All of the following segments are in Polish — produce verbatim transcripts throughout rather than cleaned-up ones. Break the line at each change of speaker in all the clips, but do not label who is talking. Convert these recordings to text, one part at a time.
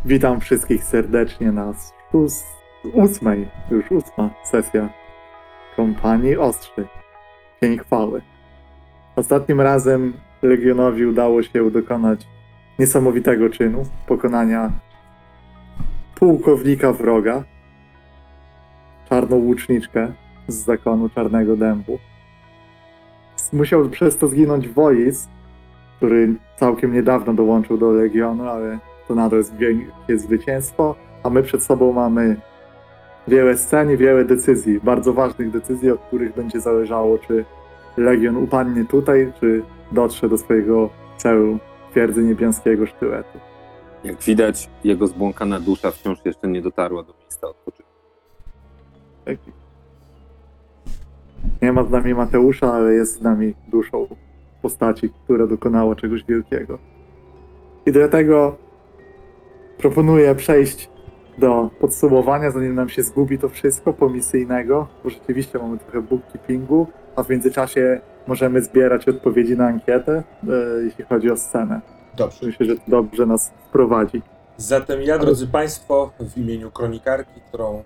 Witam wszystkich serdecznie na szóst... ósmej, już ósma sesja kompanii Ostrzy. Dzień chwały. Ostatnim razem Legionowi udało się dokonać niesamowitego czynu pokonania pułkownika wroga, czarną łuczniczkę z zakonu Czarnego Dębu. Musiał przez to zginąć Wois, który całkiem niedawno dołączył do Legionu, ale to nadal jest wielkie zwycięstwo, a my przed sobą mamy wiele scen i wiele decyzji, bardzo ważnych decyzji, od których będzie zależało, czy Legion upadnie tutaj, czy dotrze do swojego celu, twierdzy Niebiańskiego Sztyletu.
Jak widać, jego zbłąkana dusza wciąż jeszcze nie dotarła do miejsca odpoczynku.
Tak. Nie ma z nami Mateusza, ale jest z nami duszą postaci, która dokonała czegoś wielkiego. I dlatego proponuję przejść do podsumowania, zanim nam się zgubi to wszystko komisyjnego, bo rzeczywiście mamy trochę bookkeepingu, a w międzyczasie możemy zbierać odpowiedzi na ankietę, e, jeśli chodzi o scenę.
Dobrze.
Myślę, że to dobrze nas wprowadzi.
Zatem ja, drodzy Państwo, w imieniu kronikarki, którą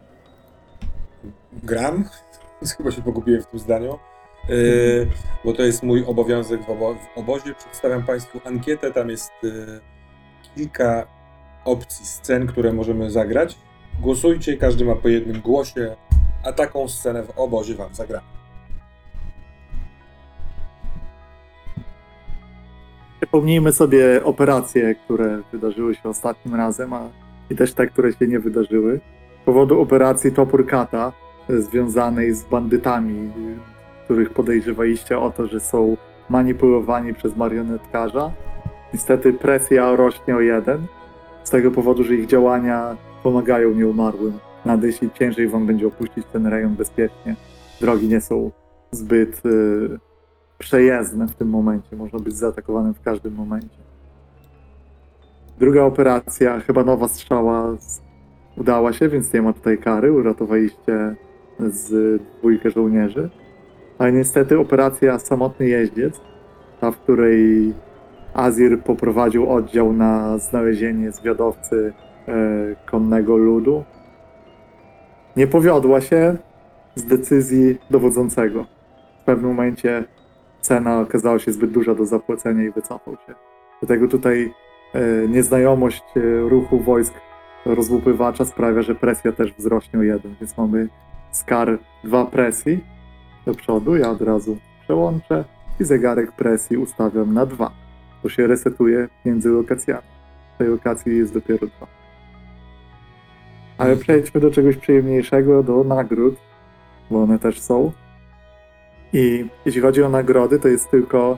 gram, chyba się pogubiłem w tym zdaniu, yy, bo to jest mój obowiązek w, obo- w obozie, przedstawiam Państwu ankietę. Tam jest yy, kilka opcji scen, które możemy zagrać. Głosujcie, każdy ma po jednym głosie, a taką scenę w obozie Wam zagramy.
Przypomnijmy sobie operacje, które wydarzyły się ostatnim razem, a i też te, które się nie wydarzyły. Z powodu operacji Topór Kata, związanej z bandytami, których podejrzewaliście o to, że są manipulowani przez marionetkarza. Niestety presja rośnie o jeden, z tego powodu, że ich działania pomagają nieumarłym. Nadejść i ciężej wam będzie opuścić ten rejon bezpiecznie. Drogi nie są zbyt y, przejezdne w tym momencie. Można być zaatakowanym w każdym momencie. Druga operacja, chyba nowa strzała, z, udała się, więc nie ma tutaj kary. Uratowaliście z dwójkę żołnierzy. Ale niestety operacja Samotny Jeździec, ta, w której Azir poprowadził oddział na znalezienie zwiadowcy e, konnego ludu, nie powiodła się z decyzji dowodzącego. W pewnym momencie cena okazała się zbyt duża do zapłacenia i wycofał się. Dlatego tutaj e, nieznajomość e, ruchu wojsk rozłupywacza sprawia, że presja też wzrośnie o jeden, więc mamy z kar dwa presji do przodu. Ja od razu przełączę i zegarek presji ustawiam na dwa. To się resetuje między lokacjami. W tej lokacji jest dopiero dwa. Ale przejdźmy do czegoś przyjemniejszego, do nagród, bo one też są. I jeśli chodzi o nagrody, to jest tylko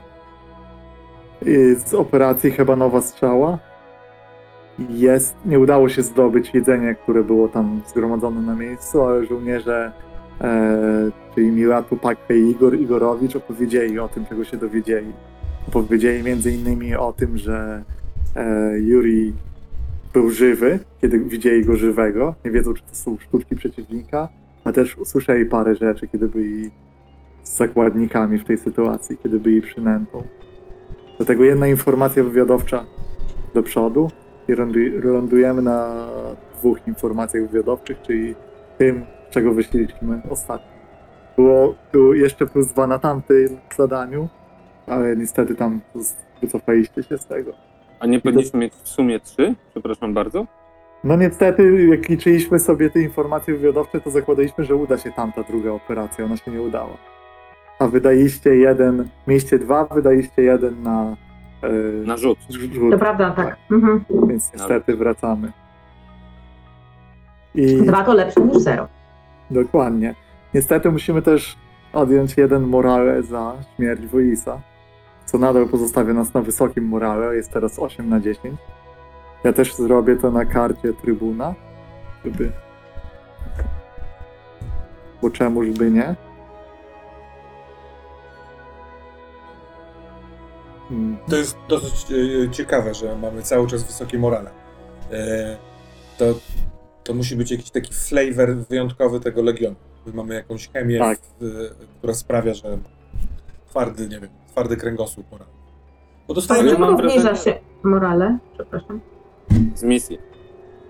z operacji chyba nowa strzała. Jest, nie udało się zdobyć jedzenia, które było tam zgromadzone na miejscu, ale żołnierze, e, czyli Milatu, Pakwe i Igor Igorowicz opowiedzieli o tym, czego się dowiedzieli. Opowiedzieli między innymi o tym, że e, Yuri był żywy, kiedy widzieli go żywego. Nie wiedzą, czy to są sztuczki przeciwnika, a też usłyszeli parę rzeczy, kiedy byli z zakładnikami w tej sytuacji, kiedy byli przynętą. Dlatego jedna informacja wywiadowcza do przodu i lądujemy na dwóch informacjach wywiadowczych, czyli tym, czego wyszliśmy ostatnio. Było, było jeszcze plus dwa na tamtym zadaniu, ale niestety tam wycofaliście się z tego.
A nie powinniśmy mieć w sumie trzy? Przepraszam bardzo.
No niestety, jak liczyliśmy sobie te informacje wywiadowcze, to zakładaliśmy, że uda się tamta druga operacja. Ona się nie udała. A wydaliście jeden, mieliście dwa, wydaliście jeden na... Yy,
Na rzut.
rzut.
To prawda, tak. Mhm.
Więc niestety wracamy. I
Dwa to lepsze niż zero.
dokładnie. Niestety musimy też odjąć jeden morale za śmierć Woisa, co nadal pozostawia nas na wysokim morale, jest teraz osiem na dziesięć. Ja też zrobię to na karcie Trybuna, żeby... Bo czemuż by nie? Hmm.
To jest dosyć e, ciekawe, że mamy cały czas wysokie morale. E, to, to musi być jakiś taki flavor wyjątkowy tego Legionu. My mamy jakąś chemię,
Tak.
w, która sprawia, że twardy, nie wiem, twardy kręgosłup moralny. Bo
A
dostajemy...
ja mam
dlaczego obniża
wrażenie-
się morale? Przepraszam.
Z misji.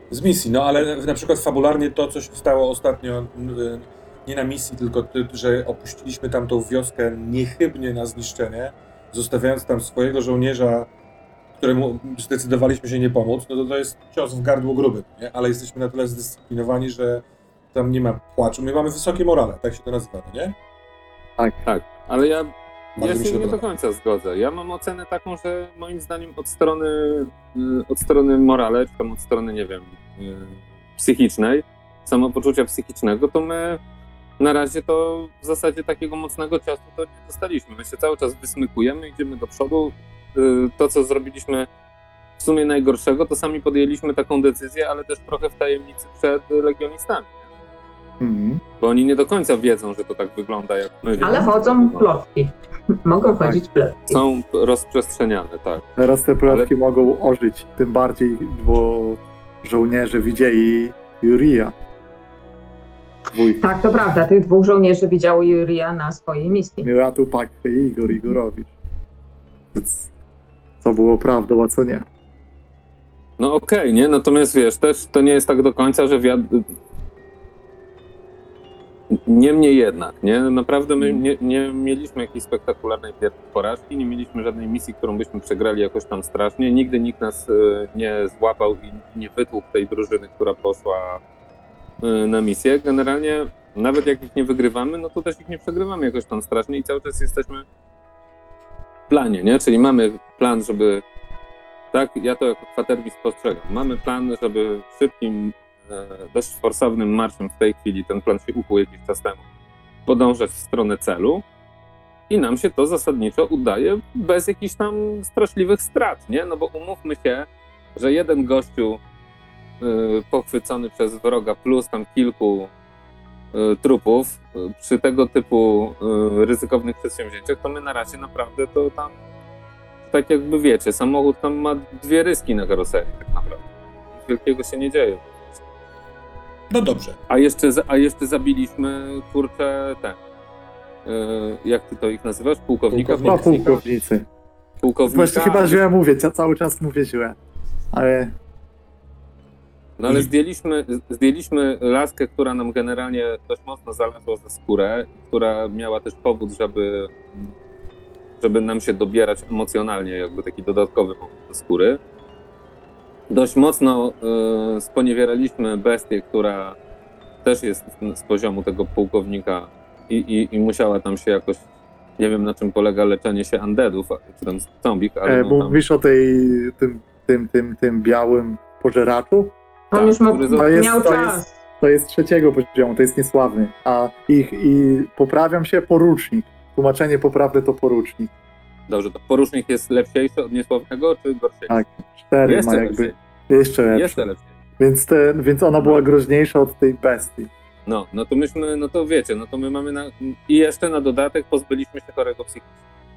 Z misji, no ale na przykład fabularnie to, co się stało ostatnio, y, nie na misji, tylko ty, że opuściliśmy tamtą wioskę niechybnie na zniszczenie, zostawiając tam swojego żołnierza, któremu zdecydowaliśmy się nie pomóc, no to to jest cios w gardło gruby, nie? Ale jesteśmy na tyle zdyscyplinowani, że tam nie ma płaczu. My mamy wysokie morale, tak się to nazywa, no nie?
Tak, ale ja,
Bardzo
ja
mi
się
się
nie do
podoba.
końca zgodzę. Ja mam ocenę taką, że moim zdaniem od strony, y, od strony morale, czy tam od strony, nie wiem, y, psychicznej, samopoczucia psychicznego, to my na razie to w zasadzie takiego mocnego ciosu to nie dostaliśmy. My się cały czas wysmykujemy, idziemy do przodu. Y, To, co zrobiliśmy w sumie najgorszego, to sami podjęliśmy taką decyzję, ale też trochę w tajemnicy przed legionistami. Nie?
Mhm.
Bo oni nie do końca wiedzą, że to tak wygląda, jak my
Ale
wiemy.
chodzą plotki. Mogą chodzić plotki.
Są rozprzestrzeniane, tak.
Teraz te plotki mogą ożyć, tym bardziej, bo żołnierze widzieli Jurija. Dwójkę.
Tak, to prawda. Tych dwóch żołnierzy widziało Jurija na swojej misji.
Miratu Pakty i Igor Igorowicz. Więc co było prawdą, a co nie.
No okej, nie? Natomiast wiesz, też to nie jest tak do końca, że wiad... Niemniej jednak, nie? Naprawdę my nie, nie mieliśmy jakiejś spektakularnej pier- porażki, nie mieliśmy żadnej misji, którą byśmy przegrali jakoś tam strasznie. Nigdy nikt nas y, nie złapał i nie wytłukł tej drużyny, która poszła y, na misję. Generalnie nawet jak ich nie wygrywamy, no to też ich nie przegrywamy jakoś tam strasznie i cały czas jesteśmy w planie, nie? Czyli mamy plan, żeby tak, ja to jako kwatermistrz postrzegam. Mamy plan, żeby szybkim, e, dość forsownym marszem w tej chwili, ten plan się ukuł jakiś czas temu, podążać w stronę celu i nam się to zasadniczo udaje bez jakichś tam straszliwych strat, nie? No bo umówmy się, że jeden gościu e, pochwycony przez wroga plus tam kilku e, trupów e, przy tego typu e, ryzykownych przedsięwzięciach, to my na razie naprawdę to tam tak jakby wiecie, samochód tam ma dwie ryski na karoserii tak naprawdę. Nic wielkiego się nie dzieje.
No dobrze.
A jeszcze, za- a jeszcze zabiliśmy, kurczę, ten, yy, jak ty to ich nazywasz? Pułkownika?
Pułkownika.
Dwa pułkownicy.
Pułkownika.
Właśnie chyba źle mówię, ja cały czas mówię źle. Ale
No ale zdjęliśmy, zdjęliśmy laskę, która nam generalnie dość mocno zalazła za skórę, która miała też powód, żeby, żeby nam się dobierać emocjonalnie, jakby taki dodatkowy powód do skóry. Dość mocno y, sponiewieraliśmy bestię, która też jest z poziomu tego pułkownika i, i, i musiała tam się jakoś, nie wiem na czym polega leczenie się undeadów, czy tam zombik, ale
e,
no
bo
tam...
mówisz o tej, tym, tym, tym, tym białym pożeraczu?
On
Tak,
już ma,
który
To jest-
miał
to
czas.
jest- To jest trzeciego poziomu, to jest niesławny. A ich, i poprawiam się, porucznik. Tłumaczenie poprawne to porucznik.
Dobrze, to porucznik jest lepszy od niesławnego, czy gorszy?
Tak, cztery
Jeszcze
ma jakby.
lepszy.
Jeszcze lepsze.
Jeszcze lepszy.
Więc, te, więc ona była groźniejsza od tej bestii.
No, no to myśmy, no to wiecie, no to my mamy na... I jeszcze na dodatek pozbyliśmy się chorego psychicznie.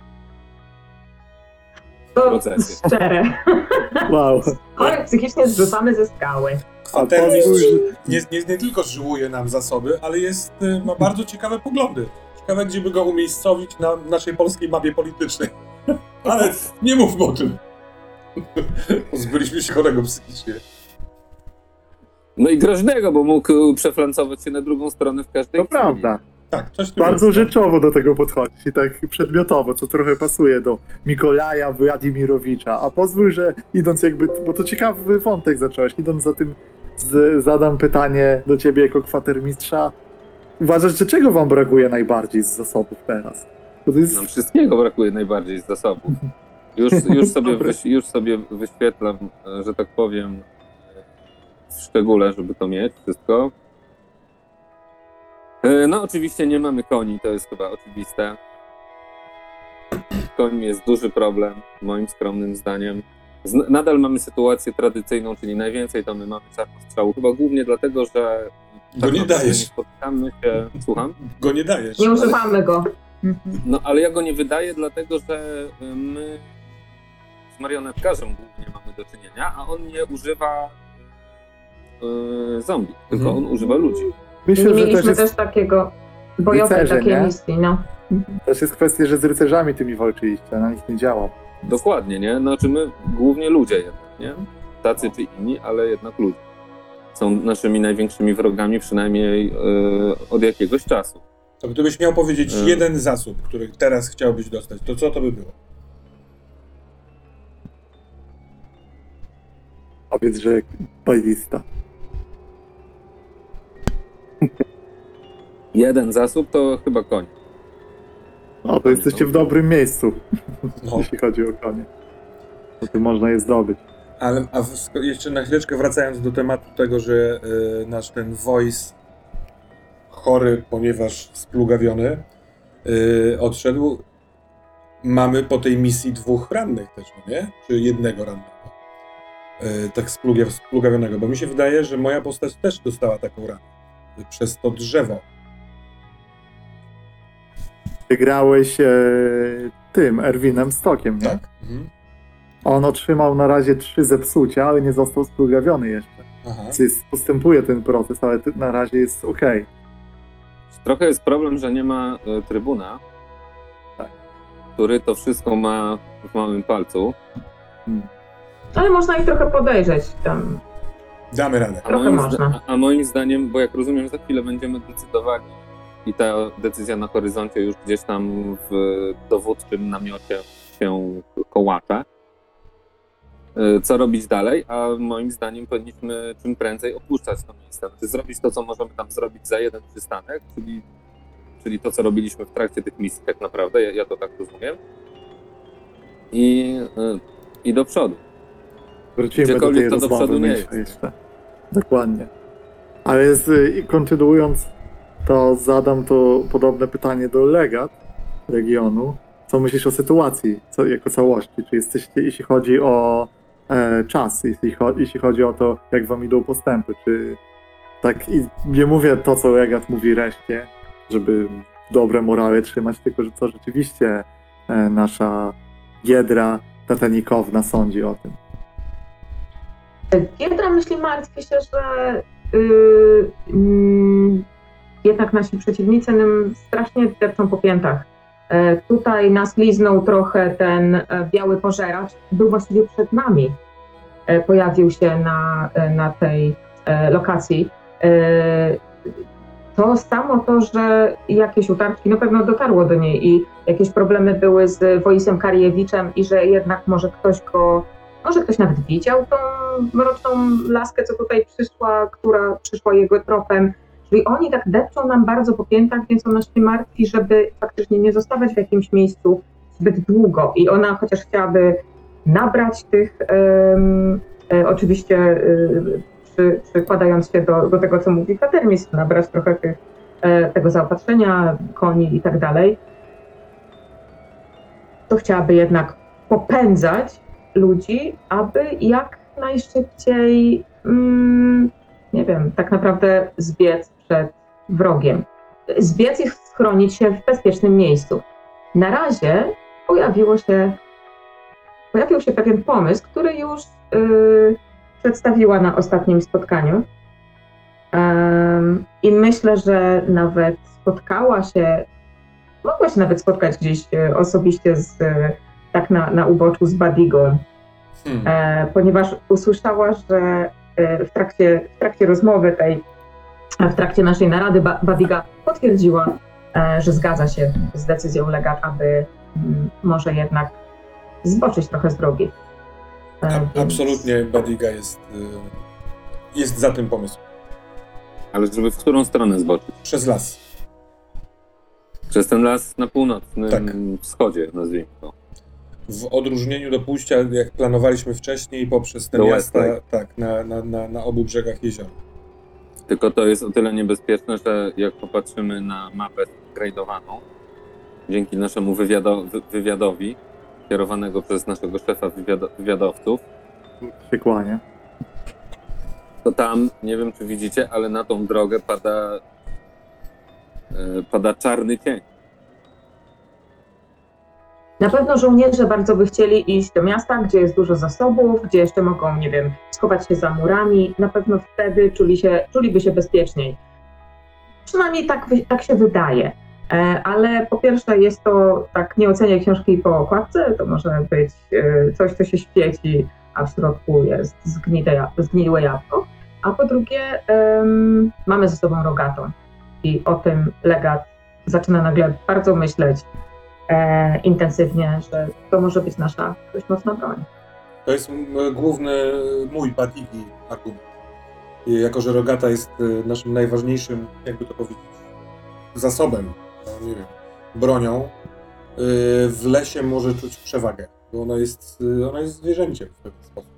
To
procesie.
szczere.
Wow.
Chory psychicznie zrzucamy ze skały.
Kwatermistrz nie, nie, nie tylko żyłuje nam zasoby, ale jest, y, ma bardzo ciekawe poglądy. Ciekawe, gdzie by go umiejscowić na naszej polskiej mapie politycznej. Ale nie mówmy o tym. Pozbyliśmy się chorego psychicznie.
No i groźnego, bo mógł przeflancować się na drugą stronę w każdej
To
chwili.
prawda.
Tak, coś tu
Bardzo
jest.
rzeczowo do tego podchodzisz i tak przedmiotowo, co trochę pasuje do Mikołaja Władimirowicza. A pozwól, że idąc jakby, bo to ciekawy wątek zacząłeś, idąc za tym, z, zadam pytanie do ciebie jako kwatermistrza. Uważasz, że czego wam brakuje najbardziej z zasobów teraz? Bo to jest...
Nam wszystkiego brakuje najbardziej z zasobów. Już, już, sobie,
Dobry.
wyś, już sobie wyświetlam, e, że tak powiem, e, w szczególe, żeby to mieć wszystko. E, No oczywiście nie mamy koni, to jest chyba oczywiste. Z końmi jest duży problem, moim skromnym zdaniem. Z, nadal mamy sytuację tradycyjną, czyli najwięcej to my mamy czarnostrzału. Chyba głównie dlatego, że
Go nie
naprawdę
dajesz.
nie spotykamy się... Słucham?
Go nie dajesz.
Nie używamy go.
No, ale ja go nie wydaję, dlatego że y, my z marionetkarzem głównie mamy do czynienia, a on nie używa y, zombie, tylko
Mhm.
on używa ludzi.
Myślę,
Nie
że też
mieliśmy
jest,
też takiego bojowej
rycerze,
takiej
nie?
misji, no.
też jest kwestia, że z rycerzami tymi walczyliście, na nich nie działa.
Dokładnie, nie? Znaczy my głównie ludzie jednak, nie? Tacy czy inni, ale jednak ludzie. są naszymi największymi wrogami, przynajmniej yy, od jakiegoś czasu.
To gdybyś miał powiedzieć
Hmm.
jeden zasób, który teraz chciałbyś dostać, to co to by było?
Powiedz, że bajlista.
Jeden zasób to chyba koń.
O, to jesteście w dobrym miejscu,
No.
jeśli chodzi o konie. To tu można je zdobyć.
Ale a w, jeszcze na chwileczkę wracając do tematu tego, że y, nasz ten voice chory, ponieważ splugawiony, y, odszedł. Mamy po tej misji dwóch rannych też, no nie? Czy jednego rannego? Y, tak splugaw, splugawionego, bo mi się wydaje, że moja postać też dostała taką ranę. Y, przez to drzewo.
Ty grałeś e, tym, Erwinem Stokiem, nie?
Tak? Mhm.
On otrzymał na razie trzy zepsucia, ale nie został splugawiony jeszcze.
Aha.
Więc postępuje ten proces, ale ty- na razie jest okej.
Trochę jest problem, że nie ma y, trybuna,
Tak.
który to wszystko ma w małym palcu.
Ale można ich trochę podejrzeć tam.
Damy radę.
A
Trochę
moim,
można.
zda- a moim zdaniem, bo jak rozumiem, za chwilę będziemy decydowali i ta decyzja na horyzoncie już gdzieś tam w dowódczym namiocie się kołacze. Y, Co robić dalej? A moim zdaniem powinniśmy czym prędzej opuszczać to miejsce. Znaczy zrobić to, co możemy tam zrobić za jeden przystanek, czyli, czyli to, co robiliśmy w trakcie tych misji tak naprawdę. Ja, ja to tak rozumiem. I, y, i do przodu.
Wrócimy do
Gdziekolwiek
tej
to do
rozmowy
przodu nie
myślę
jest.
jeszcze. Dokładnie. Ale z, i kontynuując, to zadam to podobne pytanie do legat regionu. Co myślisz o sytuacji co, jako całości? Czy jesteście, jeśli chodzi o e, czas, jeśli, cho, jeśli chodzi o to, jak wam idą postępy, czy tak, i nie mówię to, co legat mówi reszcie, żeby dobre morały trzymać, tylko że co rzeczywiście e, nasza Giedra Tatanikowna sądzi o tym.
Giedra myśli, martwi się, że yy, yy, jednak nasi przeciwnicy nam strasznie depczą po piętach. E, tutaj nas liznął trochę ten e, biały pożeracz, był właściwie przed nami. E, pojawił się na, e, na tej e, lokacji. E, to samo to, że jakieś utarczki na pewno dotarło do niej i jakieś problemy były z Wojsem Kariewiczem i że jednak może ktoś go, może ktoś nawet widział tą mroczną laskę, co tutaj przyszła, która przyszła jego tropem. Czyli oni tak depczą nam bardzo po piętach, więc ona się martwi, żeby faktycznie nie zostawać w jakimś miejscu zbyt długo. I ona chociaż chciałaby nabrać tych, um, e, oczywiście e, przy, przykładając się do, do tego, co mówi Katermis, nabrać trochę tych, e, tego zaopatrzenia, koni i tak dalej, to chciałaby jednak popędzać ludzi, aby jak najszybciej, mm, nie wiem, tak naprawdę zbiec przed wrogiem. Zbiec i schronić się w bezpiecznym miejscu. Na razie pojawiło się, pojawił się pewien pomysł, który już yy, przedstawiła na ostatnim spotkaniu. Um, I myślę, że nawet spotkała się, mogła się nawet spotkać gdzieś y, osobiście z, y, tak na, na uboczu z Badigą,
Hmm.
e, ponieważ usłyszała, że e, w, trakcie, w trakcie rozmowy tej, w trakcie naszej narady ba, Badiga potwierdziła, e, że zgadza się z decyzją legat, aby m, może jednak zboczyć trochę z drogi. E,
A,
więc-
absolutnie Badiga jest, y, jest za tym pomysłem.
Ale żeby w którą stronę zboczyć?
Przez las.
Przez ten las na północnym
Tak.
wschodzie, nazwijmy to.
W odróżnieniu do pójścia, jak planowaliśmy wcześniej, poprzez te
Do
miasta,
West,
tak, na, na, na, na obu brzegach jeziora.
Tylko to jest o tyle niebezpieczne, że jak popatrzymy na mapę zgradowaną, dzięki naszemu wywiado, wy, wywiadowi, kierowanego przez naszego szefa wywiado, wywiadowców,
Się kłania.
to tam, nie wiem czy widzicie, ale na tą drogę pada, e, pada czarny cień.
Na pewno żołnierze bardzo by chcieli iść do miasta, gdzie jest dużo zasobów, gdzie jeszcze mogą, nie wiem, schować się za murami. Na pewno wtedy czuli się, czuliby się bezpieczniej. Przynajmniej tak, wy- tak się wydaje. E, ale po pierwsze jest to, tak nie ocenię książki po okładce, to może być e, coś, co się świeci, a w środku jest zgnite, ja- zgniłe jabłko. a po drugie em, mamy ze sobą Rogatą i o tym Legat zaczyna nagle bardzo myśleć e, intensywnie, że to może być nasza dość mocna broń.
To jest m, główny mój Badigi argument. I jako, że Rogata jest y, naszym najważniejszym, jakby to powiedzieć, zasobem, no, nie wiem, bronią, y, w lesie może czuć przewagę, bo ona jest, y, ona jest zwierzęciem w pewien sposób.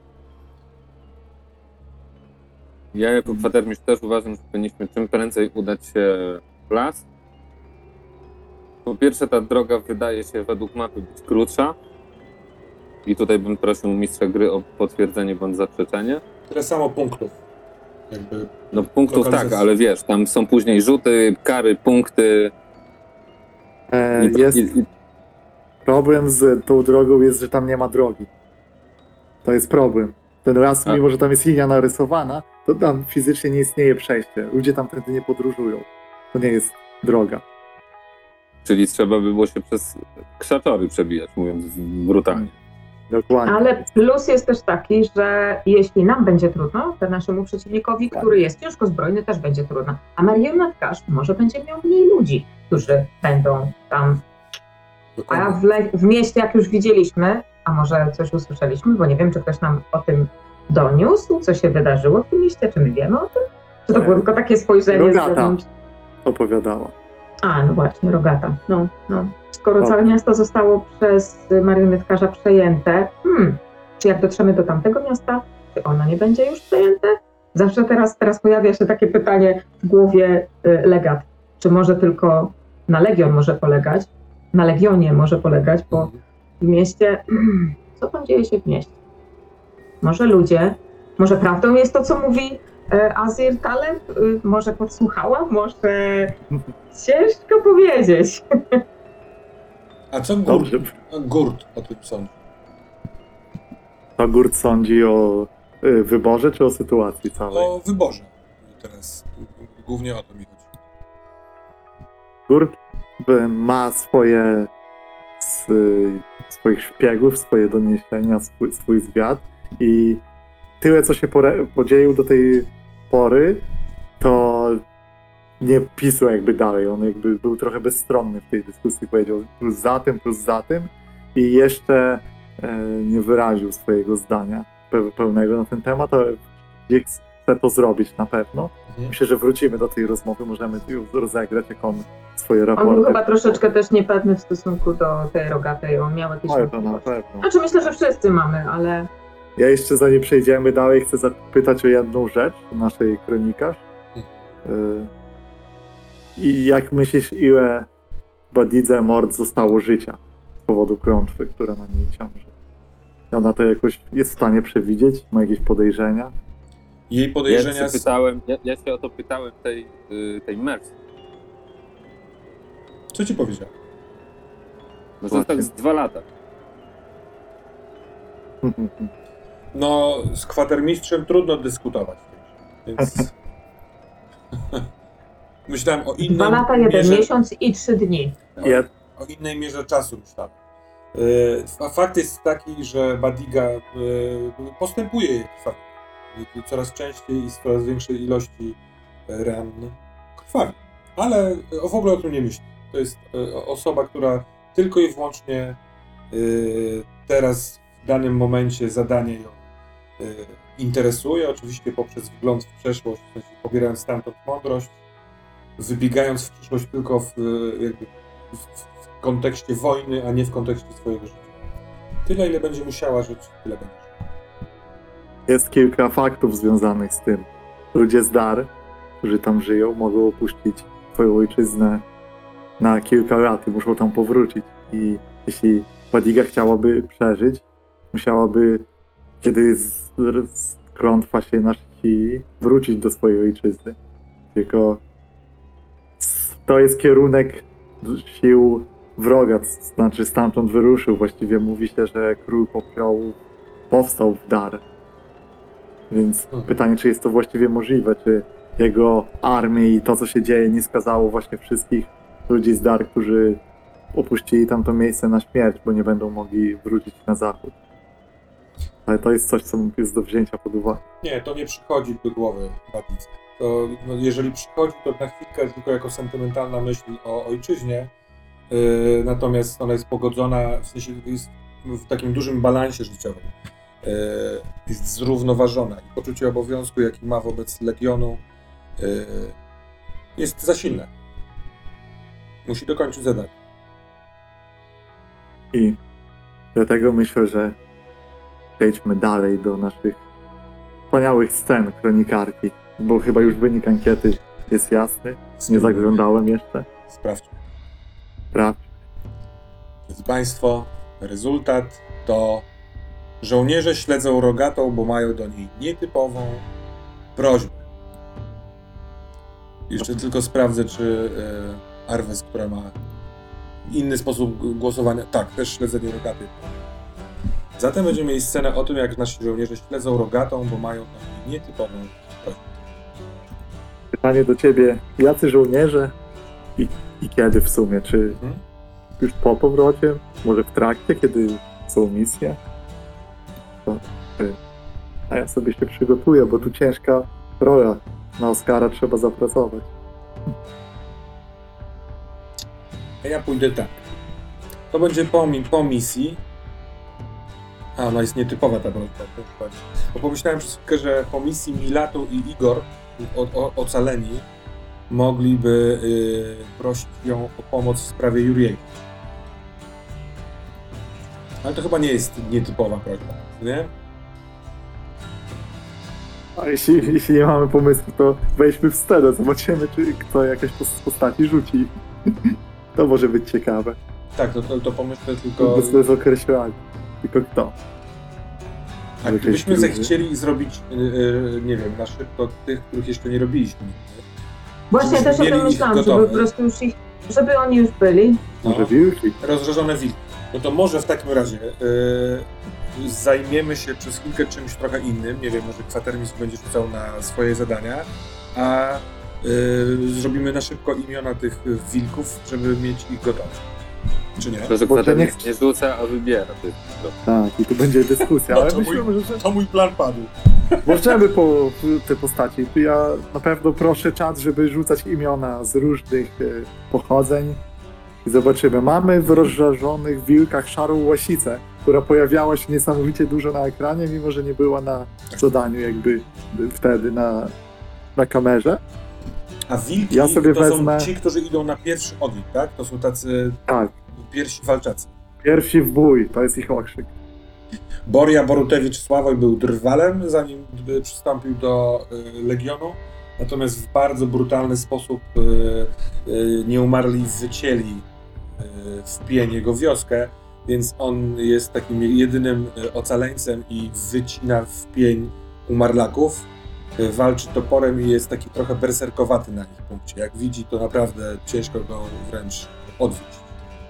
Ja jako kwatermistrz też uważam, że powinniśmy czym prędzej udać się w las. Po pierwsze, ta droga wydaje się według mapy być krótsza. I tutaj bym prosił mistrza gry o potwierdzenie bądź zaprzeczenie.
Tyle samo punktów. Jakby
No punktów tak,
lokalizacji.
ale wiesz, tam są później rzuty, kary, punkty.
E,
I,
jest
i, i,
problem z tą drogą jest, że tam nie ma drogi. To jest problem. Ten las,
A.
mimo że tam jest linia narysowana, to tam fizycznie nie istnieje przejście. Ludzie tam wtedy nie podróżują. To nie jest droga.
czyli trzeba by było się przez krzaczory przebijać, mówiąc brutalnie.
Dokładnie.
Ale plus jest też taki, że jeśli nam będzie trudno, to naszemu przeciwnikowi,
Tak.
który jest ciężko zbrojny, też będzie trudno. A marionetkarz może będzie miał mniej ludzi, którzy będą tam. A
dokładnie.
w, le- w mieście, jak już widzieliśmy, a może coś usłyszeliśmy, bo nie wiem, czy ktoś nam o tym doniósł, co się wydarzyło w tym mieście, czy my wiemy o tym? Czy to było tylko takie spojrzenie z
Rogata.
zewnątrz?
Opowiadała.
A, no właśnie, Rogata. No, no. Skoro
Dobrze.
całe miasto zostało przez marionetkarza przejęte, hmm, czy jak dotrzemy do tamtego miasta, czy ono nie będzie już przejęte? Zawsze teraz, teraz pojawia się takie pytanie w głowie y, Legat. Czy może tylko na Legion może polegać? Na Legionie może polegać, bo w mieście, hmm, co tam dzieje się w mieście? Może ludzie, może prawdą jest to, co mówi e, Azir Taleb? Y, może podsłuchała? Może ciężko powiedzieć.
A co Gurt,
Dobrze.
Gurt o tym sądzi?
To Gurt sądzi o y, wyborze, czy o sytuacji całej?
O wyborze teraz. Głównie o to mi chodzi.
Gurt y, ma swoje s, y, swoich szpiegów, swoje doniesienia, swój, swój zwiad i tyle, co się pore- podzieją do tej pory, to nie pisał jakby dalej. On jakby był trochę bezstronny w tej dyskusji, powiedział plus za tym, plus za tym i jeszcze e, nie wyraził swojego zdania pe- pełnego na ten temat, ale gdzieś chce to zrobić na pewno.
Mhm.
Myślę, że wrócimy do tej rozmowy, możemy ją rozegrać, jak on swoje
On
raporty...
był chyba troszeczkę też niepewny w stosunku do tej Rogatej, on miał jakieś
Ale to na
wątpliwości.
pewno.
Znaczy myślę, że wszyscy mamy, ale
Ja jeszcze zanim przejdziemy dalej, chcę zapytać o jedną rzecz w naszej kronikarz. Y, I jak myślisz, ile Badidze Mord zostało życia z powodu klątwy, która na niej ciąży? I ona to jakoś jest w stanie przewidzieć? Ma jakieś podejrzenia?
Jej
Ja
podejrzenia...
się
s-
pytałem, ja, ja się o to pytałem tej, y, tej Mercy.
Co ci powiedział?
No to jest tak z dwa lata.
No, z kwatermistrzem trudno dyskutować. Więc... Myślałem o innej
dwa lata, jeden
mierze,
miesiąc i trzy dni.
Ja,
o innej mierze czasu myślałem. Yy, a fakt jest taki, że Badiga yy, postępuje jej krwawienie. Yy, Coraz częściej i z coraz większej ilości yy, ran krwawi. Ale yy, w ogóle o tym nie myśli. To jest yy, osoba, która tylko i wyłącznie yy, teraz w danym momencie zadanie ją yy, interesuje. Oczywiście poprzez wgląd w przeszłość, w sensie pobierając stamtąd mądrość, wybiegając w przyszłość tylko w, yy, jakby w, w w kontekście wojny, a nie w kontekście swojego życia. Tyle, ile będzie musiała żyć, tyle będzie żyć.
jest kilka faktów związanych z tym. Ludzie z Dar, którzy tam żyją, mogą opuścić swoją ojczyznę na kilka lat i muszą tam powrócić. I jeśli Badiga chciałaby przeżyć, musiałaby, kiedy z, z klątwa się nasi, wrócić do swojej ojczyzny. Tylko s- to jest kierunek sił wroga, to znaczy stamtąd wyruszył. Właściwie mówi się, że król popiołu powstał w Dar. Więc
Mhm.
pytanie, czy jest to właściwie możliwe, czy jego armię i to, co się dzieje, nie skazało właśnie wszystkich ludzi z Dar, którzy opuścili tamto miejsce na śmierć, bo nie będą mogli wrócić na zachód. Ale to jest coś, co jest do wzięcia pod uwagę.
Nie, to nie przychodzi do głowy Badice. To, no, jeżeli przychodzi, to na chwilkę tylko jako sentymentalna myśl o ojczyźnie, yy, natomiast ona jest pogodzona, w sensie jest w takim dużym balansie życiowym. Yy, jest zrównoważona i poczucie obowiązku, jaki ma wobec Legionu, yy, jest za silne. Musi dokończyć zadanie.
I dlatego myślę, że przejdźmy dalej do naszych wspaniałych scen kronikarki, bo chyba już wynik ankiety jest jasny. Nie zaglądałem jeszcze.
Sprawdźmy.
Prawda?
Drodzy Państwo, rezultat to żołnierze śledzą Rogatą, bo mają do niej nietypową prośbę. Jeszcze tylko sprawdzę, czy e, Arwes, która ma inny sposób głosowania, tak, też śledzenie Rogaty. Zatem będziemy mieli scenę o tym, jak nasi żołnierze śledzą Rogatą, bo mają do niej nietypową prośbę.
Pytanie do ciebie, jacy żołnierze i, i kiedy w sumie? Czy
Mhm.
już po powrocie? Może w trakcie, kiedy są misje? To, y, a ja sobie się przygotuję, bo tu ciężka rola. Na Oscara trzeba zapracować.
A ja pójdę tak. To będzie po, mi, po misji. A, ona jest nietypowa ta prośba. Bo pomyślałem przez chwilkę, że po misji Milatu i Igor, o, o, ocaleni, mogliby y, prosić ją o pomoc w sprawie Juriego. Ale to chyba nie jest nietypowa prośba, nie?
A jeśli, jeśli nie mamy pomysłu, to wejdźmy w scenę, zobaczymy, czy kto jakaś z postaci rzuci. To może być ciekawe.
Tak, to, to, to pomyślę tylko...
Bez, bez określania. Tylko kto.
A gdybyśmy zechcieli zrobić, y, y, nie wiem, na szybko tych, których jeszcze nie robiliśmy.
Właśnie
Żebyśmy
też o
mieli
tym
ich
myślałam, żeby
gotowe.
po prostu już ich, żeby oni już byli.
Może
No.
wilki?
Rozszerzone wilki. No to może w takim razie yy, zajmiemy się przez chwilkę czymś trochę innym. Nie wiem, może kwatermistrz będzie rzucał na swoje zadania, a yy, zrobimy na szybko imiona tych wilków, żeby mieć ich gotowe. Czy nie?
To, że
Bo to
kwatermistrz
nie-
nie rzuca, a wybiera. To jest to.
Tak, i tu będzie dyskusja,
No
ale
to
myślę,
mój-
że
To mój plan padł.
możemy po te postaci. Ja na pewno proszę czat, żeby rzucać imiona z różnych e, pochodzeń. I zobaczymy. Mamy w rozżarzonych wilkach szarą łasicę, która pojawiała się niesamowicie dużo na ekranie, mimo że nie była na zadaniu jakby wtedy na, na kamerze.
A wilki
Ja sobie
to
wezmę-
są ci, którzy idą na pierwszy ogień, tak? To są tacy
Tak,
pierwsi walczacy.
pierwsi w bój, to jest ich okrzyk.
Boria Borutewicz Sławoj był drwalem, zanim y, przystąpił do y, Legionu, natomiast w bardzo brutalny sposób y, y, nieumarli wycięli y, w pień jego wioskę, więc on jest takim jedynym y, ocaleńcem i wycina w pień umarlaków. Y, walczy toporem i jest taki trochę berserkowaty na ich punkcie. Jak widzi, to naprawdę ciężko go wręcz odwieść.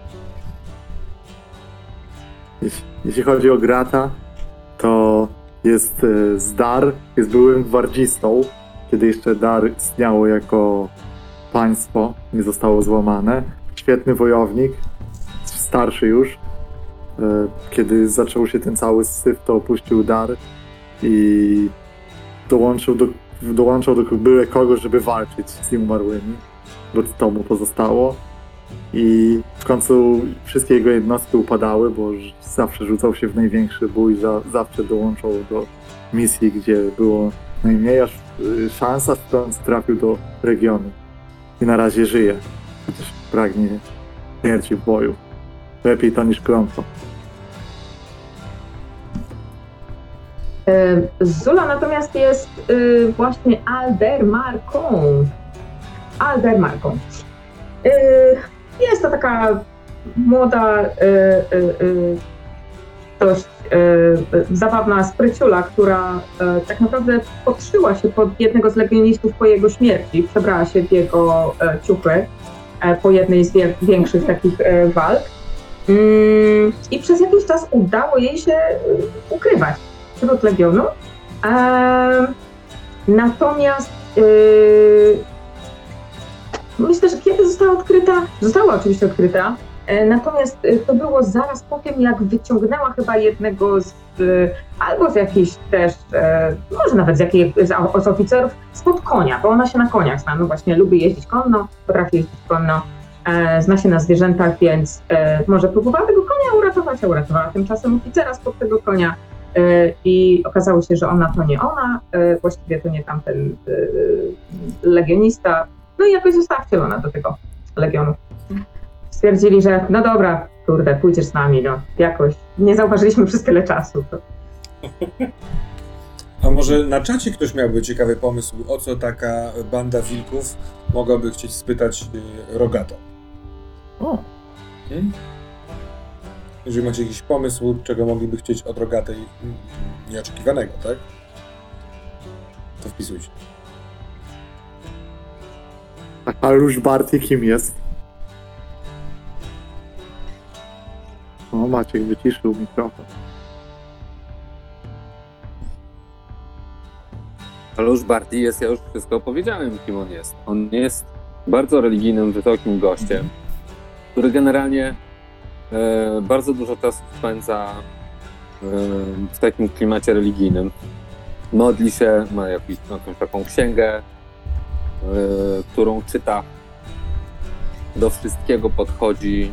Jeśli, jeśli chodzi o Grata, to jest e, z Dar, jest byłym gwardzistą, kiedy jeszcze Dar istniało jako państwo, nie zostało złamane. Świetny wojownik, starszy już. E, kiedy zaczął się ten cały syf, to opuścił Dar i dołączył do, dołączył do byłego kogoś, żeby walczyć z nieumarłymi, bo to mu pozostało. I w końcu wszystkie jego jednostki upadały, bo zawsze rzucał się w największy bój, za, zawsze dołączał do misji, gdzie było najmniej aż y, szansa, w końcu trafił do regionu. I na razie żyje, chociaż pragnie śmierci w boju. Lepiej to niż klątwa.
E, Zula natomiast jest y, właśnie Aldermarką. Aldermarką. Y, Jest to taka młoda, y, y, y, dość y, y, zabawna spryciula, która y, tak naprawdę podszyła się pod jednego z legionistów po jego śmierci. Przebrała się w jego y, ciuchy y, po jednej z wie, większych takich y, walk. Y, I przez jakiś czas udało jej się y, ukrywać wśród legionu. E, natomiast y, myślę, że kiedy została odkryta, została oczywiście odkryta, e, natomiast e, to było zaraz po tym, jak wyciągnęła chyba jednego z y, albo z jakichś też, e, może nawet z jakichś z, z oficerów spod konia, bo ona się na koniach zna, no właśnie lubi jeździć konno, potrafi jeździć konno, e, zna się na zwierzętach, więc e, może próbowała tego konia uratować, a uratowała tymczasem oficera spod tego konia e, i okazało się, że ona to nie ona, e, właściwie to nie tamten e, legionista, no i jakoś została wcielona do tego legionu. Stwierdzili, że no dobra, kurde, pójdziesz z nami, no jakoś nie zauważyliśmy przez tyle czasu. To...
A może na czacie ktoś miałby ciekawy pomysł, o co taka banda wilków mogłaby chcieć spytać y, Rogato?
O,
Hmm? Jeżeli macie jakiś pomysł, czego mogliby chcieć od Rogatej mm, nieoczekiwanego, tak? To wpisujcie.
a Róż Barty kim jest? O, Maciek wyciszył mikrofon.
Ale już Barty jest, ja już wszystko opowiedziałem, kim on jest. On jest bardzo religijnym, wysokim gościem, który generalnie e, bardzo dużo czasu spędza e, w takim klimacie religijnym. Modli się, ma jakąś, jakąś taką księgę, e, którą czyta. Do wszystkiego podchodzi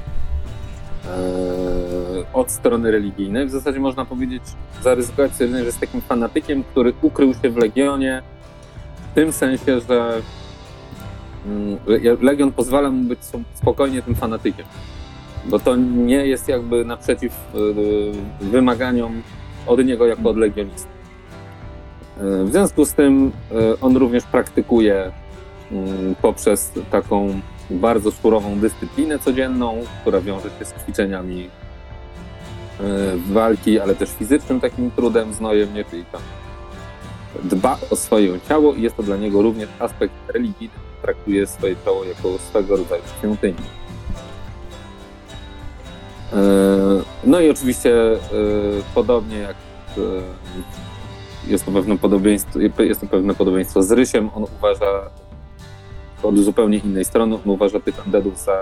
e, od strony religijnej. W zasadzie można powiedzieć, zaryzykować sobie, że jest takim fanatykiem, który ukrył się w Legionie, w tym sensie, że mm, Legion pozwala mu być spokojnie tym fanatykiem, bo to nie jest jakby naprzeciw y, wymaganiom od niego jako od legionisty. Y, w związku z tym y, on również praktykuje y, poprzez taką bardzo surową dyscyplinę codzienną, która wiąże się z ćwiczeniami y, walki, ale też fizycznym takim trudem, znojem, nie? Czyli tam dba o swoje ciało i jest to dla niego również aspekt religijny. Traktuje swoje ciało jako swego rodzaju świątynię. No i oczywiście podobnie jak jest to pewne podobieństwo, jest to pewne podobieństwo z Rysiem, on uważa od zupełnie innej strony, on uważa tych undeadów za,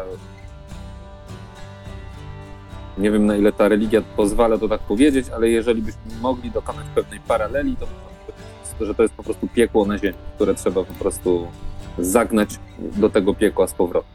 nie wiem na ile ta religia pozwala to tak powiedzieć, ale jeżeli byśmy mogli dokonać pewnej paraleli, to że to jest po prostu piekło na ziemi, które trzeba po prostu zagnać do tego piekła z powrotem.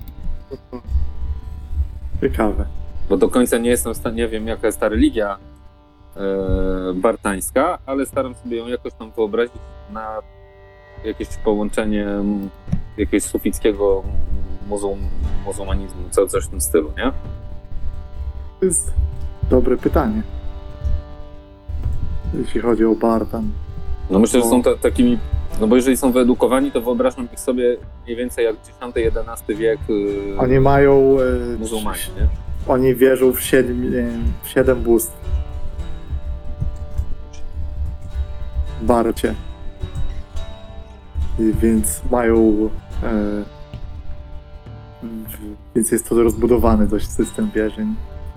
Ciekawe.
Bo do końca nie jestem w stanie, nie wiem jaka jest ta religia e, bartańska, ale staram sobie ją jakoś tam wyobrazić na jakieś połączenie jakiegoś sufickiego muzuł, muzułmanizmu, co, coś w tym stylu, nie?
To jest dobre pytanie. Jeśli chodzi o Bartan.
No myślę, że
No.
są ta, takimi, no bo jeżeli są wyedukowani, to wyobrażam ich sobie mniej więcej jak dziesiąty jedenasty wiek yy,
Oni mają... e,
muzułmanie, nie?
Oni wierzą w siedem, w siedem bóstw. Barcie. I więc mają... E, w- więc jest to rozbudowany dość system wierzeń.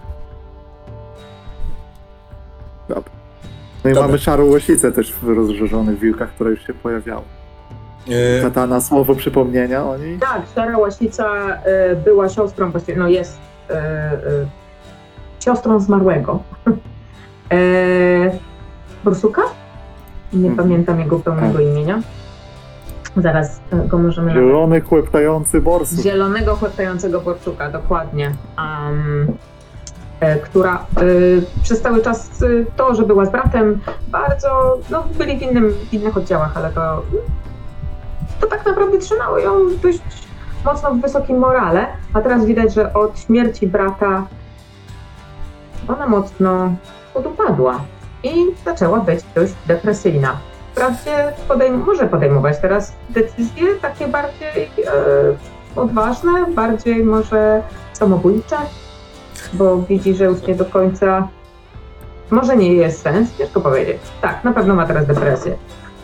Dobra. No i
Dobra.
mamy szarą łosicę też w rozżarzonych wilkach, która już się pojawiała.
E,
Katana, słowo przypomnienia o niej?
Tak, Szara Łasica y, była siostrą, właściwie, no jest y, y, siostrą zmarłego. e, Borsuka? Nie
Mhm.
pamiętam jego pełnego imienia. Zaraz y, go możemy... nawet-
Zielony, kłeptający borsuk.
Zielonego, chłeptającego Borsuka, dokładnie. Um, e, która y, przez cały czas y, to, że była z bratem, bardzo, no byli w, innym, w innych oddziałach, ale to, to tak naprawdę trzymało ją dość mocno w wysokim morale, a teraz widać, że od śmierci brata ona mocno podupadła i zaczęła być dość depresyjna. Wprawdzie podejm- może podejmować teraz decyzje takie bardziej e, odważne, bardziej może samobójcze, bo widzi, że już nie do końca, może nie jest sens, ciężko powiedzieć. Tak, na pewno ma teraz depresję.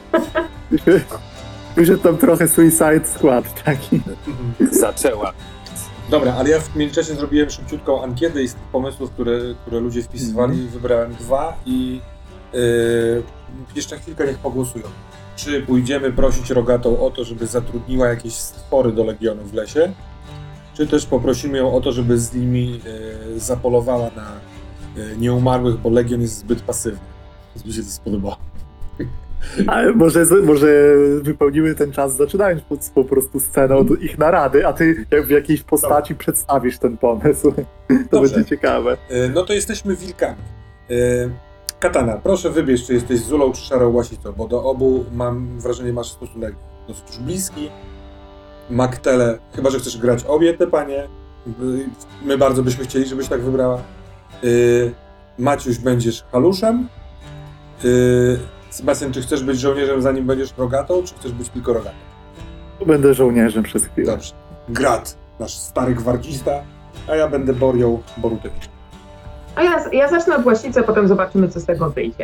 Wyszedł tam trochę Suicide Squad taki.
Zaczęła.
Dobra, ale ja w międzyczasie zrobiłem szybciutką ankietę i z tych pomysłów, które, które ludzie wpisywali,
Mhm.
wybrałem dwa i yy, jeszcze chwilkę niech pogłosują. Czy pójdziemy prosić Rogatą o to, żeby zatrudniła jakieś stwory do Legionu w lesie, czy też poprosimy ją o to, żeby z nimi yy, zapolowała na yy, nieumarłych, bo Legion jest zbyt pasywny. Mi się to spodobało.
Ale może, może wypełnimy ten czas, zaczynając po, po prostu scenę od ich narady, a ty jak w jakiejś postaci przedstawisz ten pomysł. To
Dobrze.
będzie ciekawe.
E, No to jesteśmy wilkami. E, Katana, proszę wybierz, czy jesteś Zulą, czy Szarą Łasicą, bo do obu, mam wrażenie, masz stosunek dosyć już bliski. Maktele, chyba że chcesz grać obie te panie, y, my bardzo byśmy chcieli, żebyś tak wybrała. Y, Maciuś, będziesz Haluszem. Y, Sebastian, czy chcesz być żołnierzem, zanim będziesz rogatą, czy chcesz być tylko rogatą?
Będę żołnierzem przez chwilę.
Dobrze. Grat, nasz stary gwardzista, a ja będę Borią Borutewicz.
A ja, ja zacznę od Łasicę, potem zobaczymy, co z tego wyjdzie.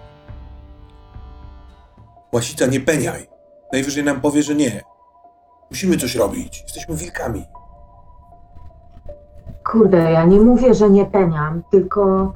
Łasica, nie peniaj. Najwyżej nam powie, że nie. Musimy coś robić. Jesteśmy wilkami.
Kurde, ja nie mówię, że nie peniam, tylko...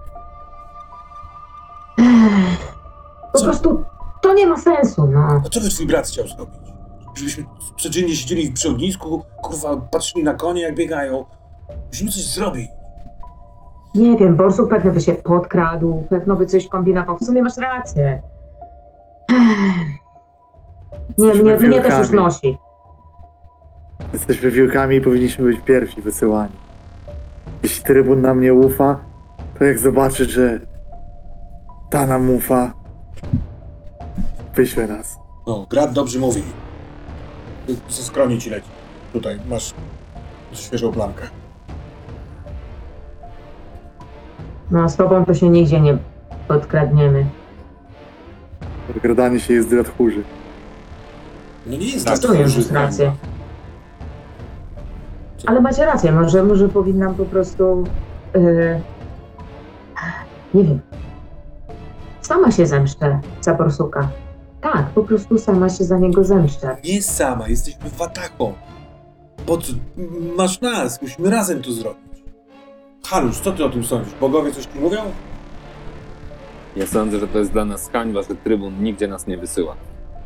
Ech, po
Co?
prostu to nie ma sensu, no.
A co by twój brat chciał zrobić? Żebyśmy codziennie siedzieli przy ognisku, kurwa, patrzyli na konie, jak biegają. Musimy coś zrobić.
Nie wiem, Borsuk pewno by się podkradł, pewno by coś kombinował. W sumie masz rację. Ech. Nie,
Jesteśmy
mnie, mnie też już
wilkami.
nosi.
Jesteśmy wilkami i powinniśmy być pierwsi wysyłani. Jeśli trybun nam nie ufa, to jak zobaczy, że ta nam ufa, wyśle nas.
No, Grat dobrze mówi. Ze skroni ci leci. Tutaj masz świeżą plamkę.
No, z tobą to się nigdzie nie podkradniemy.
Odgradanie się jest dla tchórzy.
No nie jest
Tak,
dla
to
tchórzy,
jest rację.
Co?
Ale macie rację, może, może powinnam po prostu... Yy, nie wiem. Sama się zemszczę za Borsuka. Tak, po prostu sama się za niego zemszczę.
Nie sama, jesteśmy wataką. Po co? Masz nas, musimy razem to zrobić. Halusz, co ty o tym sądzisz? Bogowie coś ci mówią?
Ja sądzę, że to jest dla nas hańba, że trybun nigdzie nas nie wysyła.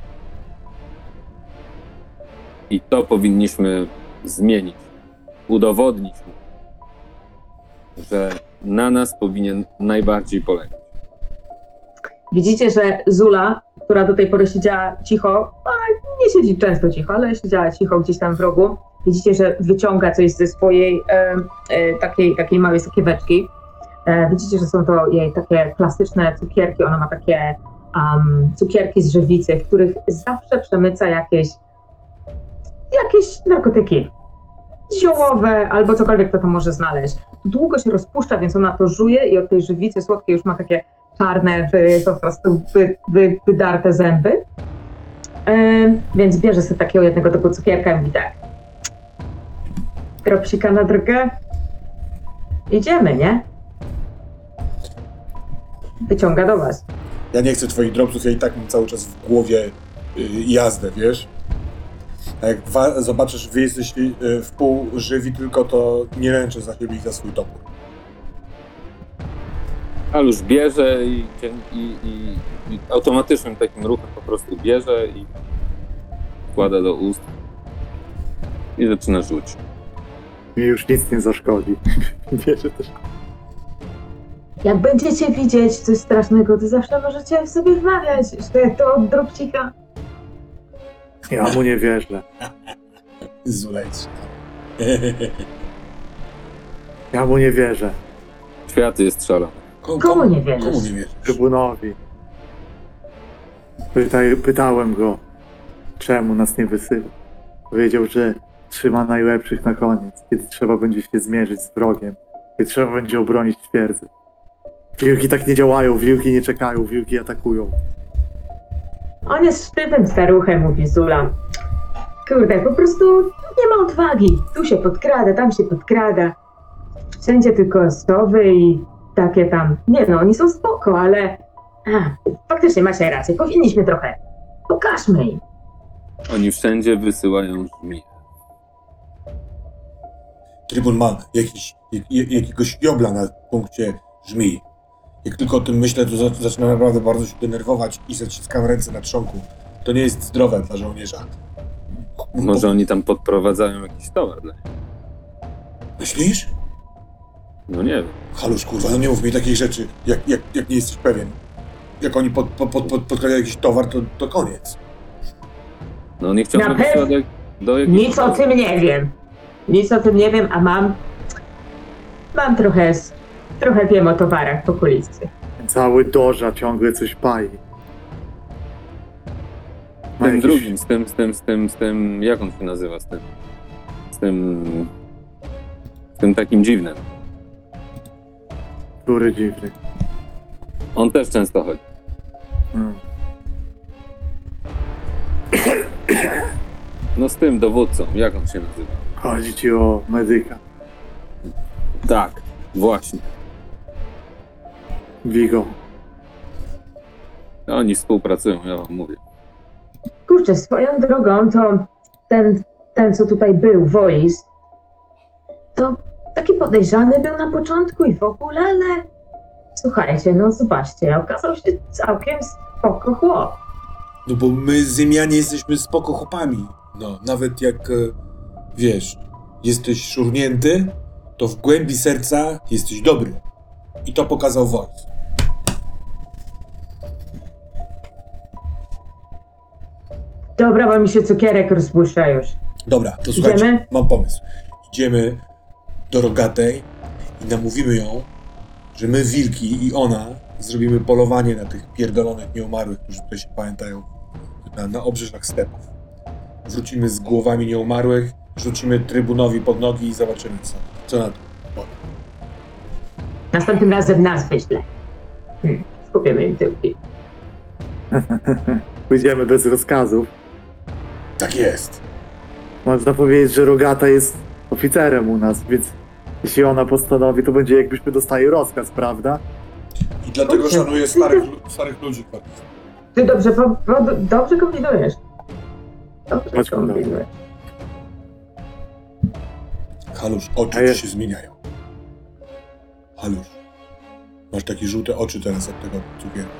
I to powinniśmy zmienić. Udowodnić mu, że na nas powinien najbardziej polegać.
Widzicie, że Zula, która do tej pory siedziała cicho, a nie siedzi często cicho, ale siedziała cicho gdzieś tam w rogu. Widzicie, że wyciąga coś ze swojej e, e, takiej, takiej małej sakieweczki. E, widzicie, że są to jej takie klasyczne cukierki. Ona ma takie um, cukierki z żywicy, w których zawsze przemyca jakieś, jakieś narkotyki. Ziołowe albo cokolwiek, to to może znaleźć. Długo się rozpuszcza, więc ona to żuje i od tej żywicy słodkiej już ma takie czarne, wy, po prostu wy, wy, wydarte zęby. E, więc bierze sobie takiego jednego tego cukierka i mówi tak. Dropsika na drogę. Idziemy, nie? Wyciąga do was.
Ja nie chcę twoich dropsów, ja i tak mam cały czas w głowie y, jazdę, wiesz? A jak wa- zobaczysz, wy jesteście y, w pół żywi, tylko to nie ręczę za siebie i za swój topór.
Alusz bierze i, i, i, i automatycznym takim ruchem po prostu bierze i wkłada do ust i zaczyna rzuć.
Mi już nic nie zaszkodzi. Wierzę też.
Jak będziecie widzieć coś strasznego, to zawsze możecie sobie wmawiać, że to od dropsika.
Ja mu nie wierzę.
Zulejcie.
Ja mu nie wierzę.
Świat jest szalony.
Komu,
Komu nie wierzysz?
Komu nie wierzysz?
Trybunowi. Pytaj, pytałem go, czemu nas nie wysyła. Powiedział, że trzyma najlepszych na koniec, kiedy trzeba będzie się zmierzyć z wrogiem, kiedy trzeba będzie obronić twierdzę. Wilki tak nie działają, wilki nie czekają, wilki atakują.
On jest sztywnym staruchem, mówi Zula. Kurde, po prostu nie ma odwagi. Tu się podkrada, tam się podkrada. Wszędzie tylko sowy i takie tam. Nie no, oni są spoko, ale... A, faktycznie macie rację, powinniśmy trochę... Pokażmy im.
Oni wszędzie wysyłają żmije.
Trybun ma jakiś, jak, jakiegoś jobla na punkcie żmii. Jak tylko o tym myślę, to za- zaczynam naprawdę bardzo się denerwować i zaciskam ręce na trzonku. To nie jest zdrowe dla żołnierza.
Może oni tam podprowadzają jakiś towar dla nich.
Myślisz?
No nie wiem.
Halusz, kurwa, no nie mów mi takich rzeczy, jak, jak, jak nie jesteś pewien. jak oni pod, pod, pod, pod, podkładają jakiś towar, to, to koniec.
No nie chciałbym
Na
wysyłać do, do jakichś...
Nic o tym nie wiem. Nic o tym nie wiem, a mam... Mam trochę... Trochę wiem o towarach w okolicy.
Cały doża ciągle coś pai.
Z
Ma
tym
jakiś-
drugim, z tym, z tym, z tym, z tym, jak on się nazywa, z tym, z tym, z tym takim dziwnym.
Który dziwny.
On też często chodzi.
Hmm.
No z tym dowódcą, jak on się nazywa?
Chodzi ci o medyka.
Tak, właśnie.
Vigo.
Oni współpracują, ja wam mówię.
Kurczę, swoją drogą to ten, ten co tutaj był, Wolis, to taki podejrzany był na początku i w ogóle, ale słuchajcie, no zobaczcie, okazał się całkiem spoko chłop.
No bo my, Ziemianie, jesteśmy spoko chłopami. No, nawet jak, e, wiesz, jesteś szurnięty, to w głębi serca jesteś dobry. I to pokazał Wojs.
Dobra, bo mi się cukierek rozpuszcza już.
Dobra, to słuchajcie,
Idziemy?
mam pomysł. Idziemy do Rogatej i namówimy ją, że my, wilki i ona, zrobimy polowanie na tych pierdolonych nieumarłych, którzy tutaj się pamiętają, na, na obrzeżach stepów. Wrócimy z głowami nieumarłych, rzucimy trybunowi pod nogi i zobaczymy co. Co na to?
Następnym razem nas wyślę. Hmm, skupimy im tyłki.
Pójdziemy bez rozkazów.
Tak jest.
Można powiedzieć, że Rogata jest oficerem u nas, więc jeśli ona postanowi, to będzie jakbyśmy dostali rozkaz, prawda?
I dlatego szanuję starych, lu- starych ludzi.
Ty dobrze, po, po, dobrze kombinujesz. Dobrze
Chodź,
kombinujesz.
Halusz, oczy
A ja-
ci się zmieniają. Halusz, masz takie żółte oczy teraz od tego cukierka.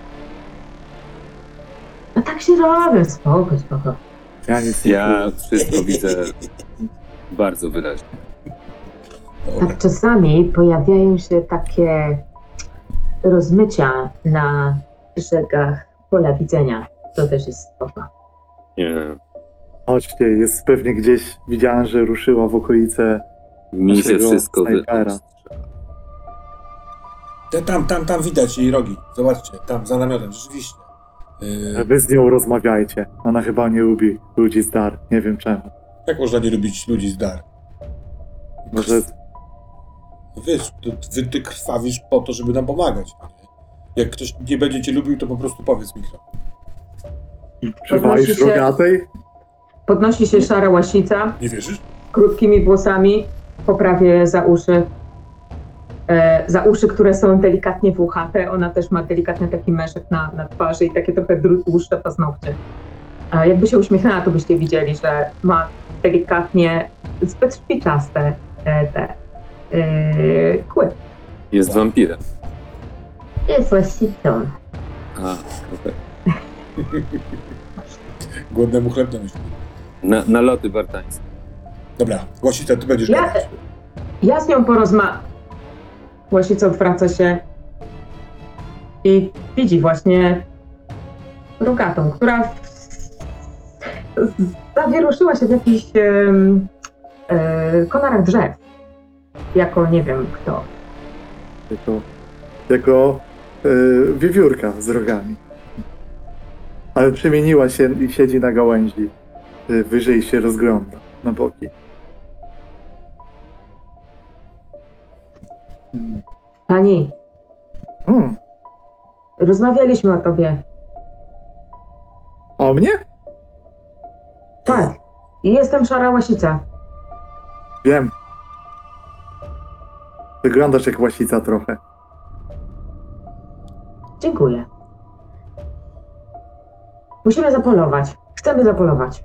No tak się robię, spoko, spoko.
Ja nic nie
Ja
czuję.
wszystko widzę bardzo wyraźnie.
Dobra.
A czasami pojawiają się takie rozmycia na brzegach pola widzenia. To też jest spoko.
Nie,
Chodźcie, jest pewnie gdzieś, widziałem, że ruszyła w okolice.
mi się
Naszego
wszystko wy...
snajpera.
Te, tam, tam, tam widać jej rogi. Zobaczcie, tam za namiotem, rzeczywiście. Yy,
Wy z nią rozmawiajcie. Ona chyba nie lubi ludzi z dar. Nie wiem czemu.
jak można nie lubić ludzi z dar?
Może
Wiesz, to ty, ty krwawisz po to, żeby nam pomagać. no nie? Jak ktoś nie będzie cię lubił, to po prostu powiedz mi kto.
przywalisz
się-
Rogatej?
Podnosi się szara łasica
Nie wierzysz?
z krótkimi włosami, poprawię za uszy. E, za uszy, które są delikatnie włochate. Ona też ma delikatny taki meszek na, na twarzy i takie trochę dru- dłuższe paznokcie. A jakby się uśmiechnęła, to byście widzieli, że ma delikatnie zbyt szpiczaste e, te e, kły.
Jest wampirem.
Jest łasicą.
A, okej.
Głodnemu chleb na myśli.
Na, naloty bartańskie.
Dobra, Łasica, ty będziesz
Ja,
gadać.
ja z nią porozmawiam. Łasica odwraca się i widzi właśnie Rogatą, która zawieruszyła się w jakichś em, e, konarach drzew. Jako nie wiem kto.
Jako, jako yy, wiewiórka z rogami. Ale przemieniła się i siedzi na gałęzi. Yy, wyżej się rozgląda na boki. Hmm.
Pani,
Hmm.
rozmawialiśmy o tobie.
O mnie?
Tak. I jestem szara łasica.
Wiem. Wyglądasz jak łasica trochę.
Dziękuję. Musimy zapolować. Chcemy zapolować.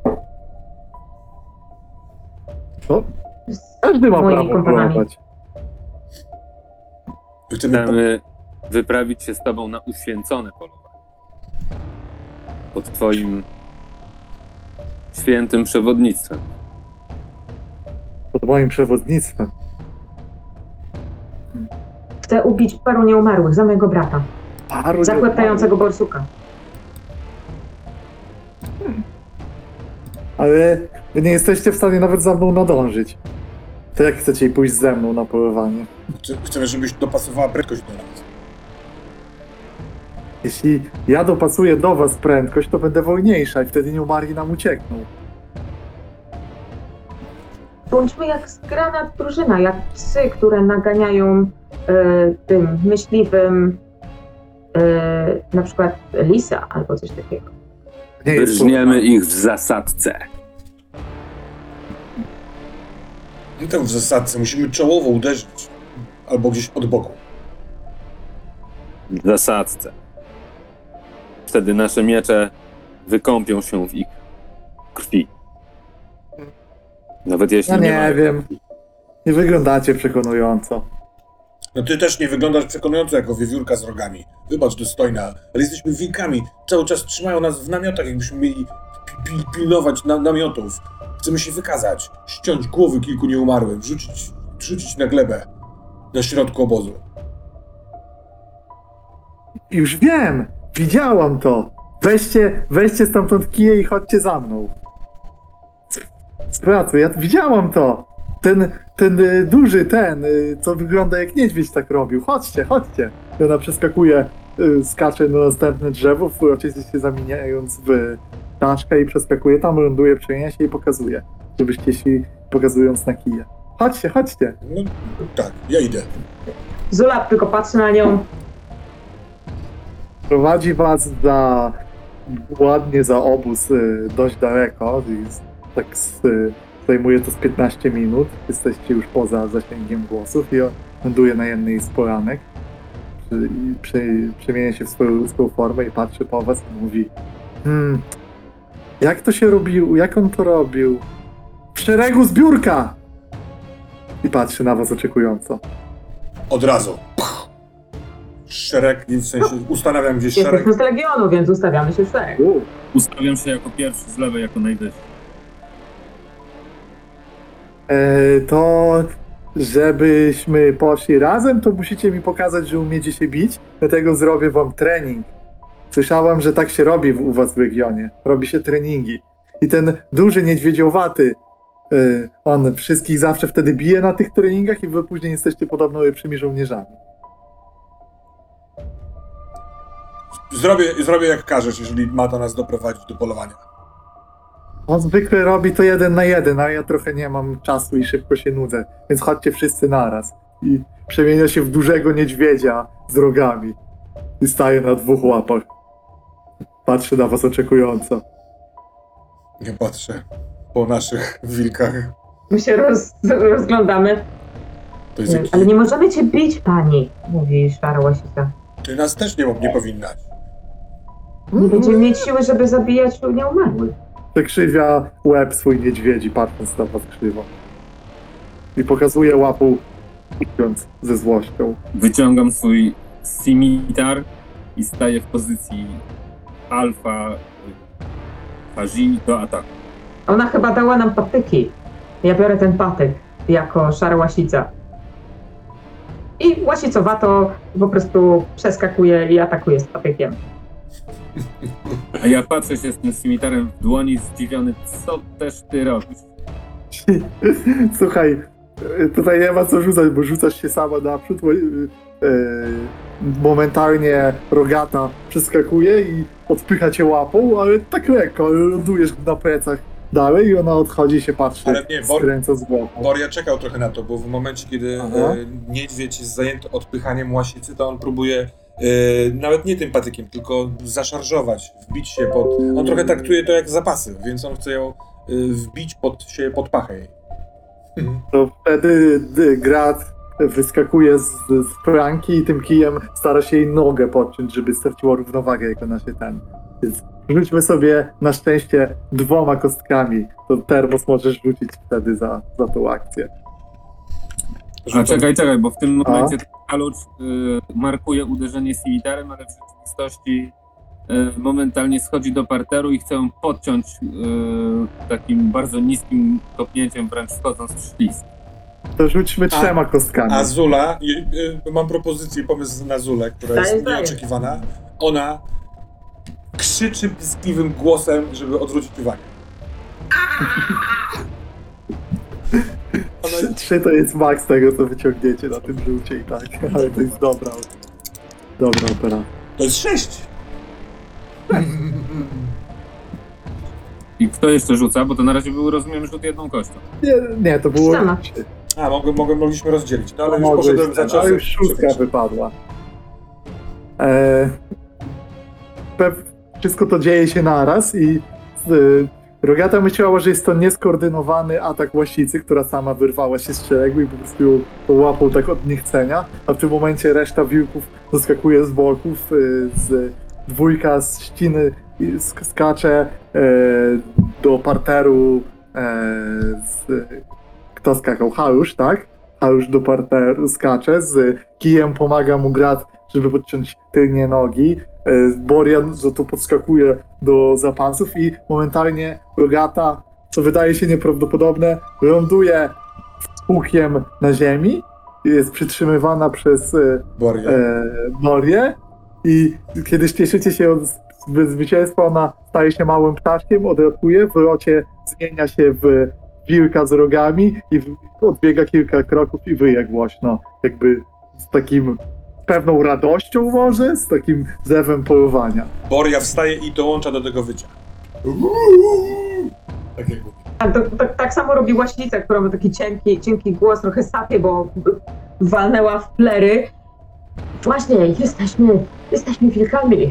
Co? Każdy ma
Moimi
prawo
kompanami.
polować.
Chcemy po...
Chcemy wyprawić się z tobą na uświęcone polowanie. Pod twoim świętym przewodnictwem.
Pod moim przewodnictwem.
Chcę ubić paru nieumarłych za mojego brata.
Paru
Zakłeptającego borsuka.
Ale wy nie jesteście w stanie nawet za mną nadążyć. To jak chcecie pójść ze mną na polowanie?
Chce- Chcemy, żebyś dopasowała prędkość do nas.
Jeśli ja dopasuję do was prędkość, to będę wolniejsza i wtedy Newmari nam uciekną.
Bądźmy jak zgrana drużyna, jak psy, które naganiają e, tym myśliwym e, na przykład lisa albo coś takiego.
Nie jest
Wyrżniemy ich w zasadce.
No to w zasadce musimy czołowo uderzyć. Albo gdzieś od boku.
W zasadce. Wtedy nasze miecze wykąpią się w ich krwi. Nawet jeśli
Ja
nie,
nie
mają.
wiem. Nie wyglądacie przekonująco.
No ty też nie wyglądasz przekonująco jako wiewiórka z rogami. Wybacz, dostojna, ale jesteśmy wilkami. Cały czas trzymają nas w namiotach, jakbyśmy mieli pi- pi- pilnować na- namiotów. Chcemy się wykazać, ściąć głowy kilku nieumarłych, wrzucić, rzucić na glebę na środku obozu.
Już wiem! Widziałam to! Weźcie, weźcie stamtąd kije i chodźcie za mną. Spracuj, ja widziałam to! Ten, ten y, duży, ten, y, co wygląda jak niedźwiedź tak robił. Chodźcie, chodźcie! I ona przeskakuje, y, skacze na następne drzewo, uroczyście się zamieniając w ptaszkę i przeskakuje tam, ląduje, przemienia się i pokazuje. Żebyście szli, pokazując na kije. Chodźcie, chodźcie!
No tak, ja idę.
Zula tylko patrzy na nią.
Prowadzi was za ładnie za obóz y, dość daleko, więc tak z, y, zajmuje to z piętnaście minut. Jesteście już poza zasięgiem głosów i on ląduje na jednej z poranek. Przy, i przy, przemienia się w swoją ludzką formę i patrzy po was i mówi: Hmm, jak to się robił, jak on to robił? W szeregu zbiórka! I patrzy na was oczekująco.
Od razu. Puch. Szereg, w sensie ustanawiam gdzieś szereg.
Jesteśmy z Legionu, więc ustawiamy się w szereg.
U,
Ustawiam się jako pierwszy z lewej, jako najwyższy.
E, to żebyśmy poszli razem, to musicie mi pokazać, że umiecie się bić, dlatego zrobię wam trening. Słyszałam, że tak się robi w, u was w regionie. Robi się treningi. I ten duży niedźwiedziowaty, e, on wszystkich zawsze wtedy bije na tych treningach i wy później jesteście podobno lepszymi żołnierzami.
Zrobię, zrobię jak każesz, jeżeli ma to nas doprowadzić do polowania.
On zwykle robi to jeden na jeden, a ja trochę nie mam czasu i szybko się nudzę, więc chodźcie wszyscy naraz. I przemienia się w dużego niedźwiedzia z rogami. I staje na dwóch łapach. Patrzy na was oczekująco.
Nie patrzę po naszych wilkach.
My się roz, rozglądamy.
To jest jakiś...
Ale nie możemy cię bić, pani, mówi szara łasica.
Ty nas też nie, nie powinnaś.
Nie będziemy mieć siły, żeby zabijać nieumarłych.
Przekrzywia łeb swój niedźwiedzi, patrząc na was krzywo. I pokazuje łapą, idąc ze złością.
Wyciągam swój scimitar i staję w pozycji alfa Haji do ataku.
Ona chyba dała nam patyki. Ja biorę ten patyk jako szara łasica. I łasicowato po prostu przeskakuje i atakuje z patykiem.
A ja patrzę się z tym scimitarem w dłoni, zdziwiony, co też ty robisz.
Słuchaj, tutaj nie ma co rzucać, bo rzucasz się sama naprzód. Bo, yy, momentalnie rogata przeskakuje i odpycha cię łapą, ale tak lekko, lądujesz na plecach dalej i ona odchodzi, się patrzy,
Ale nie, Bor-
skręca z głową.
Boria czekał trochę na to, bo w momencie, kiedy
Aha.
e, niedźwiedź jest zajęty odpychaniem łasicy, to on próbuje e, nawet nie tym patykiem, tylko zaszarżować, wbić się pod... On trochę traktuje to jak zapasy, więc on chce ją e, wbić pod, się pod pachę jej.
To wtedy y, Grat wyskakuje z, z pranki i tym kijem stara się jej nogę podciąć, żeby straciła równowagę, jak ona się ten... Więc rzućmy sobie na szczęście dwoma kostkami. To termos możesz rzucić wtedy za, za tą akcję.
A czekaj, czekaj, bo w tym
A?
momencie Kalucz y, markuje uderzenie scimitarem, ale w rzeczywistości y, momentalnie schodzi do parteru i chce ją podciąć y, takim bardzo niskim kopnięciem, wręcz wchodząc w ślizg.
To rzućmy trzema kostkami.
A Zula, i, y, mam propozycję, pomysł na Zulę, która
Daję,
jest
daję.
nieoczekiwana. Ona krzyczy piskliwym głosem, żeby odwrócić uwagę. Ona...
Trzy, trzy to jest maks tego, co wyciągniecie na tym rzucie i tak, ale to jest dobra, dobra opera.
To jest sześć!
I kto jeszcze rzuca? Bo to na razie był, rozumiem, rzut jedną kością.
Nie, nie, to było
Ściana.
trzy.
A, mogę, mogę, mogliśmy rozdzielić. No ale już
Mogłeś
poszedłem za
ten,
czasem.
ale już szóstka wypadła. E, pew, wszystko to dzieje się naraz i e, Rogata myślała, że jest to nieskoordynowany atak łasicy, która sama wyrwała się z szeregu i po prostu ją połapał tak od niechcenia, a w tym momencie reszta wilków doskakuje z boków, e, z dwójka z ściny i sk- skacze e, do parteru e, z, kto skakał? Halusz, tak? Halusz do parteru skacze, z kijem pomaga mu Grat, żeby podciąć tylnie nogi. E, Borian za to podskakuje do zapasów i momentalnie Rogata, co wydaje się nieprawdopodobne, ląduje z pukiem na ziemi, jest przytrzymywana przez e,
Boria.
e, Morię i kiedy cieszycie się z zwycięstwa, ona staje się małym ptaszkiem, odlatuje, w locie zmienia się w wilka z rogami i w- odbiega kilka kroków i wyje głośno, jakby z takim pewną radością może, z takim zewem polowania.
Boria wstaje i dołącza do tego wycia. Tak jak mówi.
Tak, to, tak, tak samo robi łaśnica, która ma taki cienki, cienki głos, trochę sapie, bo walnęła w plery. Właśnie, jesteśmy, jesteśmy wilkami.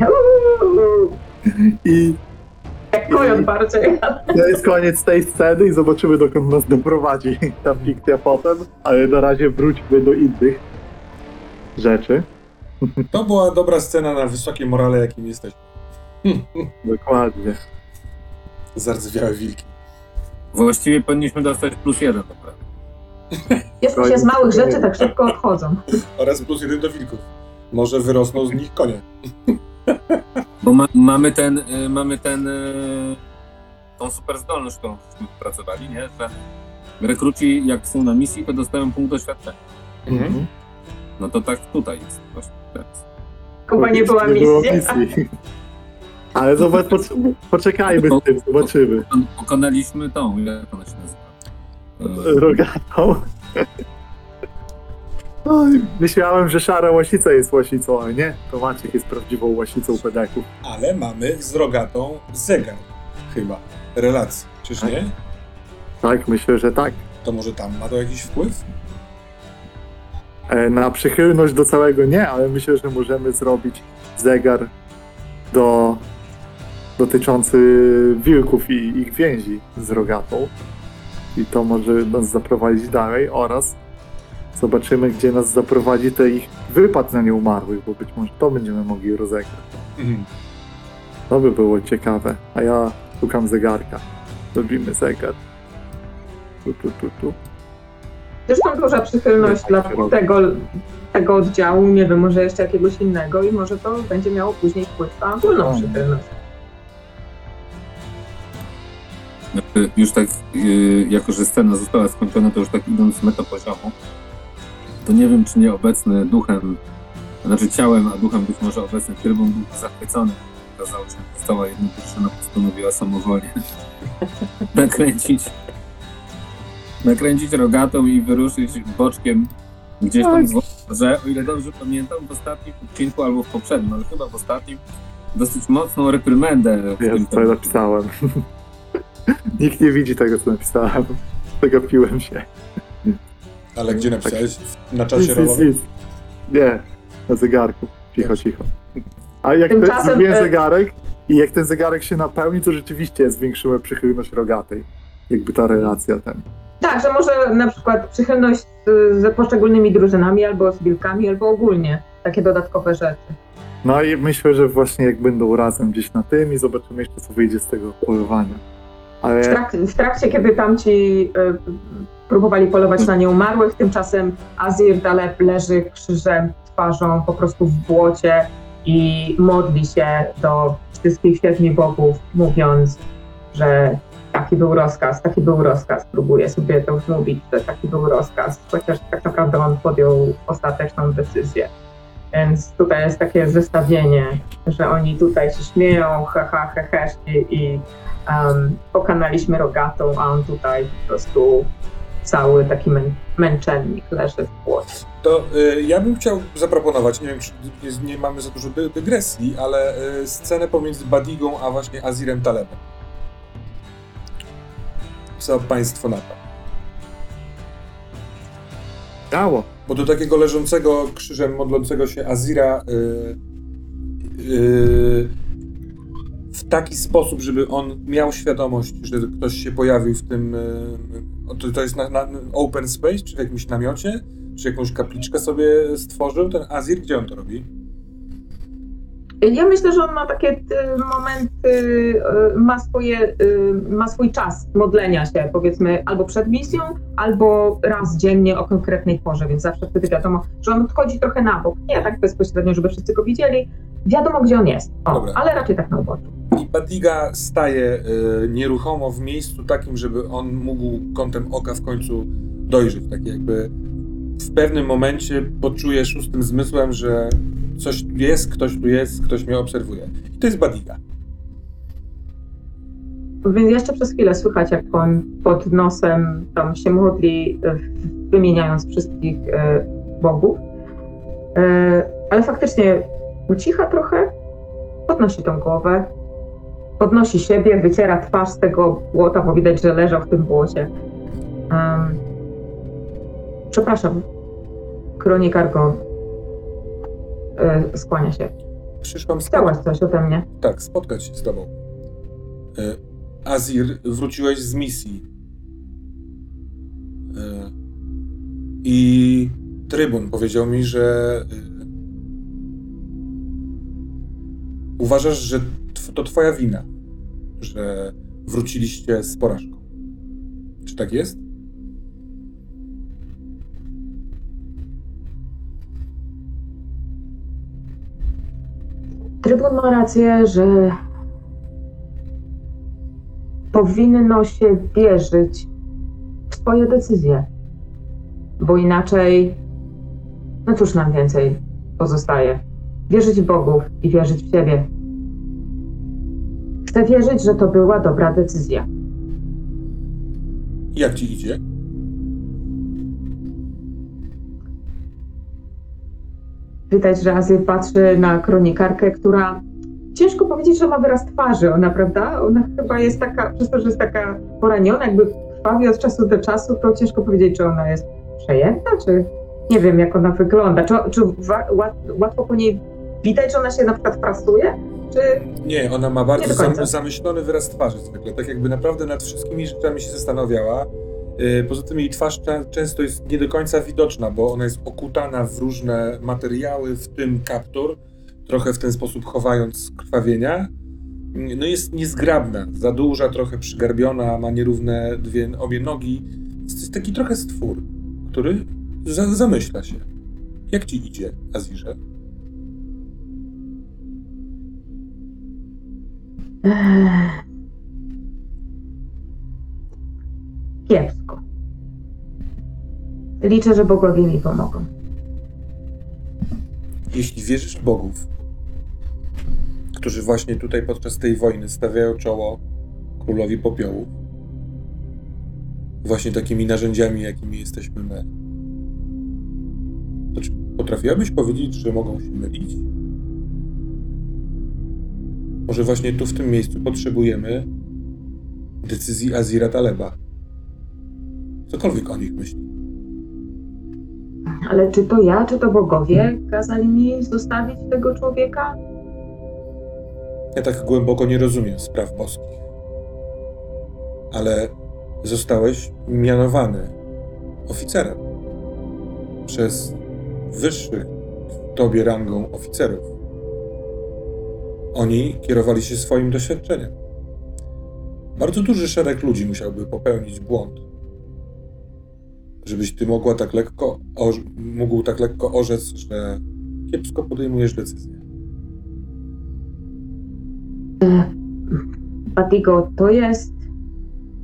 I
Jak kojon bardziej.
to jest koniec tej sceny i zobaczymy, dokąd nas doprowadzi ta fikcja potem, ale na razie wróćmy do innych rzeczy.
To była dobra scena na wysokiej morale, jakim jesteśmy.
Dokładnie.
Zardzewiałe wilki.
Właściwie powinniśmy dostać plus jeden, dobra.
Jeszcze się z małych rzeczy tak szybko odchodzą.
Oraz plus jeden do wilków. Może wyrosną z nich konie.
Bo ma, mamy ten, y, mamy ten, y, tą super zdolność, którą żeśmy pracowali, nie? Że rekruci, jak są na misji, to dostają punkt doświadczenia.
Mhm.
No to tak tutaj jest właśnie teraz.
Chyba nie była
Nie było
misja.
misji. Ale zobacz, poc- poczekajmy z tym, zobaczymy.
Pokon- Pokonaliśmy tą, jak ona się nazywa? Y,
Rogatą. Oj, myślałem, że szara łasica jest łasicą, ale nie. To Maciek jest prawdziwą łasicą pedaków.
Ale mamy z Rogatą zegar. Chyba. Relacji. Czyż nie?
Tak, myślę, że tak.
To może tam ma to jakiś wpływ?
E, Na przychylność do całego nie, ale myślę, że możemy zrobić zegar do dotyczący wilków i ich więzi z Rogatą. I to może nas zaprowadzić dalej oraz zobaczymy, gdzie nas zaprowadzi te ich wypad na nieumarłych, bo być może to będziemy mogli rozegrać.
Mhm.
To by było ciekawe. A ja szukam zegarka. Robimy zegar. Tu, tu, tu, tu.
Zresztą duża przychylność
Tak
dla
się robi.
tego, tego oddziału, nie wiem, może jeszcze jakiegoś innego i może to będzie miało później wpływ na ogólną
No.
przychylność.
Znaczy, już tak, y, jako że scena została skończona, to już tak idąc z metapoziomu, to nie wiem, czy nie obecny duchem, znaczy ciałem, a duchem być może obecny trybun był zachwycony. Okazało się, że cała jedna drużyna postanowiła samowolnie nakręcić nakręcić rogatą i wyruszyć boczkiem gdzieś tam z że o ile dobrze pamiętam, w ostatnim odcinku albo w poprzednim, ale chyba w ostatnim, dosyć mocną reprymendę w
Wiem,
tym
co napisałem. Nikt nie widzi tego, co napisałem. Przegapiłem się.
Ale gdzie napisałeś? Na czasie
Nic, nic,
rolowym?
nic. Nie, na zegarku. Cicho, cicho. A jak ten,
Tymczasem,
zrobiłem
e-
zegarek i jak ten zegarek się napełni, to rzeczywiście zwiększyłem przychylność rogatej. Jakby ta relacja ten.
Tak, że może na przykład przychylność z, z poszczególnymi drużynami, albo z wilkami, albo ogólnie. Takie dodatkowe rzeczy.
No i myślę, że właśnie jak będą razem gdzieś na tym i zobaczymy jeszcze, co wyjdzie z tego polowania.
W,
Ale
trak- w trakcie, kiedy tamci y, próbowali polować na nieumarłych, tymczasem Azir Daleb leży krzyżem twarzą po prostu w błocie i modli się do wszystkich siedmiu bogów, mówiąc, że taki był rozkaz, taki był rozkaz. Próbuję sobie to wmówić, że taki był rozkaz, chociaż tak naprawdę on podjął ostateczną decyzję. Więc tutaj jest takie zestawienie, że oni tutaj się śmieją, haha, heheszki i um, pokonaliśmy rogatą, a on tutaj po prostu cały taki mę- męczennik leży w płocie.
To y, ja bym chciał zaproponować, nie wiem, czy nie, nie mamy za dużo dy- dygresji, ale y, scenę pomiędzy Badigą a właśnie Azirem Talebem. Co państwo na to?
Dało.
Bo do takiego leżącego krzyżem, modlącego się Azira y, y, w taki sposób, żeby on miał świadomość, że ktoś się pojawił w tym, y, to, to jest na, na open space, czy w jakimś namiocie, czy jakąś kapliczkę sobie stworzył ten Azir? Gdzie on to robi?
Ja myślę, że on ma takie y, momenty, y, ma, swoje, y, ma swój czas modlenia się, powiedzmy, albo przed misją, albo raz dziennie o konkretnej porze, więc zawsze wtedy wiadomo, że on odchodzi trochę na bok. Nie tak bezpośrednio, żeby wszyscy go widzieli. Wiadomo, gdzie on jest, o,
Dobra.
ale raczej tak na uboczu.
I Badiga staje y, nieruchomo w miejscu takim, żeby on mógł kątem oka w końcu dojrzeć. Tak jakby w pewnym momencie poczuje szóstym zmysłem, że coś tu jest, ktoś tu jest, ktoś mnie obserwuje. I to jest Badiga.
Więc jeszcze przez chwilę słychać, jak on pod nosem tam się modli, y, wymieniając wszystkich y, bogów. Y, ale faktycznie ucicha trochę, podnosi tą głowę, podnosi siebie, wyciera twarz z tego błota, bo widać, że leżał w tym błocie. Um, przepraszam, kronikarz go y, skłania się.
Przyszłam
Chciałaś
spotkać,
coś ode mnie?
tak, spotkać się z tobą. Y, Azir, wróciłeś z misji. Y, I trybun powiedział mi, że y, uważasz, że tw- to twoja wina, że wróciliście z porażką. Czy tak jest?
Trybun ma rację, że powinno się wierzyć w swoje decyzje, bo inaczej, no cóż nam więcej pozostaje? Wierzyć w bogów i wierzyć w siebie. Chcę wierzyć, że to była dobra decyzja.
Jak ci idzie?
Widać, że Azir patrzy na kronikarkę, która ciężko powiedzieć, że ma wyraz twarzy, ona, prawda? Ona chyba jest taka, przez to, że jest taka poraniona, jakby krwawi od czasu do czasu, to ciężko powiedzieć, czy ona jest przejęta, czy nie wiem, jak ona wygląda. Czy, czy wa- łat, łatwo po niej widać, że ona się na przykład frasuje? Czy...
Nie, ona ma bardzo
Nie do końca.
zam- zamyślony wyraz twarzy zwykle, tak jakby naprawdę nad wszystkimi rzeczami się zastanawiała. Yy, Poza tym jej twarz cze- często jest nie do końca widoczna, bo ona jest okutana w różne materiały, w tym kaptur, trochę w ten sposób chowając krwawienia. Yy, No jest niezgrabna, za duża, trochę przygarbiona, ma nierówne dwie, obie nogi. Jest jest taki trochę stwór, który za- zamyśla się. Jak ci idzie, Azirze?
Ech. Kiepsko. Liczę, że bogowie mi pomogą.
Jeśli wierzysz w bogów, którzy właśnie tutaj podczas tej wojny stawiają czoło królowi popiołów, właśnie takimi narzędziami, jakimi jesteśmy my, to czy potrafiłabyś powiedzieć, że mogą się mylić? Może właśnie tu, w tym miejscu potrzebujemy decyzji Azira Taleba. Cokolwiek o nich myśli.
Ale czy to ja, czy to bogowie kazali mi zostawić tego człowieka?
Ja tak głęboko nie rozumiem spraw boskich. Ale zostałeś mianowany oficerem przez wyższych tobie rangą oficerów. Oni kierowali się swoim doświadczeniem. Bardzo duży szereg ludzi musiałby popełnić błąd, żebyś ty mogła tak lekko, oż- mógł tak lekko orzec, że kiepsko podejmujesz decyzję.
Badigo, to jest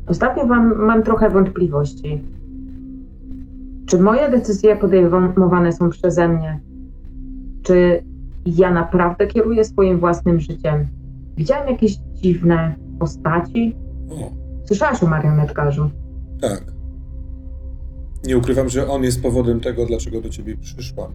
Ostatnio mam, mam trochę wątpliwości. Czy moje decyzje podejmowane są przeze mnie? Czy ja naprawdę kieruję swoim własnym życiem? Widziałem jakieś dziwne postaci?
O,
Słyszałaś o marionetkarzu?
tak. Nie ukrywam, że on jest powodem tego, dlaczego do ciebie przyszłam.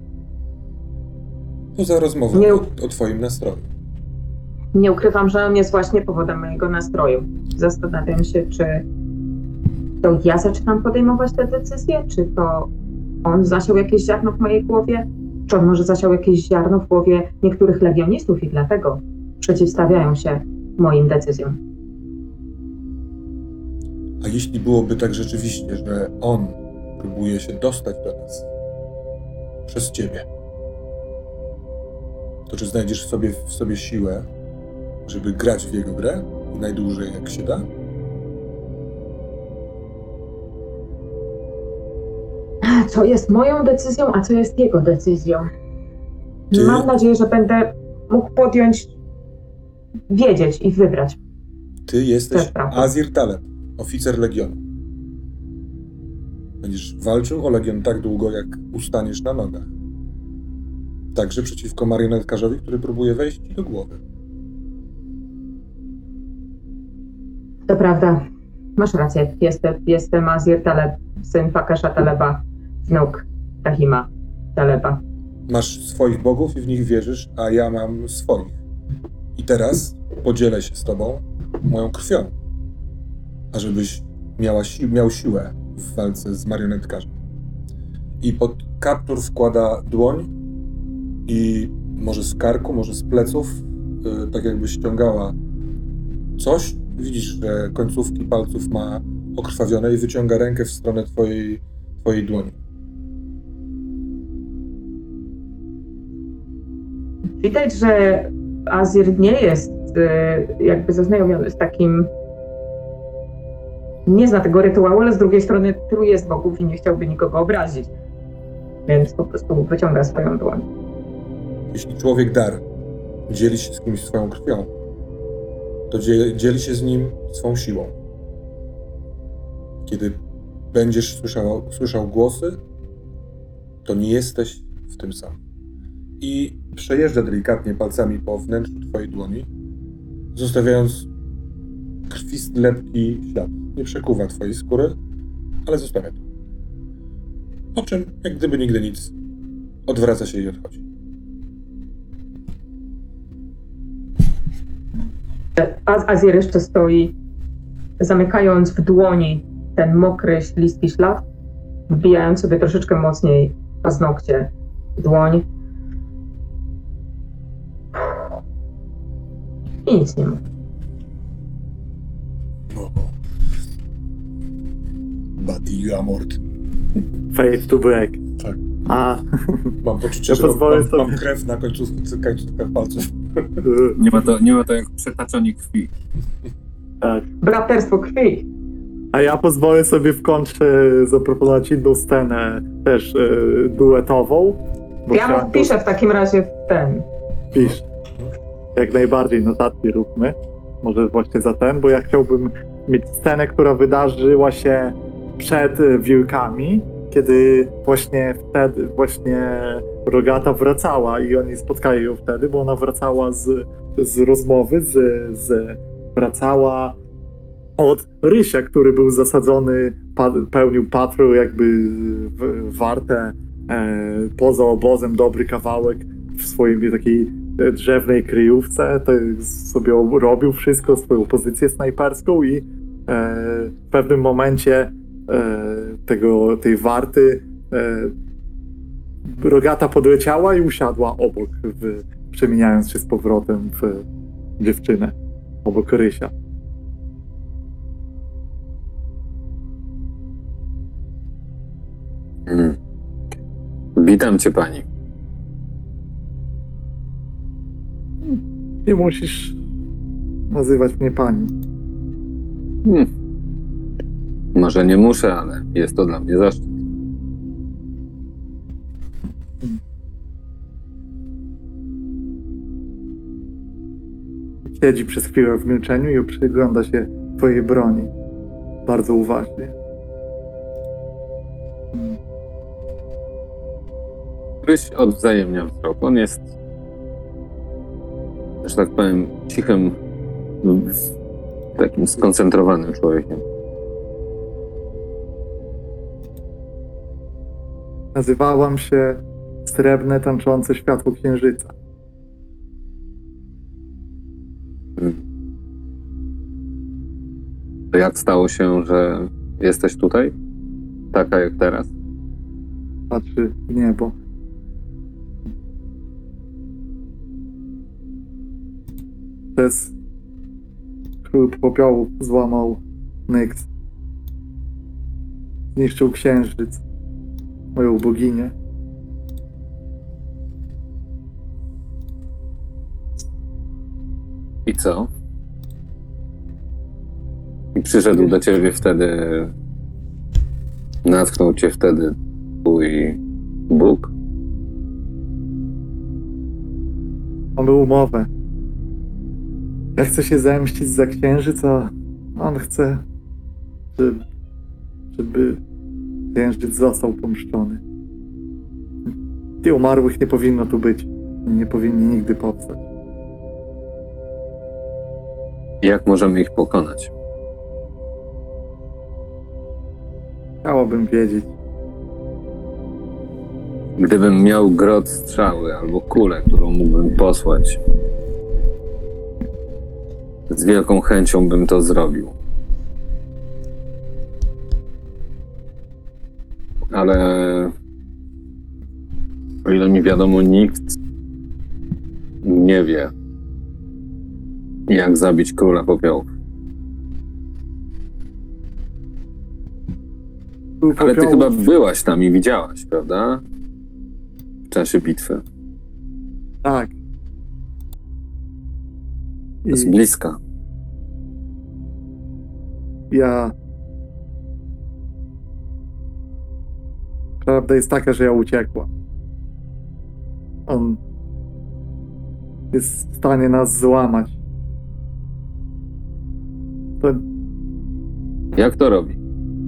Poza rozmową
Nie-
o, o twoim nastroju.
Nie ukrywam, że on jest właśnie powodem mojego nastroju. Zastanawiam się, czy to ja zaczynam podejmować te decyzje, czy to on zasiał jakieś ziarno w mojej głowie, czy on może zasiał jakieś ziarno w głowie niektórych legionistów i dlatego przeciwstawiają się moim decyzjom.
A jeśli byłoby tak rzeczywiście, że on próbuje się dostać do nas przez ciebie, to czy znajdziesz w sobie, w sobie siłę, żeby grać w jego grę najdłużej jak się da?
Co jest moją decyzją, a co jest jego decyzją?
Ty-
Mam nadzieję, że będę mógł podjąć, wiedzieć i wybrać.
Ty jesteś
Tak, prawda.
Azir Taleb, oficer Legionu. Będziesz walczył o Legion tak długo, jak ustaniesz na nogach. Także przeciwko marionetkarzowi, który próbuje wejść ci do głowy.
To prawda. Masz rację. Jestem, jestem Azir Taleb, syn Fakasza Taleba, wnuk Tahima Taleba.
Masz swoich bogów i w nich wierzysz, a ja mam swoich. I teraz podzielę się z tobą moją krwią. A żebyś miała si- miał siłę w walce z marionetkarzem. I pod kaptur wkłada dłoń i może z karku, może z pleców, yy, tak jakby ściągała coś. Widzisz, że końcówki palców ma okrwawione i wyciąga rękę w stronę twojej, twojej dłoni.
Widać, że Azir nie jest y, jakby zaznajomiony z takim... Nie zna tego rytuału, ale z drugiej strony tylu jest bogów i nie chciałby nikogo obrazić. Więc po prostu wyciąga swoją dłoń.
Jeśli człowiek dar dzieli się z kimś swoją krwią, to dzieli, dzieli się z nim swą siłą. Kiedy będziesz słyszał, słyszał głosy, to nie jesteś w tym sam. I przejeżdża delikatnie palcami po wnętrzu twojej dłoni, zostawiając krwisty, lepki ślad. Nie przekuwa twojej skóry, ale zostawia to. Po czym, jak gdyby nigdy nic, odwraca się i odchodzi.
A Azir jeszcze stoi, zamykając w dłoni ten mokry, śliski ślad, wbijając sobie troszeczkę mocniej paznokcie w dłoń. I nic nie mówi.
No. Batia mort.
Fade to black.
Tak.
A,
Mam poczucie,
Ja
że mam,
pozwolę
mam,
sobie-
mam krew na końcówce, końcówkach palców.
Nie ma to, nie ma to jak przetaczanie krwi.
tak.
Braterstwo krwi.
A ja pozwolę sobie w kontrze zaproponować inną scenę, też e, duetową. Bo
Ja
chciałem
mu wpiszę w takim razie w ten.
Pisz. Jak najbardziej notatki róbmy. Może właśnie za ten, bo ja chciałbym mieć scenę, która wydarzyła się przed e, wilkami, kiedy właśnie wtedy właśnie Rogata wracała i oni spotkali ją wtedy, bo ona wracała z, z rozmowy, z, z wracała od Rysia, który był zasadzony, pa, pełnił patrol jakby w, wartę e, poza obozem dobry kawałek w swojej takiej drzewnej kryjówce, to sobie robił wszystko, swoją pozycję snajperską i e, w pewnym momencie e, tego, tej warty e, Rogata podleciała i usiadła obok, w, przemieniając się z powrotem w dziewczynę, obok Rysia.
Mm. Witam cię, pani.
Nie musisz nazywać mnie pani.
Hmm. Może nie muszę, ale jest to dla mnie zaszczyt.
Siedzi przez chwilę w milczeniu i przygląda się twojej broni. bardzo uważnie. Mm.
Ryś odwzajemnia wzrok. On jest, że tak powiem, cichym, takim skoncentrowanym człowiekiem.
Nazywałam się Srebrne Tańczące Światło Księżyca.
To jak stało się, że jesteś tutaj? Taka jak teraz?
Patrzy w niebo. Przez król popiołów złamał Nyx. Zniszczył księżyc. Moją boginię.
I co? I przyszedł do ciebie wtedy, natknął cię wtedy twój Bóg?
Mamy umowę. Ja chcę się zemścić za księżyc, a on chce, żeby, żeby księżyc został pomszczony. I umarłych nie powinno tu być. Nie powinni nigdy powstać.
Jak możemy ich pokonać?
Chciałabym wiedzieć.
Gdybym miał grot strzały albo kulę, którą mógłbym posłać, z wielką chęcią bym to zrobił. Ale o ile mi wiadomo, nikt nie wie, jak zabić króla popiołów.
Król
Ale ty
popiołów-
chyba byłaś tam i widziałaś, prawda? W czasie bitwy.
Tak. I
Z bliska.
ja... Prawda jest taka, że ja uciekłam. On jest w stanie nas złamać. To
Jak to robi?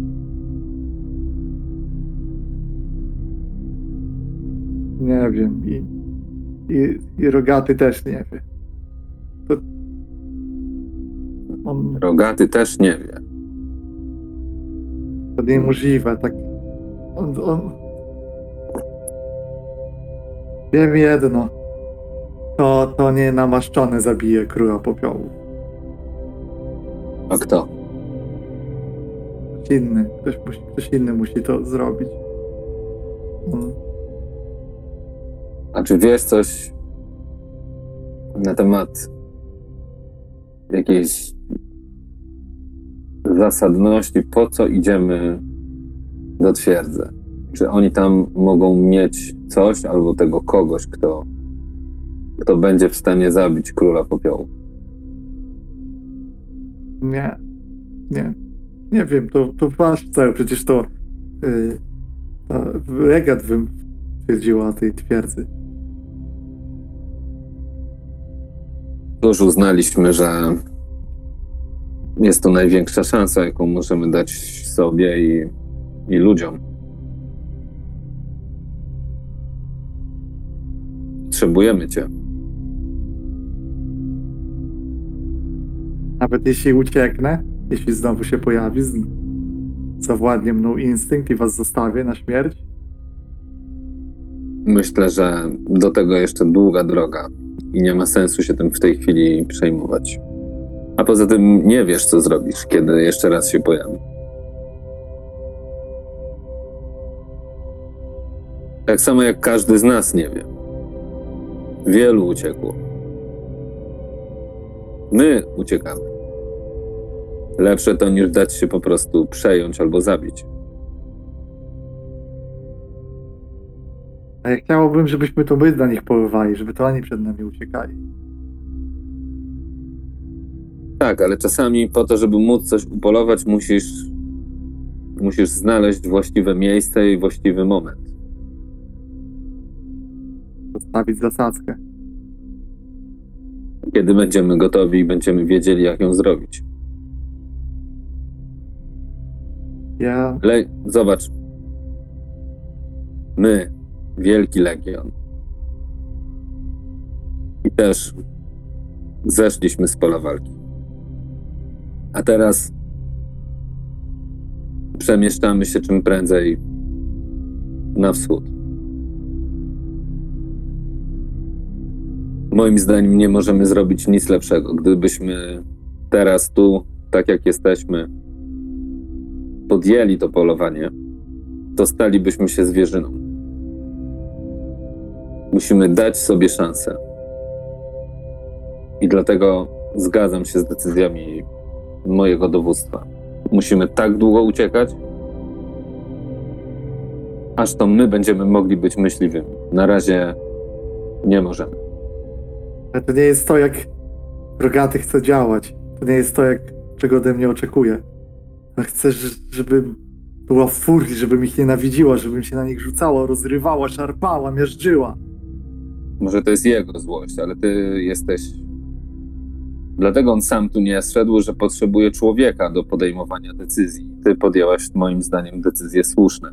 nie wiem. I, i, i Rogaty też nie wie. To on,
Rogaty też nie wie.
to niemożliwe. Tak. On, on... Wiem jedno. To, to nie namaszczony zabije króla popiołów.
A kto?
Ktoś inny. Ktoś, musi, ktoś inny musi to zrobić. Mm.
A czy wiesz coś na temat jakiejś zasadności, po co idziemy do twierdzy? Czy oni tam mogą mieć coś albo tego kogoś, kto, kto będzie w stanie zabić króla popiołu?
Nie. Nie. Nie wiem, to, to wasz cel. Przecież to yy, ta Regat wy- twierdziła o tej twierdzy.
Już uznaliśmy, że jest to największa szansa, jaką możemy dać sobie i, i ludziom. Potrzebujemy cię.
Nawet jeśli ucieknę, jeśli znowu się pojawi, z- zawładnie mną instynkt i was zostawię na śmierć,
Myślę, że do tego jeszcze długa droga i nie ma sensu się tym w tej chwili przejmować. A poza tym nie wiesz, co zrobisz, kiedy jeszcze raz się pojawi. Tak samo jak każdy z nas nie wie. Wielu uciekło. My uciekamy. Lepsze to niż dać się po prostu przejąć albo zabić.
a ja chciałbym, żebyśmy to my dla nich porwali, żeby to oni przed nami uciekali.
Tak, ale czasami po to, żeby móc coś upolować, musisz, musisz znaleźć właściwe miejsce i właściwy moment.
Postawić zasadzkę.
Kiedy będziemy gotowi i będziemy wiedzieli, jak ją zrobić.
Ja...
Le... Zobacz. My, Wielki Legion. I też zeszliśmy z pola walki. A teraz przemieszczamy się czym prędzej na wschód. Moim zdaniem nie możemy zrobić nic lepszego. Gdybyśmy teraz tu, tak jak jesteśmy, podjęli to polowanie, to stalibyśmy się zwierzyną. Musimy dać sobie szansę. I dlatego zgadzam się z decyzjami mojego dowództwa. Musimy tak długo uciekać, aż to my będziemy mogli być myśliwymi. Na razie nie możemy.
Ale to nie jest to, jak Rogaty chce działać. To nie jest to, jak, czego ode mnie oczekuje. Ja chcę, żeby była w furii, żebym ich nienawidziła, żebym się na nich rzucała, rozrywała, szarpała, miażdżyła.
Może to jest jego złość, ale ty jesteś... Dlatego on sam tu nie zszedł, że potrzebuje człowieka do podejmowania decyzji. Ty podjęłaś, moim zdaniem, decyzje słuszne.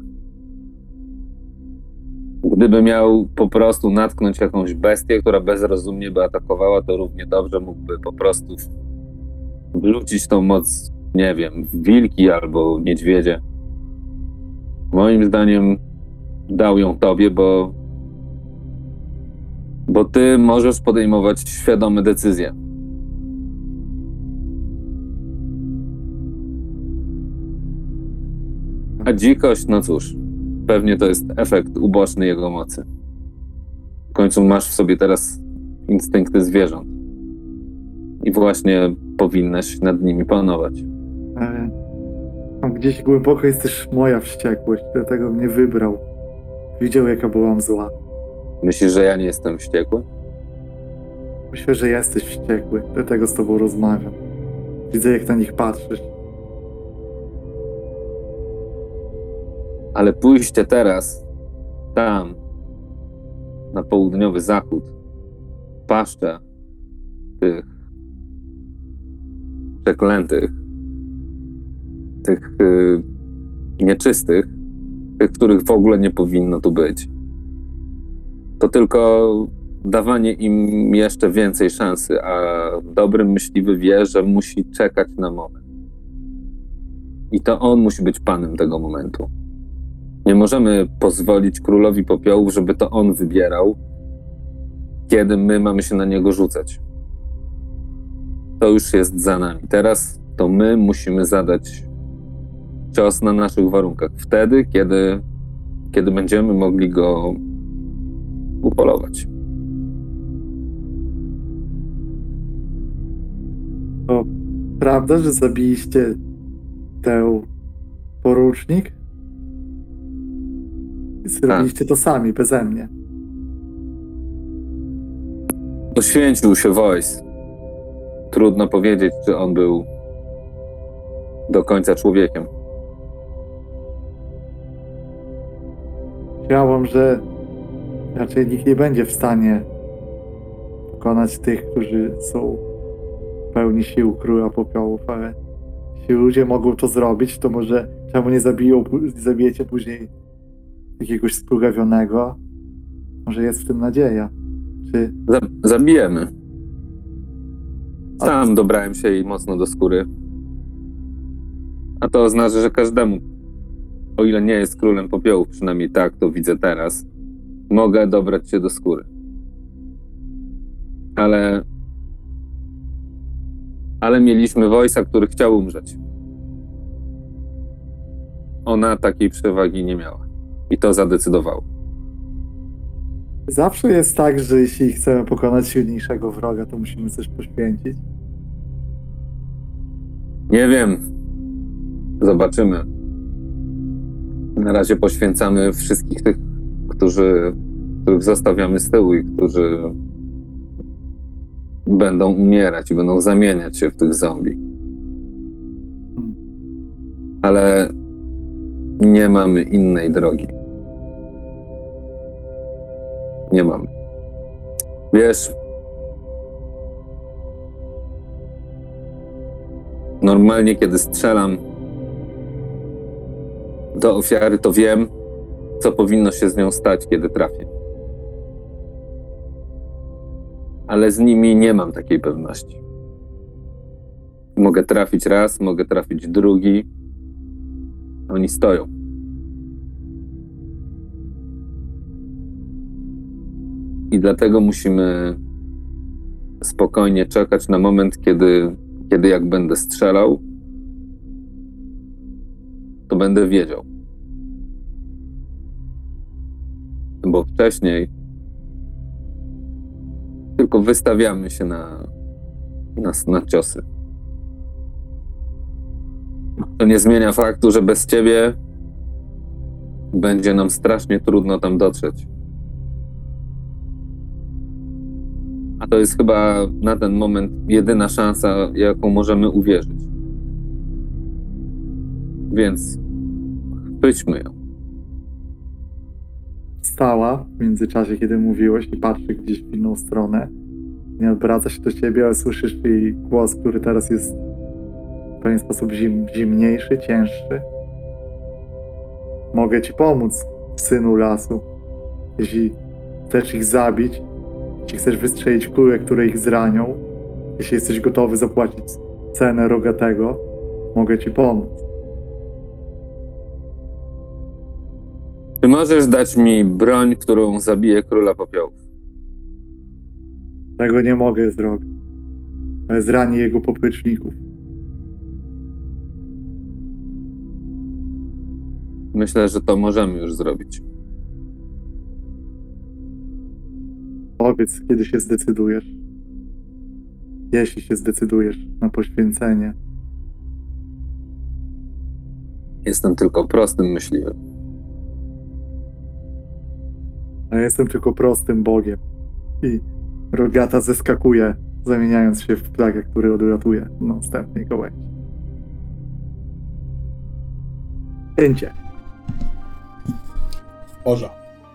Gdyby miał po prostu natknąć jakąś bestię, która bezrozumnie by atakowała, to równie dobrze mógłby po prostu wrzucić tą moc, nie wiem, w wilki albo niedźwiedzie. Moim zdaniem dał ją tobie, bo bo ty możesz podejmować świadome decyzje. A dzikość, no cóż, pewnie to jest efekt uboczny jego mocy. W końcu masz w sobie teraz instynkty zwierząt. I właśnie powinnaś nad nimi panować.
Ale tam gdzieś głęboko jest też moja wściekłość, dlatego mnie wybrał. Widział, jaka byłam zła.
Myślisz, że ja nie jestem wściekły?
Myślę, że jesteś wściekły, dlatego z tobą rozmawiam. Widzę, jak na nich patrzysz.
Ale pójście teraz tam, na południowy zachód, paszczę tych przeklętych, tych yy, nieczystych, tych, których w ogóle nie powinno tu być, to tylko dawanie im jeszcze więcej szansy, a dobry myśliwy wie, że musi czekać na moment. I to on musi być panem tego momentu. Nie możemy pozwolić królowi popiołów, żeby to on wybierał, kiedy my mamy się na niego rzucać. To już jest za nami. Teraz to my musimy zadać cios na naszych warunkach. Wtedy, kiedy, kiedy będziemy mogli go upolować.
To prawda, że zabiliście tę porucznik? I zrobiliście to sami, beze mnie.
Poświęcił się Voice. Trudno powiedzieć, czy on był do końca człowiekiem.
Myślałam, że raczej nikt nie będzie w stanie pokonać tych, którzy są pełni sił króla popiołów, ale jeśli ludzie mogą to zrobić, to może czemu nie zabiją, nie zabijecie później jakiegoś splugawionego? Może jest w tym nadzieja. Czy...
Zabijemy. Sam dobrałem się jej mocno do skóry. A to oznacza, że każdemu, o ile nie jest królem popiołów, przynajmniej tak to widzę teraz, mogę dobrać się do skóry. Ale... Ale mieliśmy Voice'a, który chciał umrzeć. Ona takiej przewagi nie miała. I to zadecydowało.
Zawsze jest tak, że jeśli chcemy pokonać silniejszego wroga, to musimy coś poświęcić.
Nie wiem. Zobaczymy. Na razie poświęcamy wszystkich tych, którzy, których zostawiamy z tyłu i którzy będą umierać i będą zamieniać się w tych zombie. Ale nie mamy innej drogi. Nie mamy. Wiesz, normalnie kiedy strzelam, do ofiary, to wiem, co powinno się z nią stać, kiedy trafię. Ale z nimi nie mam takiej pewności. Mogę trafić raz, mogę trafić drugi. Oni stoją. I dlatego musimy spokojnie czekać na moment, kiedy, kiedy jak będę strzelał, to będę wiedział. Bo wcześniej tylko wystawiamy się na, na, na ciosy. To nie zmienia faktu, że bez ciebie będzie nam strasznie trudno tam dotrzeć. A to jest chyba na ten moment jedyna szansa, jaką możemy uwierzyć. Więc chwyćmy ją.
Stała w międzyczasie, kiedy mówiłeś i patrzy gdzieś w inną stronę. Nie odwraca się do ciebie, ale słyszysz jej głos, który teraz jest w pewien sposób zim, zimniejszy, cięższy. Mogę ci pomóc, synu lasu. Jeśli chcesz ich zabić, jeśli chcesz wystrzelić kulę, które ich zranią, jeśli jesteś gotowy zapłacić cenę Rogatego, mogę ci pomóc.
Czy możesz dać mi broń, którą zabije króla popiołów?
Tego nie mogę zrobić, ale zrani jego popleczników.
Myślę, że to możemy już zrobić.
Powiedz, kiedy się zdecydujesz. Jeśli się zdecydujesz na poświęcenie.
Jestem tylko prostym myśliwym.
A ja jestem tylko prostym Bogiem. I Rogata zeskakuje, zamieniając się w plagę, który odlatuje na następnej gałęzi. Cięcie.
Orza.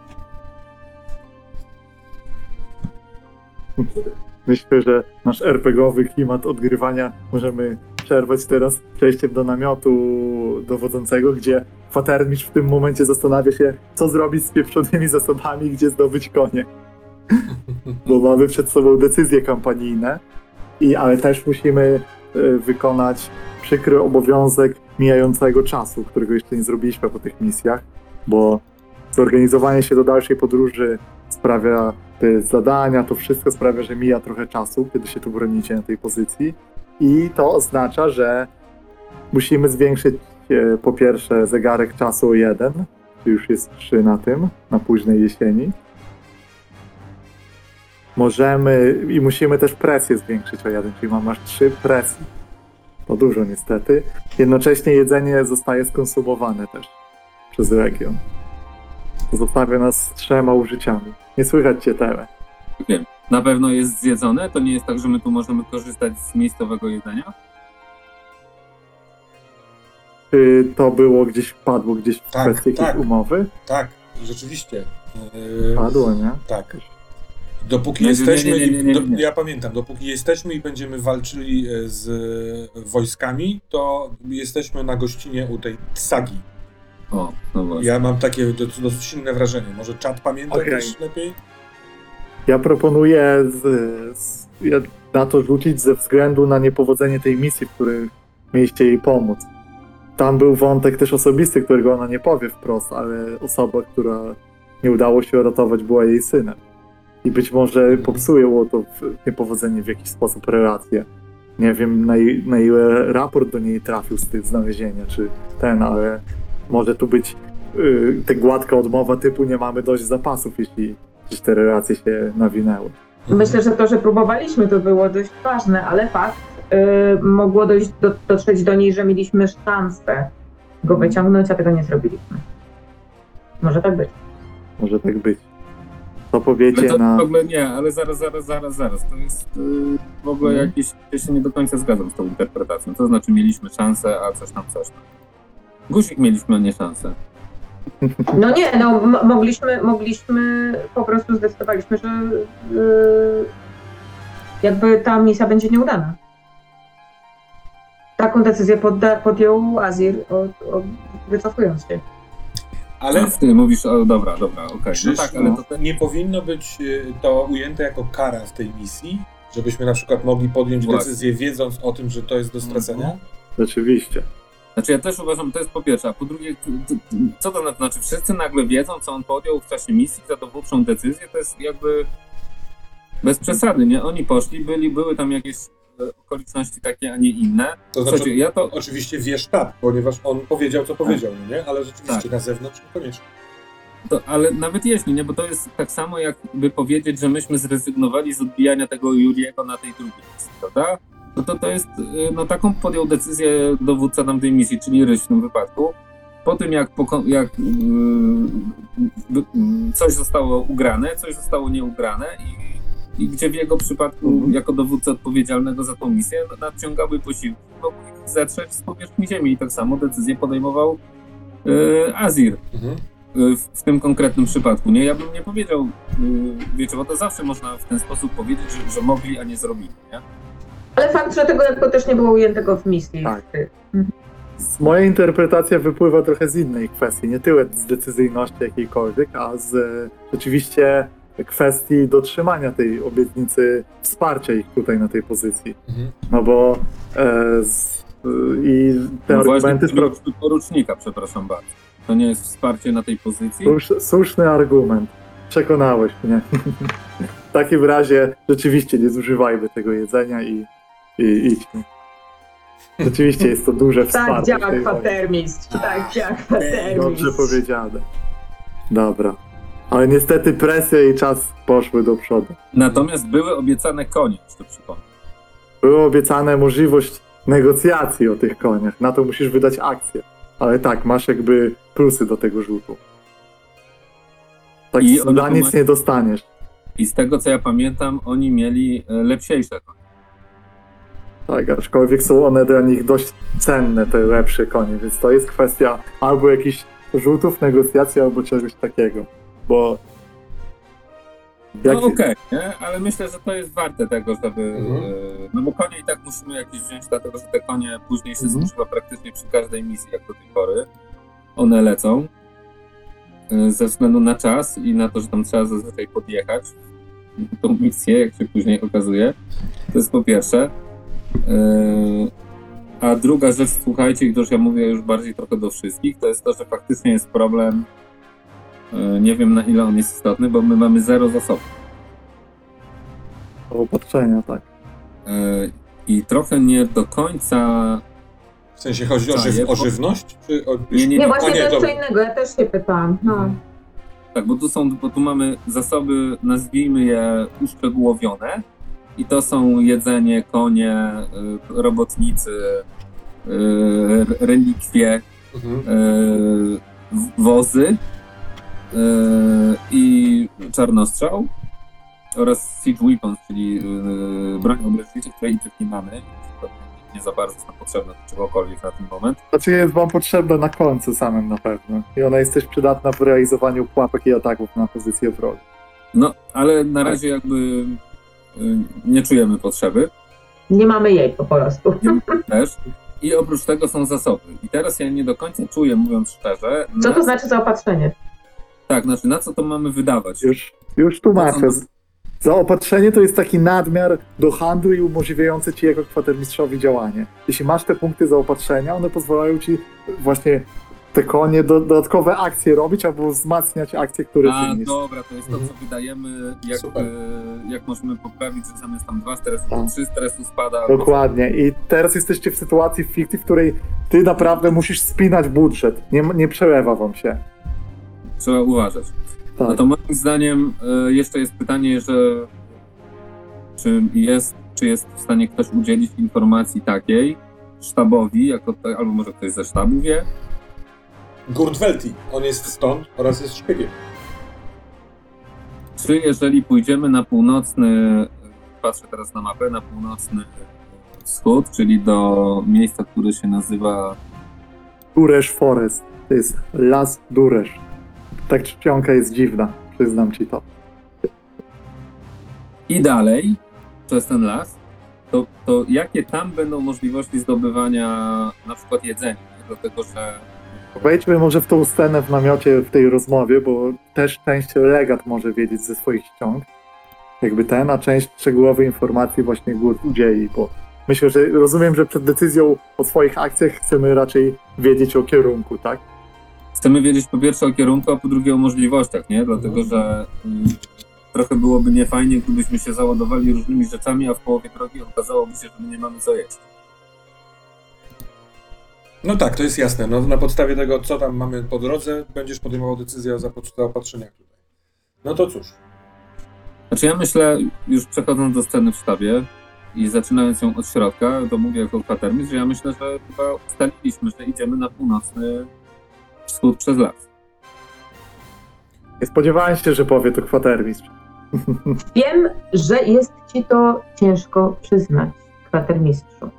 Myślę, że nasz er pe gie owy klimat odgrywania możemy przerwać teraz przejściem do namiotu dowodzącego, gdzie kwatermistrz w tym momencie zastanawia się, co zrobić z pieprzonymi zasobami, gdzie zdobyć konie. Bo mamy przed sobą decyzje kampanijne, i, ale też musimy y, wykonać przykry obowiązek mijającego czasu, którego jeszcze nie zrobiliśmy po tych misjach, bo zorganizowanie się do dalszej podróży sprawia, te zadania, to wszystko sprawia, że mija trochę czasu, kiedy się tu bronicie na tej pozycji, i to oznacza, że musimy zwiększyć e, po pierwsze zegarek czasu o jeden, już jest trzy na tym, na późnej jesieni. Możemy i musimy też presję zwiększyć o jeden, czyli mamy aż trzy presji. To dużo niestety. Jednocześnie jedzenie zostaje skonsumowane też przez region. Zostawia nas z trzema użyciami. Nie słychać cię, Tele.
Wiem. Na pewno jest zjedzone? To nie jest tak, że my tu możemy korzystać z miejscowego jedzenia?
Czy to było gdzieś, padło gdzieś w
Tak,
kwestii
tak.
jakiejś umowy?
Tak, rzeczywiście. Yy,
Padło, nie?
Tak. Dopóki
Nie, nie,
jesteśmy,
nie, nie, nie, nie,
i-
nie.
do, ja pamiętam, dopóki jesteśmy i będziemy walczyli e, z e, wojskami, to jesteśmy na gościnie u tej Tsagi.
O, no właśnie.
Ja mam takie do- dosyć silne wrażenie. Może czat pamięta
Okej.
też lepiej?
Ja proponuję z, z, ja na to rzucić ze względu na niepowodzenie tej misji, w której mieliście jej pomóc. Tam był wątek też osobisty, którego ona nie powie wprost, ale osoba, która nie udało się uratować, była jej synem. I być może popsuło to w- niepowodzenie w jakiś sposób relacje. Nie wiem, na, i- na ile raport do niej trafił z tych znalezienia, czy ten, ale może tu być y, ta gładka odmowa typu nie mamy dość zapasów, jeśli gdzieś te relacje się nawinęły.
Myślę, że to, że próbowaliśmy, to było dość ważne, ale fakt, y, mogło dojść do, dotrzeć do niej, że mieliśmy szansę go wyciągnąć, a tego nie zrobiliśmy. Może tak być.
Może tak być. Co
Ale
powiecie
to
na...
w ogóle nie, ale zaraz, zaraz, zaraz, zaraz. To jest yy, w ogóle
Mhm.
jakieś... Ja się nie do końca zgadzam z tą interpretacją. To znaczy mieliśmy szansę, a coś tam, coś tam. Guzik mieliśmy, a nie szansę.
No nie, no m- mogliśmy, mogliśmy, po prostu zdecydowaliśmy, że y, jakby ta misja będzie nieudana. Taką decyzję podda, podjął Azir od, od wycofując się.
Ale
A, ty mówisz, o dobra, dobra, okej. No
Czyż
tak, ale to te...
nie powinno być y, to ujęte jako kara w tej misji? Żebyśmy na przykład mogli podjąć
Właśnie.
decyzję, wiedząc o tym, że to jest do stracenia?
Rzeczywiście.
Znaczy ja też uważam, to jest po pierwsze, a po drugie, t- t- co to znaczy? Wszyscy nagle wiedzą, co on podjął w czasie misji za dowódczą decyzję, to jest jakby bez przesady, nie? Oni poszli, byli, były tam jakieś e, okoliczności takie, a nie inne.
To znaczy,
Słuchajcie, ja to,
oczywiście wie sztab, ponieważ on powiedział, co powiedział, no nie? Ale rzeczywiście
Tak.
na zewnątrz niekoniecznie.
to, ale nawet jeśli, nie? Bo to jest tak samo, jakby powiedzieć, że myśmy zrezygnowali z odbijania tego Juriego na tej drugiej misji, prawda? No to to jest, e, no taką podjął decyzję dowódca tamtej misji, czyli Ryś w tym wypadku. Po tym, jak, poko- jak yy, yy, coś zostało ugrane, coś zostało nieugrane i, i gdzie w jego przypadku,
Mhm.
jako dowódca odpowiedzialnego za tą misję, nadciągały posiłki, mogły ich zetrzeć z powierzchni ziemi i tak samo decyzję podejmował yy, Azir
Mhm.
yy, w, w tym konkretnym przypadku. Nie, ja bym nie powiedział, yy, wiecie, bo to zawsze można w ten sposób powiedzieć, że, że mogli, a nie zrobili, nie?
Ale fakt, że tego jakby też nie było ujętego w misji.
Tak. Z Moja interpretacja wypływa trochę z innej kwestii, nie tyle z decyzyjności jakiejkolwiek, a z e, rzeczywiście kwestii dotrzymania tej obietnicy, wsparcia ich tutaj na tej pozycji.
Mhm.
No bo e, z, e, i te
No właśnie,
argumenty... Spro-
porucznika, przepraszam bardzo. To nie jest wsparcie na tej pozycji?
Słusz, słuszny argument. Przekonałeś mnie. W takim razie rzeczywiście nie zużywajmy tego jedzenia i, i idźmy. Rzeczywiście jest to duże wsparcie.
Tak
w
działa
tej wojnie.
kwatermistrz, tak działa kwatermistrz.
Dobrze powiedziane. Dobra. Ale niestety presja i czas poszły do przodu.
Natomiast były obiecane konie, jeszcze przypomnę.
Było obiecane możliwość negocjacji o tych koniach. Na to musisz wydać akcję. Ale tak, masz jakby plusy do tego rzutu. Tak,
I
za
oni
nic
pomaga-
nie dostaniesz.
I z tego, co ja pamiętam, oni mieli e, lepsiejsze konie.
Tak, aczkolwiek są one dla nich dość cenne, te lepsze konie, więc to jest kwestia albo jakichś rzutów, negocjacji, albo czegoś takiego. Bo
No
jak-
okej, nie? Ale myślę, że to jest warte tego, żeby...
Mhm.
E, no bo konie i tak musimy jakieś wziąć, dlatego że te konie później się
Mhm.
zużywa praktycznie przy każdej misji, jak do tej pory. One lecą. E, ze względu na czas i na to, że tam trzeba zazwyczaj podjechać tą misję, jak się później okazuje. To jest po pierwsze. Yy, A druga rzecz, słuchajcie, i to już ja mówię już bardziej trochę do wszystkich, to jest to, że faktycznie jest problem, yy, nie wiem na ile on jest istotny, bo my mamy zero zasobów.
Opatrzenia, tak.
Yy, I trochę nie do końca...
W sensie chodzi o,
Tak,
żyw-
je-
o żywność? Czy o...
Nie, nie,
Nie,
A
właśnie
nie,
to jest co
dobra.
innego, ja też się pytałam. No.
Tak, bo tu są, bo tu mamy zasoby, nazwijmy je uszczegółowione i to są jedzenie, konie, yy, robotnicy, yy, relikwie,
Mhm.
yy, w- wozy yy, i czarnostrzał oraz siege weapons, czyli yy, broń obleczniczych, której i tak nie mamy. To nie za bardzo jest nam potrzebne do czegokolwiek na ten moment.
Znaczy jest wam potrzebna na końcu samym na pewno. I ona jest też przydatna w realizowaniu pułapek i ataków na pozycję wroga.
No, ale na razie jakby yy, nie czujemy potrzeby.
Nie mamy jej po prostu.
Też. I oprócz tego są zasoby. I teraz ja nie do końca czuję, mówiąc szczerze,
Co
na,
to znaczy zaopatrzenie?
tak, znaczy na co to mamy wydawać.
Już, już tłumaczę.
To są-
Zaopatrzenie to jest taki nadmiar do handlu i umożliwiający ci jako kwatermistrzowi działanie. Jeśli masz te punkty zaopatrzenia, one pozwalają ci właśnie te konie do, dodatkowe akcje robić albo wzmacniać akcje, które
A
czynisz.
dobra, to jest to, co
Mhm.
wydajemy, jak,
Super.
e, jak możemy poprawić, że zamiast tam dwa stresu, to
Tak.
trzy stresu spada. albo-
Dokładnie. I teraz jesteście w sytuacji w fikcji, w której ty naprawdę musisz spinać budżet. Nie, nie przelewa wam się.
Trzeba uważać.
Tak.
No to moim zdaniem e, jeszcze jest pytanie, że czy jest, czy jest w stanie ktoś udzielić informacji takiej sztabowi, jako, albo może ktoś ze sztabu wie,
Gurdwelti, on jest stąd oraz jest szpiegiem.
czy jeżeli pójdziemy na północny, patrzę teraz na mapę, na północny wschód, czyli do miejsca, które się nazywa,
Duresz Forest. To jest las Duresz. Tak czcionka jest dziwna. Przyznam ci to.
i dalej, to jest ten las, to, to jakie tam będą możliwości zdobywania na przykład jedzenia, nie? Dlatego że
Wejdźmy może w tą scenę w namiocie w tej rozmowie, bo też część legat może wiedzieć ze swoich ściąg. Jakby ten, a część szczegółowych informacji właśnie Gurt udzieli, bo myślę, że rozumiem, że przed decyzją o swoich akcjach chcemy raczej wiedzieć o kierunku, tak?
Chcemy wiedzieć po pierwsze o kierunku, a po drugie o możliwościach, nie? Dlatego, że mm, trochę byłoby niefajnie, gdybyśmy się załadowali różnymi rzeczami, a w połowie drogi okazałoby się, że my nie mamy co jeść.
No tak, to jest jasne. No, na podstawie tego, co tam mamy po drodze, będziesz podejmował decyzję o zapot- zaopatrzeniach tutaj. No to cóż.
Znaczy ja myślę, już przechodząc do sceny w sztabie i zaczynając ją od środka, to mówię jako kwatermistrz, że ja myślę, że chyba ustaliliśmy, że idziemy na północny wschód przez las.
Nie spodziewałem się, że powie to kwatermistrz.
Wiem, że jest ci to ciężko przyznać, kwatermistrzu.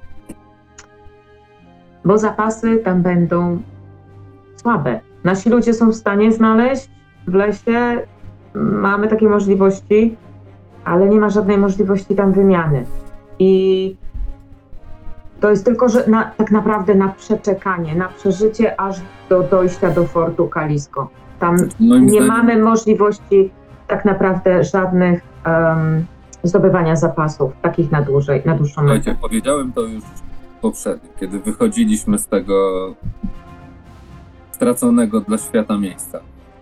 Bo zapasy tam będą słabe. Nasi ludzie są w stanie znaleźć w lesie, mamy takie możliwości, ale nie ma żadnej możliwości tam wymiany. I to jest tylko, że na, tak naprawdę na przeczekanie, na przeżycie aż do dojścia do fortu Kalisko. Tam
Moim
nie
zdaniem-
mamy możliwości tak naprawdę żadnych um, zdobywania zapasów, takich na dłużej, na dłuższą metę.
Słuchajcie, powiedziałem to już poprzednio, kiedy wychodziliśmy z tego straconego dla świata miejsca.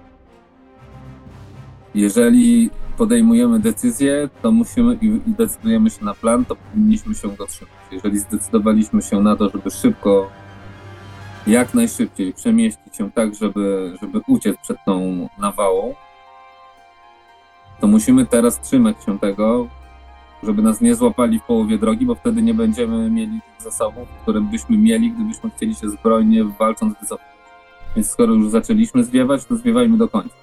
Jeżeli podejmujemy decyzję, to musimy i i decydujemy się na plan, to powinniśmy się go trzymać. Jeżeli zdecydowaliśmy się na to, żeby szybko, jak najszybciej przemieścić się tak, żeby, żeby uciec przed tą nawałą, to musimy teraz trzymać się tego, żeby nas nie złapali w połowie drogi, bo wtedy nie będziemy mieli tych zasobów, które byśmy mieli, gdybyśmy chcieli się zbrojnie walcząc wycofać. Więc skoro już zaczęliśmy zwiewać, to zwiewajmy do końca.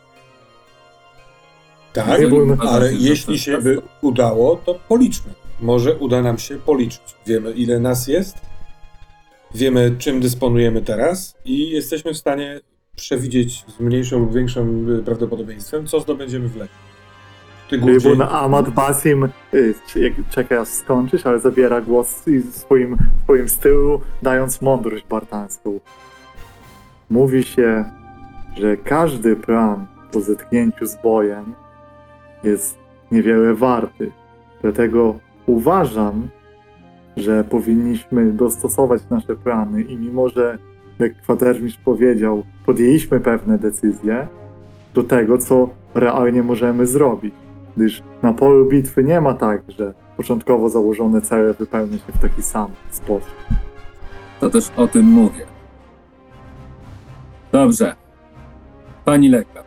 Tak,
Nie bójmy.
ale jeśli się by udało, to policzmy. Może uda nam się policzyć. Wiemy, ile nas jest, wiemy, czym dysponujemy teraz i jesteśmy w stanie przewidzieć z mniejszą lub większym prawdopodobieństwem, co zdobędziemy w lesie. Ty,
Czyli
Gurdzie,
był na Ahmad Basim, y, jak czeka aż skończysz, ale zabiera głos i swoim, swoim stylu, dając mądrość bartańską. Mówi się, że każdy plan po zetknięciu z bojem jest niewiele warty. Dlatego uważam, że powinniśmy dostosować nasze plany i mimo, że jak kwatermistrz powiedział, podjęliśmy pewne decyzje do tego, co realnie możemy zrobić. Gdyż na polu bitwy nie ma tak, że początkowo założone cele wypełnia się w taki sam sposób.
To też o tym mówię. Dobrze. Pani lekarz.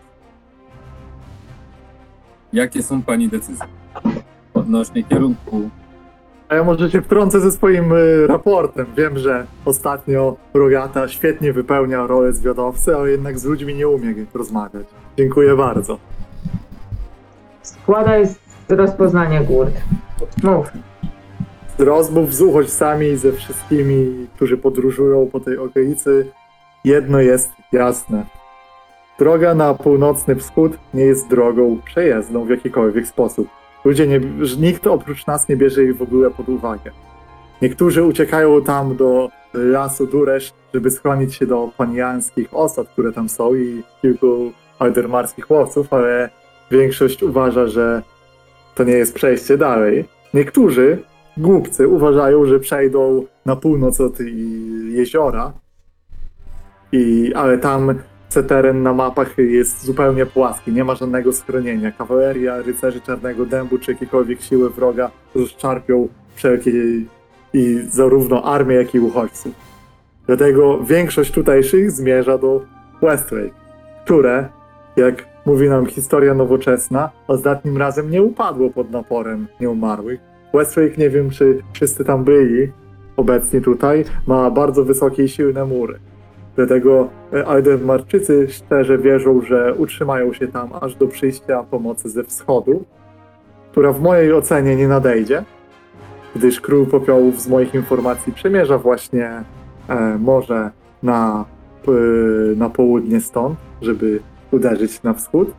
Jakie są pani decyzje odnośnie kierunku?
A ja może się wtrącę ze swoim y, raportem. Wiem, że ostatnio Rogata świetnie wypełnia rolę zwiadowcy, ale jednak z ludźmi nie umie rozmawiać. Dziękuję bardzo.
Składaj z rozpoznania Gurt. Mów.
Z rozmów z uchodźcami i ze wszystkimi, którzy podróżują po tej okolicy, jedno jest jasne. Droga na północny wschód nie jest drogą przejezdną w jakikolwiek sposób. Ludzie nie, nikt oprócz nas nie bierze jej w ogóle pod uwagę. Niektórzy uciekają tam do lasu Duresz, żeby schronić się do panijanskich osad, które tam są i kilku aldermarskich łowców, ale większość uważa, że to nie jest przejście dalej. Niektórzy głupcy uważają, że przejdą na północ od jeziora, i, ale tam teren na mapach jest zupełnie płaski, nie ma żadnego schronienia. Kawaleria, rycerzy Czarnego Dębu czy jakiekolwiek siły wroga rozczarpią wszelkie i zarówno armię, jak i uchodźców. Dlatego większość tutejszych zmierza do Westlake, które, jak mówi nam historia nowoczesna, ostatnim razem nie upadło pod naporem nieumarłych. Westlake, nie wiem czy wszyscy tam byli obecni tutaj, ma bardzo wysokie i silne mury. Dlatego Aldermarczycy szczerze wierzą, że utrzymają się tam aż do przyjścia pomocy ze wschodu, która w mojej ocenie nie nadejdzie, gdyż Król Popiołów z moich informacji przemierza właśnie e, morze na, e, na południe stąd, żeby uderzyć na wschód.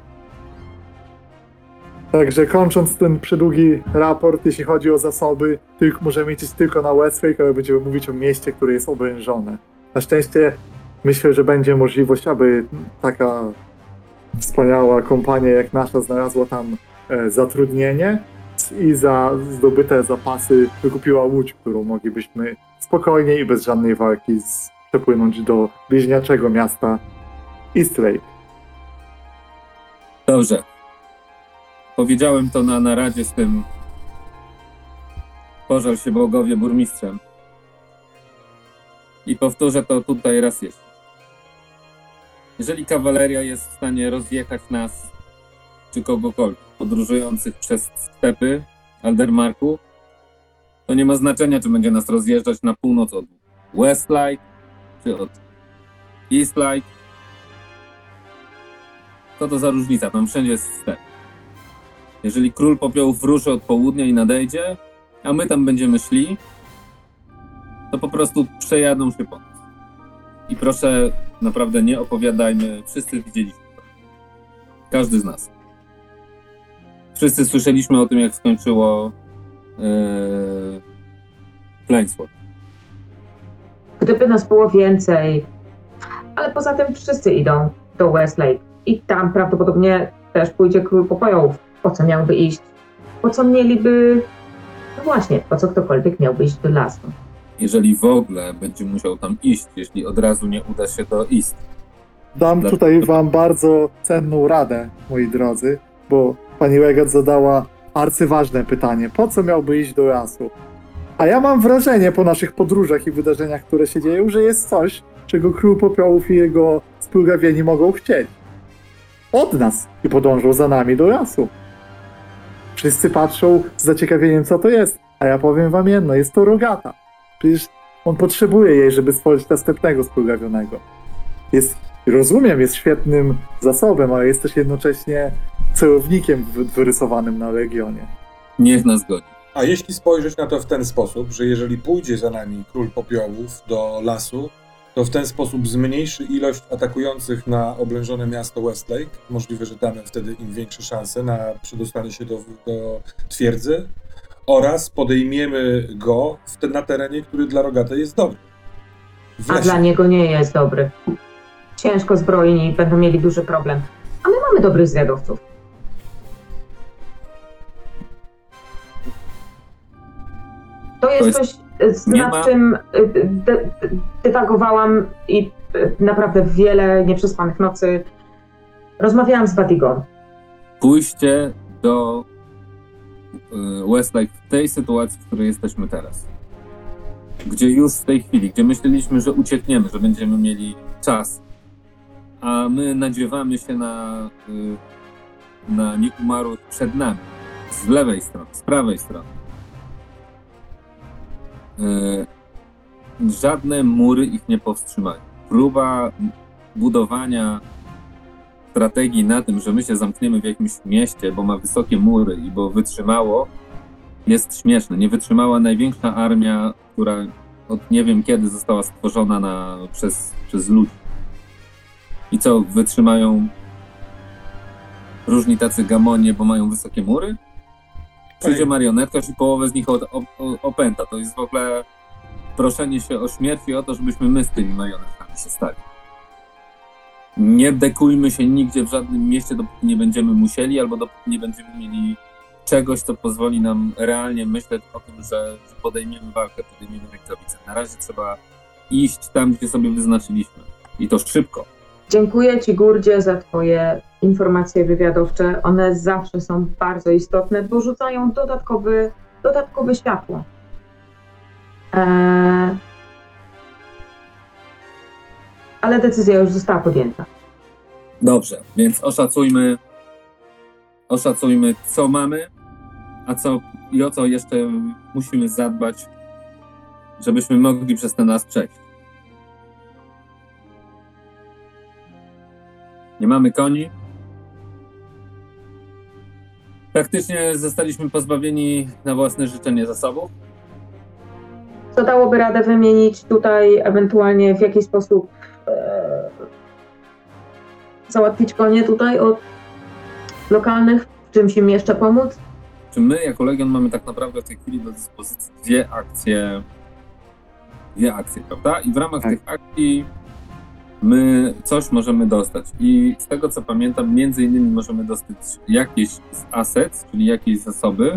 Także kończąc ten przydługi raport, jeśli chodzi o zasoby, tylko, możemy liczyć tylko na Westlake, ale będziemy mówić o mieście, które jest oblężone. Na szczęście myślę, że będzie możliwość, aby taka wspaniała kompania jak nasza znalazła tam e, zatrudnienie i za zdobyte zapasy wykupiła łódź, którą moglibyśmy spokojnie i bez żadnej walki z, przepłynąć do bliźniaczego miasta Eastlake.
Dobrze. Powiedziałem to na naradzie z tym pożal się bogowie burmistrzem. I powtórzę to tutaj raz jeszcze. Jeżeli kawaleria jest w stanie rozjechać nas, czy kogokolwiek, podróżujących przez stepy Aldermarku, to nie ma znaczenia, czy będzie nas rozjeżdżać na północ od Westlight, czy od Eastlight. Co to za różnica? Tam wszędzie jest step. Jeżeli król popiołów ruszy od południa i nadejdzie, a my tam będziemy szli, to po prostu przejadą się po nas. I proszę, naprawdę nie opowiadajmy, wszyscy widzieliśmy to. Każdy z nas. Wszyscy słyszeliśmy o tym, jak skończyło yy, Planeswalk.
Gdyby nas było więcej, ale poza tym wszyscy idą do Westlake i tam prawdopodobnie też pójdzie król popiołów. Po co miałby iść? Po co mieliby... No właśnie, po co ktokolwiek miałby iść do lasu?
Jeżeli w ogóle będzie musiał tam iść, jeśli od razu nie uda się do East.
Dam
Dla-
tutaj wam bardzo cenną radę, moi drodzy, bo pani Legat zadała arcyważne pytanie. Po co miałby iść do lasu? A ja mam wrażenie po naszych podróżach i wydarzeniach, które się dzieją, że jest coś, czego król popiołów i jego splugawieni mogą chcieć. Od nas i podążą za nami do lasu. Wszyscy patrzą z zaciekawieniem, co to jest. A ja powiem wam jedno, jest to rogata. Przecież on potrzebuje jej, żeby stworzyć następnego splugawionego. Jest, rozumiem, jest świetnym zasobem, ale jest też jednocześnie celownikiem wy- wyrysowanym na Legionie.
Niech nas godzi.
A jeśli spojrzeć na to w ten sposób, że jeżeli pójdzie za nami król popiołów do lasu, to w ten sposób zmniejszy ilość atakujących na oblężone miasto Westlake. Możliwe, że damy wtedy im większe szanse na przedostanie się do, do twierdzy. Oraz podejmiemy go w te, na terenie, który dla Rogatej jest dobry. W
A
lesie.
dla niego nie jest dobry. Ciężko zbrojni i będą mieli duży problem. A my mamy dobrych zwiadowców. To jest,
jest-
coś, z-
nie
nad
ma-
czym y, dy- dy- dywagowałam i y, naprawdę wiele nieprzespanych nocy. Rozmawiałam z Batigą.
Pójście do y, Westlake w tej sytuacji, w której jesteśmy teraz. Gdzie już w tej chwili, gdzie myśleliśmy, że uciekniemy, że będziemy mieli czas, a my nadziewamy się na, y, na nieumarłych przed nami. Z lewej strony, z prawej strony. Y, żadne mury ich nie powstrzymają. Próba budowania strategii na tym, że my się zamkniemy w jakimś mieście, bo ma wysokie mury i bo wytrzymało, jest śmieszne. Nie wytrzymała największa armia, która od nie wiem kiedy została stworzona na, przez, przez ludzi. I co, wytrzymają różni tacy gamonie, bo mają wysokie mury? Przyjdzie marionetkarz i połowę z nich od, op, opęta. To jest w ogóle proszenie się o śmierć i o to, żebyśmy my z tymi marionetkami się stali. Nie dekujmy się nigdzie w żadnym mieście, dopóki nie będziemy musieli, albo dopóki nie będziemy mieli czegoś, co pozwoli nam realnie myśleć o tym, że, że podejmiemy walkę, podejmiemy rękawicę. Na razie trzeba iść tam, gdzie sobie wyznaczyliśmy. I to szybko.
Dziękuję Ci, Gurdzie, za Twoje informacje wywiadowcze. One zawsze są bardzo istotne, bo rzucają dodatkowy, dodatkowe światło. Eee... Ale decyzja już została podjęta.
Dobrze, więc oszacujmy, oszacujmy, co mamy, a co i o co jeszcze musimy zadbać, żebyśmy mogli przez ten las przejść. Nie mamy koni. Praktycznie zostaliśmy pozbawieni na własne życzenie zasobów.
Co dałoby radę wymienić tutaj, ewentualnie w jaki sposób e, załatwić konie tutaj od lokalnych, czymś im jeszcze pomóc?
Czy my jako Legion mamy tak naprawdę w tej chwili do dyspozycji dwie akcje, dwie akcje, prawda? I w ramach
Tak.
tych akcji my coś możemy dostać. I z tego co pamiętam, między innymi możemy dostać jakieś assets, czyli jakieś zasoby.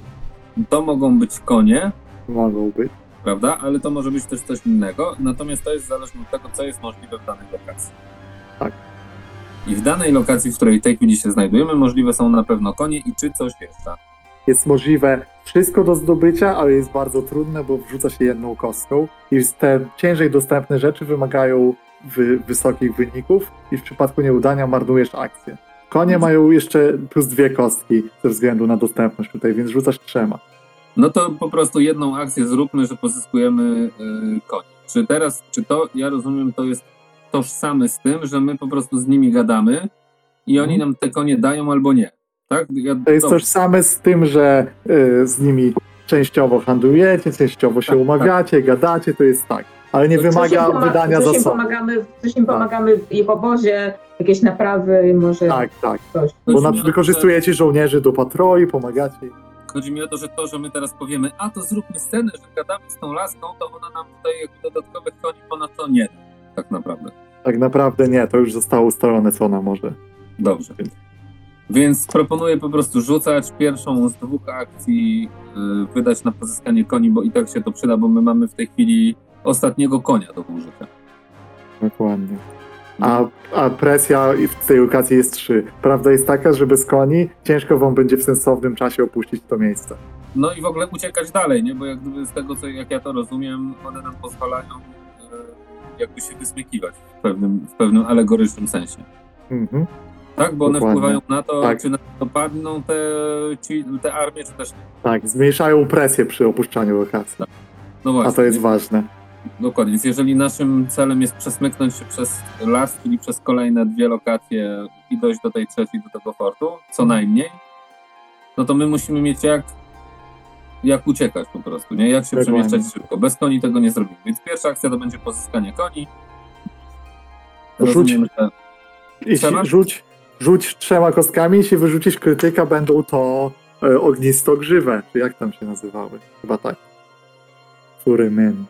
To mogą być konie,
Mogą być.
prawda? Ale to może być też coś innego. Natomiast to jest zależne od tego, co jest możliwe w danej lokacji.
Tak.
I w danej lokacji, w której w tej chwili się znajdujemy, możliwe są na pewno konie i czy coś jeszcze.
Jest możliwe wszystko do zdobycia, ale jest bardzo trudne, bo wrzuca się jedną kostką i te ciężej dostępne rzeczy wymagają wy- wysokich wyników i w przypadku nieudania marnujesz akcję. Konie mają jeszcze plus dwie kostki ze względu na dostępność tutaj, więc rzucasz trzema.
No to po prostu jedną akcję zróbmy, że pozyskujemy yy, konie. Czy teraz, czy to, ja rozumiem, to jest tożsame z tym, że my po prostu z nimi gadamy i oni nam te konie dają albo nie. Tak? Ja,
To jest
dobrze.
tożsame z tym, że y, z nimi częściowo handlujecie, częściowo się
Tak,
umawiacie, gadacie, to jest tak. Ale nie
To
Coś im
wymaga
pomaga-
wydania
coś im
zasobów.
pomagamy, coś im
Tak.
pomagamy w ich obozie, jakieś naprawy, może
Tak, tak.
coś.
Bo
Chodzi
na
mi o to,
wykorzystujecie żołnierzy do patroli, pomagacie.
Chodzi mi o to, że to, że my teraz powiemy, a to zróbmy scenę, że gadamy z tą laską, to ona nam tutaj jakby dodatkowych koni ponad to nie da. Tak naprawdę.
Tak naprawdę nie, to już zostało ustalone, co ona może.
Dobrze. Więc proponuję po prostu rzucać pierwszą z dwóch akcji, yy, wydać na pozyskanie koni, bo i tak się to przyda, bo my mamy w tej chwili ostatniego konia do użycia.
Dokładnie. A, a presja w tej lokacji jest trzy. Prawda jest taka, że bez koni ciężko wam będzie w sensownym czasie opuścić to miejsce.
No i w ogóle uciekać dalej, nie? Bo jak gdyby z tego, co jak ja to rozumiem, one nam pozwalają yy, jakby się wysmykiwać w pewnym, w pewnym alegorycznym sensie.
Mhm.
Tak, bo one
Dokładnie.
wpływają na to,
Tak.
czy na to padną te, ci, te armie, czy też nie.
Tak, zmniejszają presję przy opuszczaniu lokacji.
No
A
właśnie.
to jest
nie?
ważne.
Dokładnie, więc jeżeli naszym celem jest przesmyknąć się przez las, czyli przez kolejne dwie lokacje i dojść do tej trzeciej, do tego fortu, co najmniej, no to my musimy mieć jak, jak uciekać po prostu, nie? Jak się
Dokładnie.
przemieszczać szybko. Bez koni tego nie zrobimy. Więc pierwsza akcja to będzie pozyskanie koni.
Rzuć.
Rozumiem, że
Jeśli
Trzema?
rzuć, rzuć trzema kostkami, jeśli wyrzucisz krytyka, będą to e, ognistogrzywe, czy jak tam się nazywały? Chyba tak. Który myn.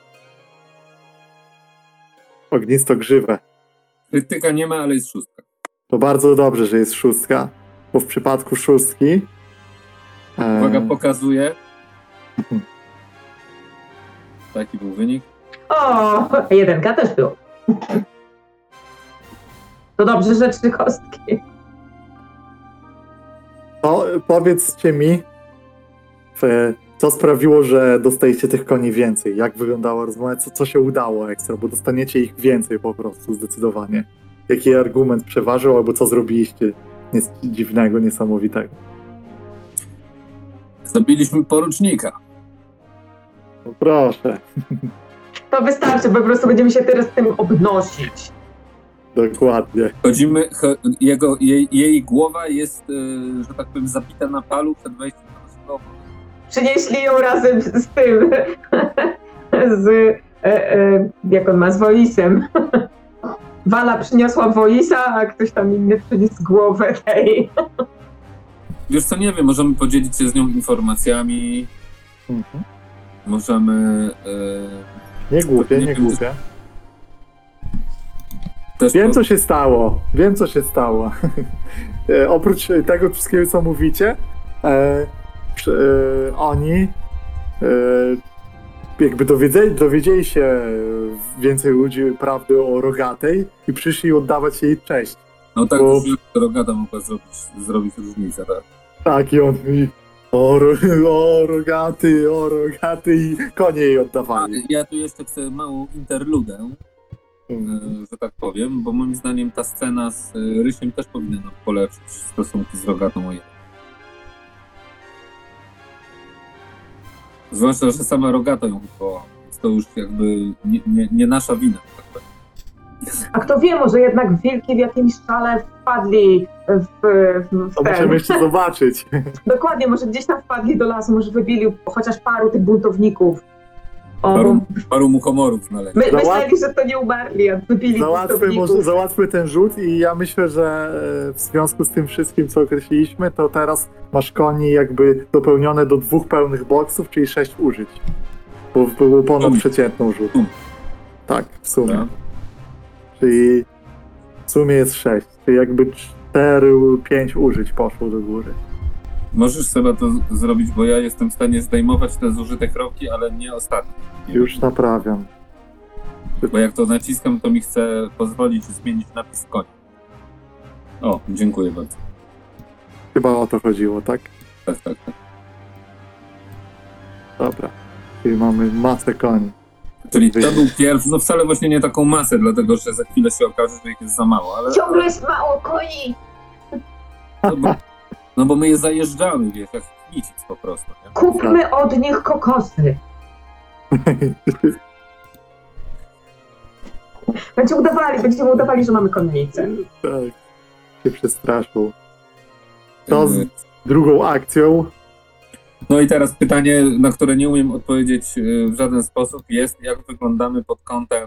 Ognistogrzywe.
krytyka nie ma, ale jest szóstka.
To bardzo dobrze, że jest szóstka, bo w przypadku szóstki e,
Uwaga, pokazuje. Taki był wynik.
O, jedenka też był. To dobrze, że trzy kostki.
to powiedzcie mi, w, co sprawiło, że dostajecie tych koni więcej? Jak wyglądała rozmowa? Co, co się udało ekstra? Bo dostaniecie ich więcej po prostu, zdecydowanie. Jaki argument przeważył, albo co zrobiliście nic dziwnego, niesamowitego?
Zabiliśmy porucznika.
No proszę,
To wystarczy, po prostu będziemy się teraz tym obnosić.
dokładnie.
Chodzimy, cho, jego, jej, jej głowa jest, y, że tak powiem, zabita na palu przed wejściem do naszego obozu.
Przynieśli ją razem z tym, z, e, e, jak on ma, z Wolisem. Wala przyniosła Wolisa, a ktoś tam inny przyniósł głowę tej.
Wiesz co, nie wiem, możemy podzielić się z nią informacjami,
Mhm.
możemy y,
Nie głupie,
Nie
nie
wiem,
głupie.
też...
Wiem,
po-
co się stało. Wiem, co się stało. E, Oprócz tego wszystkiego, co mówicie, e, przy- e, oni e, jakby dowiedzieli, dowiedzieli się więcej ludzi prawdy o Rogatej i przyszli oddawać jej cześć.
No tak,
bo-
już Rogata mogła zrobić, zrobić różnicę, tak.
Tak, i on mówi o, ro, o Rogaty, o Rogaty i konie jej
A,
oddawali.
ja tu jeszcze chcę małą interludę,
Mhm.
y, że tak powiem, bo moim zdaniem ta scena z y, Rysiem też powinna nam polepszyć stosunki z Rogatą o jeden. Zwłaszcza, że sama Rogata ją wywołała, więc to już jakby nie, nie, nie nasza wina. Tak powiem.
A kto wie, może jednak wilki w jakimś szale wpadli w, w, w
To
ten.
musimy jeszcze zobaczyć.
Dokładnie, może gdzieś tam wpadli do lasu, może wybili chociaż paru tych buntowników. O,
Paru, paru muchomorów znaleźli.
my,
Załat-
myśleli, że to nie umarli, a wybili
Załatwmy,
buntowników.
może, załatwmy ten rzut i ja myślę, że e, w związku z tym wszystkim, co określiliśmy, to teraz masz koni jakby dopełnione do dwóch pełnych boksów, czyli sześć użyć. Bo było ponad
Sumie.
przeciętną rzut.
Sumie.
Tak, w sumie.
Dobra.
Czyli w sumie jest sześć. Czyli jakby cztery, pięć użyć poszło do góry.
Możesz sobie to z- zrobić, bo ja jestem w stanie zdejmować te zużyte kropki, ale nie ostatnie.
Już naprawiam.
Bo jak to naciskam, to mi chce pozwolić zmienić napis konia. O, dziękuję bardzo.
Chyba o to chodziło, tak?
Tak, tak, tak.
Dobra. Czyli mamy masę koni.
Czyli to był pierwszy, no wcale właśnie nie taką masę, dlatego że za chwilę się okaże, że ich jest za mało, ale...
Ciągle jest mało koni!
No bo, no bo my je zajeżdżamy, wiesz, jak nicic po prostu, nie?
Kupmy od nich kokosy. Będziemy udawali, będziemy udawali, że mamy konnicę.
Tak. Się przestraszył. To z
Yy,
drugą akcją.
No i teraz pytanie, na które nie umiem odpowiedzieć yy, w żaden sposób jest, jak wyglądamy pod kątem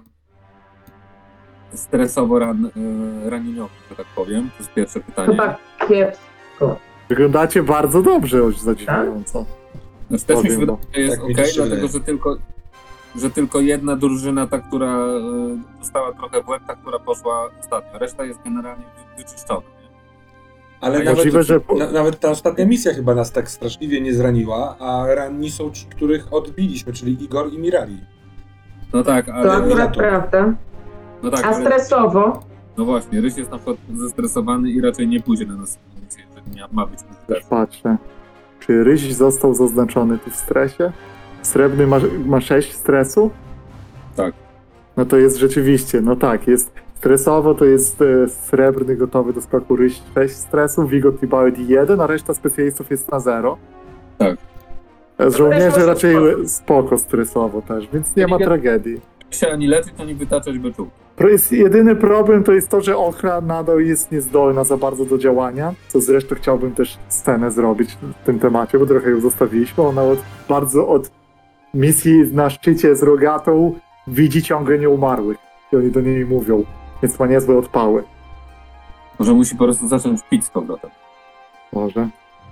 stresowo-ranieniowym, że tak powiem. To jest pierwsze pytanie.
Chyba kiepsko.
Wyglądacie bardzo dobrze, już zadziwiająco.
Znaczy, też mi się
powiem,
wydaje, że jest
tak mi
okej,
też się
dlatego
wydaje.
że tylko, że tylko jedna drużyna, ta, która y, dostała trochę w łeb, ta, która poszła ostatnio. Reszta jest generalnie wy- wyczyszczona. Nie?
Ale
A
nawet,
możliwe, że-
na, nawet ta ostatnia misja chyba nas tak straszliwie nie zraniła, a ranni są ci, których odbiliśmy, czyli Igor i Mirali.
No tak,
To
ale...
akurat
to-
prawda.
No tak,
A
ale,
stresowo?
no właśnie, Ryś jest na przykład zestresowany i raczej nie pójdzie na nas, jeżeli ma, ma być
Już
stres.
patrzę. Czy Ryś został zaznaczony tu w stresie? Srebrny ma, ma sześć stresu?
Tak.
No to jest rzeczywiście, no tak, jest stresowo, to jest e, srebrny gotowy do skoku Ryś sześć stresu, Vigo Tibaldi jeden, a reszta specjalistów jest na zero.
Tak.
E, Z żołnierzy
Reszta
raczej
spoko.
spoko stresowo też, więc nie ma
Ja-
tragedii.
Się ani leczyć, ani wytaczać beczułki.
Pro- Jest, jedyny problem to jest to, że Ochra nadal jest niezdolna za bardzo do działania, co zresztą chciałbym też scenę zrobić w tym temacie, bo trochę ją zostawiliśmy. Ona od, bardzo od misji na szczycie z Rogatą widzi ciągle nieumarłych i oni do niej mówią, więc ma niezłe odpały.
Może musi po prostu zacząć pić z powrotem.
Może.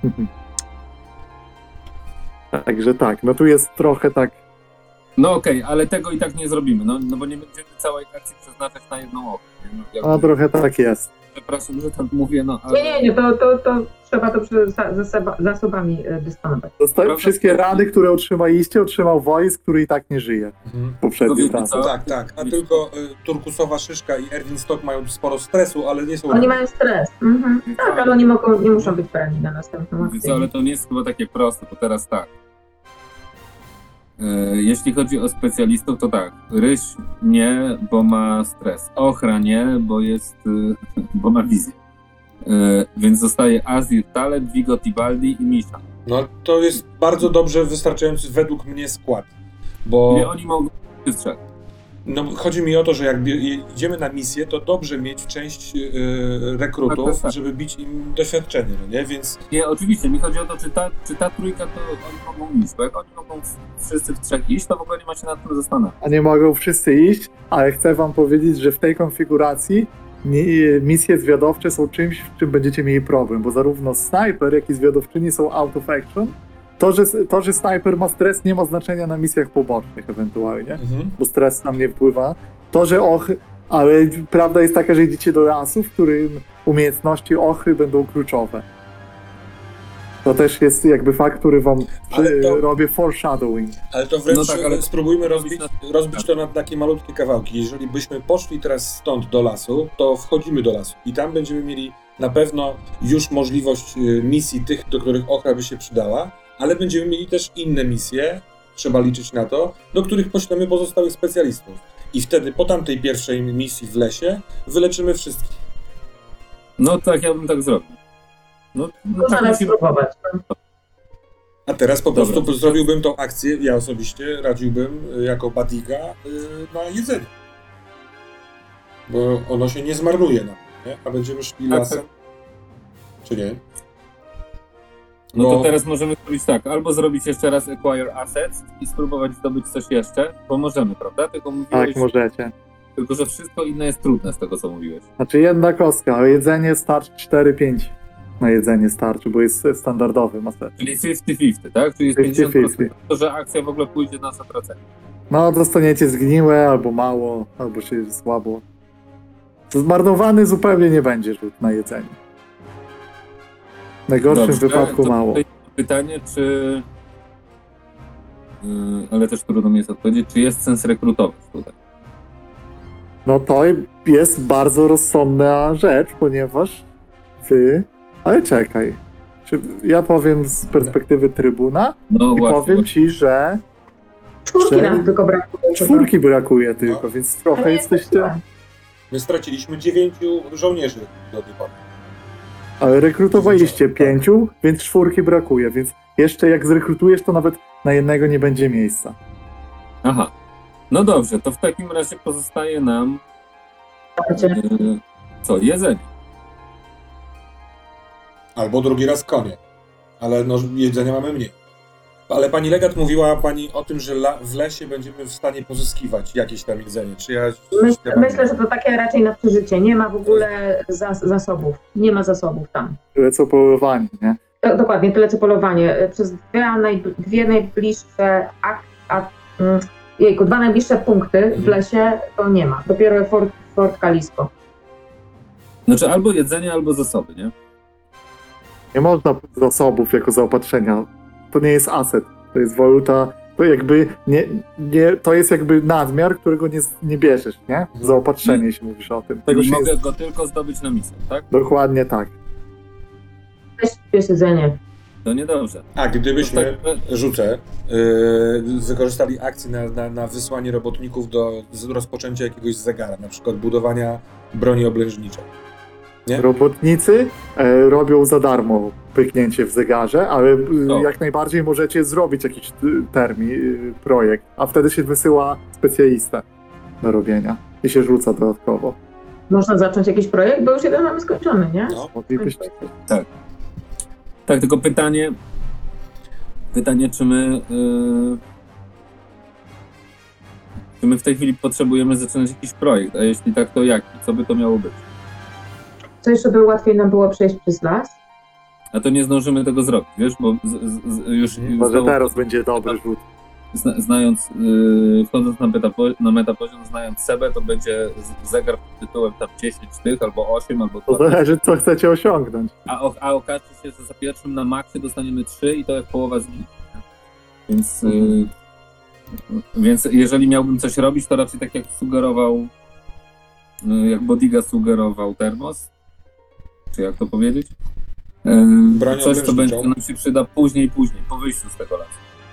Także tak, no tu jest trochę tak.
No okej, ale tego i tak nie zrobimy, no, no bo nie będziemy całej akcji przeznaczać na jedną okę. nie? No, jakby-
A trochę tak jest.
Przepraszam, że tak mówię, no ale...
Nie, nie, nie, to, to, to trzeba to przy za- zaseba- zasobami e, dysponować.
Dosta-
Prawda?
wszystkie rany, które otrzymaliście, otrzymał Wojs, który i tak nie żyje.
Mhm.
Poprzedni
wiecie
raz.
co?
Tak, tak. A tylko y, Turkusowa Szyszka i Erwin Stock mają sporo stresu, ale nie są...
Oni mają stres. Mhm. Tak, ale oni mogą, nie muszą być brani na następną
Wiecie co,
akcję.
ale to nie jest chyba takie proste, bo teraz tak. E, Jeśli chodzi o specjalistów, to tak. Ryś nie, bo ma stres. Ochra nie, bo jest, y, bo ma wizję. E, Więc zostaje Azir, Taleb, Vigo Tibaldi i Misha.
No to jest bardzo dobrze wystarczający według mnie skład, bo
Czyli oni mogą być trzech.
no, chodzi mi o to, że jak bie- idziemy na misję, to dobrze mieć część y, rekrutów,
Tak, tak, tak.
żeby bić im doświadczenie, no nie? Więc
Nie, oczywiście, mi chodzi o to, czy ta, czy ta trójka to oni mogą iść, bo jak oni mogą w- wszyscy w trzech iść, to w ogóle nie ma się nad tym zastanawiać.
A nie mogą wszyscy iść, ale chcę wam powiedzieć, że w tej konfiguracji nie, misje zwiadowcze są czymś, w czym będziecie mieli problem, bo zarówno snajper, jak i zwiadowczyni są out of action. To, że, to, że snajper ma stres, nie ma znaczenia na misjach pobocznych ewentualnie,
mhm.
bo stres nam nie wpływa. To, że och... Ale prawda jest taka, że idziecie do lasu, w którym umiejętności ochry będą kluczowe. To też jest jakby fakt, który wam
Ale
przy-
to-
robię foreshadowing.
Ale to wręcz
No tak, ale-
spróbujmy rozbić,
na-
rozbić to na takie malutkie kawałki. Jeżeli byśmy poszli teraz stąd do lasu, to wchodzimy do lasu i tam będziemy mieli na pewno już możliwość y, misji tych, do których ochra by się przydała, ale będziemy mieli też inne misje, trzeba liczyć na to, do których poślemy pozostałych specjalistów. I wtedy po tamtej pierwszej misji w lesie wyleczymy wszystkich.
No tak, ja bym tak zrobił. No, no
Można
tak
nas
musimy...
spróbować.
A teraz po
Dobra.
prostu zrobiłbym tą akcję, ja osobiście radziłbym y, jako badiga y, na jedzenie. Bo ono się nie zmarnuje nam, nie? A będziemy szli
Tak,
lasem. Czy nie?
No to
Bo-
teraz możemy zrobić tak, albo zrobić jeszcze raz Acquire Assets i spróbować zdobyć coś jeszcze, bo możemy, prawda? Tylko mówiłeś,
Tak, możecie.
tylko że wszystko inne jest trudne z tego, co mówiłeś.
Znaczy jedna kostka, ale jedzenie starczy cztery pięć. Na jedzenie starczy, bo jest standardowy maser.
Czyli pięćdziesiąt pięćdziesiąt, tak? Czyli jest
pięćdziesiąt
pięćdziesiąt procent
pięćdziesiąt.
to, że akcja w ogóle pójdzie na zatracenie.
No, dostaniecie zgniłe, albo mało, albo się słabo. Zmarnowany zupełnie nie będzie rzut na jedzenie. W najgorszym
Dobrze,
wypadku
to
mało.
tutaj pytanie, czy... Yy, ale też trudno mi jest odpowiedzieć, czy jest sens rekrutować tutaj?
No to jest bardzo rozsądna rzecz, ponieważ wy... Ale czekaj. Czy ja powiem z perspektywy trybuna
No
i
właśnie,
powiem ci, że
Czwórki
Cztery?
nam tylko brakuje.
czwórki brakuje tylko,
No.
więc
To
trochę
nie jest
jesteście...
źle.
My straciliśmy dziewięciu żołnierzy do tej pory.
Ale rekrutowaliście pięciu, więc czwórki brakuje, więc jeszcze jak zrekrutujesz, to nawet na jednego nie będzie miejsca.
Aha. No dobrze, to w takim razie pozostaje nam yy, co? Jedzenie.
Albo drugi raz konie. Ale no, jedzenia mamy mniej. Ale pani legat mówiła pani o tym, że la, w lesie będziemy w stanie pozyskiwać jakieś tam jedzenie. Czy ja...
Myśl,
ja
myślę, że to takie raczej na przeżycie. Nie ma w ogóle zas, zasobów. Nie ma zasobów tam.
Tyle co polowanie, nie?
To, dokładnie, tyle co polowanie. Przez dwie, najbl- dwie najbliższe ak, a, mm, jejku, dwa najbliższe punkty w lesie to nie ma. Dopiero Fort, Fort Kalisko.
Znaczy albo jedzenie, albo zasoby, nie?
Nie można zasobów jako zaopatrzenia. To nie jest aset, to jest waluta, to jakby nie, nie to jest jakby nadmiar, którego nie, nie bierzesz, nie? Zaopatrzenie, jeśli mówisz o tym. Tego
Czyli
się
mogę
jest...
go tylko zdobyć na misję, tak?
Dokładnie tak.
Weź jest jedzenie.
To niedobrze.
A gdybyśmy,
To tak,
rzucę, yy, wykorzystali akcję na, na, na wysłanie robotników do z rozpoczęcia jakiegoś zegara, na przykład budowania broni oblężniczej. Nie?
Robotnicy e, robią za darmo pyknięcie w zegarze, ale e,
No.
jak najbardziej możecie zrobić jakiś e, termin, e, projekt, a wtedy się wysyła specjalistę do robienia i się rzuca dodatkowo.
Można zacząć jakiś projekt, bo już jeden mamy skończony, nie?
No.
Moglibyście...
tak, tylko pytanie, pytanie, czy my, yy, czy my w tej chwili potrzebujemy zaczynać jakiś projekt, a jeśli tak, to jaki? Co by to miało być?
Coś, żeby łatwiej nam było przejść przez las.
A to nie zdążymy tego zrobić, wiesz, bo z, z, z, już
Może
znowu,
teraz będzie dobry rzut.
zna, znając, yy, wchodząc na, metapo, na metapoziom, znając Sebę, to będzie z- zegar pod tytułem tam dziesięć tych, albo osiem, albo
To
dwa.
zależy, co chcecie osiągnąć.
A, o- a okaże się, że za pierwszym na maksie dostaniemy trzy i to jak połowa z nich. Więc,
Mhm.
yy, więc jeżeli miałbym coś robić, to raczej tak jak sugerował, yy, jak Bodiga sugerował Termos, czy jak to powiedzieć? Yy,
Broń
coś, co będzie,
oblężniczą.
co nam się przyda później, później, po wyjściu z tego lasu.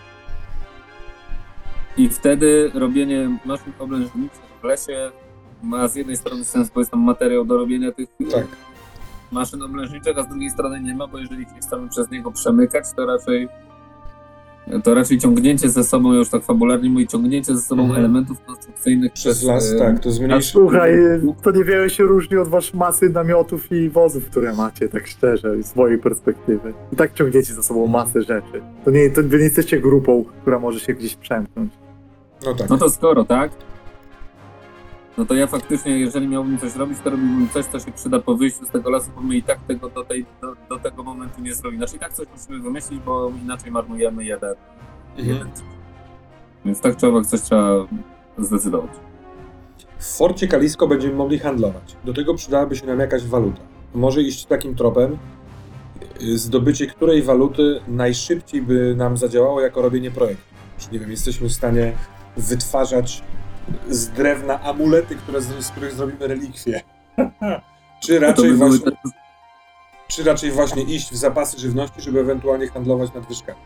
I wtedy robienie maszyn oblężniczych w lesie ma z jednej strony sens, bo jest tam materiał do robienia tych
Tak.
maszyn oblężniczych, a z drugiej strony nie ma, bo jeżeli nie chcemy przez niego przemykać, to raczej to raczej ciągnięcie ze sobą, już tak fabularnie mówię, ciągnięcie ze sobą
Mhm.
elementów konstrukcyjnych
Przez las,
e,
tak, to
A
zmniejszy.
słuchaj, to niewiele się różni od waszej masy namiotów i wozów, które macie, tak szczerze, z mojej perspektywy. I tak ciągniecie za sobą masę rzeczy. To nie, to wy nie jesteście grupą, która może się gdzieś przemknąć.
No tak.
No to skoro tak, no to ja faktycznie, jeżeli miałbym coś robić, to robiłbym coś, co się przyda po wyjściu z tego lasu, bo my i tak tego do, tej, do, do tego momentu nie zrobimy. Znaczy i tak coś musimy wymyślić, bo inaczej marnujemy jeden.
Mhm.
jeden. Więc tak czy owak coś trzeba zdecydować.
W Forcie Kalisko będziemy mogli handlować. Do tego przydałaby się nam jakaś waluta. Może iść takim tropem, y, zdobycie której waluty najszybciej by nam zadziałało jako robienie projektu. Czy nie wiem, jesteśmy w stanie wytwarzać z drewna amulety, które z, z których zrobimy relikwie. czy,
No to
raczej
by były
właśnie,
te,
czy raczej właśnie iść w zapasy żywności, żeby ewentualnie handlować nadwyżkami.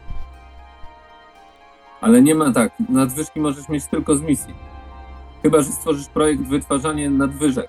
ale nie ma tak, nadwyżki możesz mieć tylko z misji. Chyba że stworzysz projekt wytwarzania nadwyżek.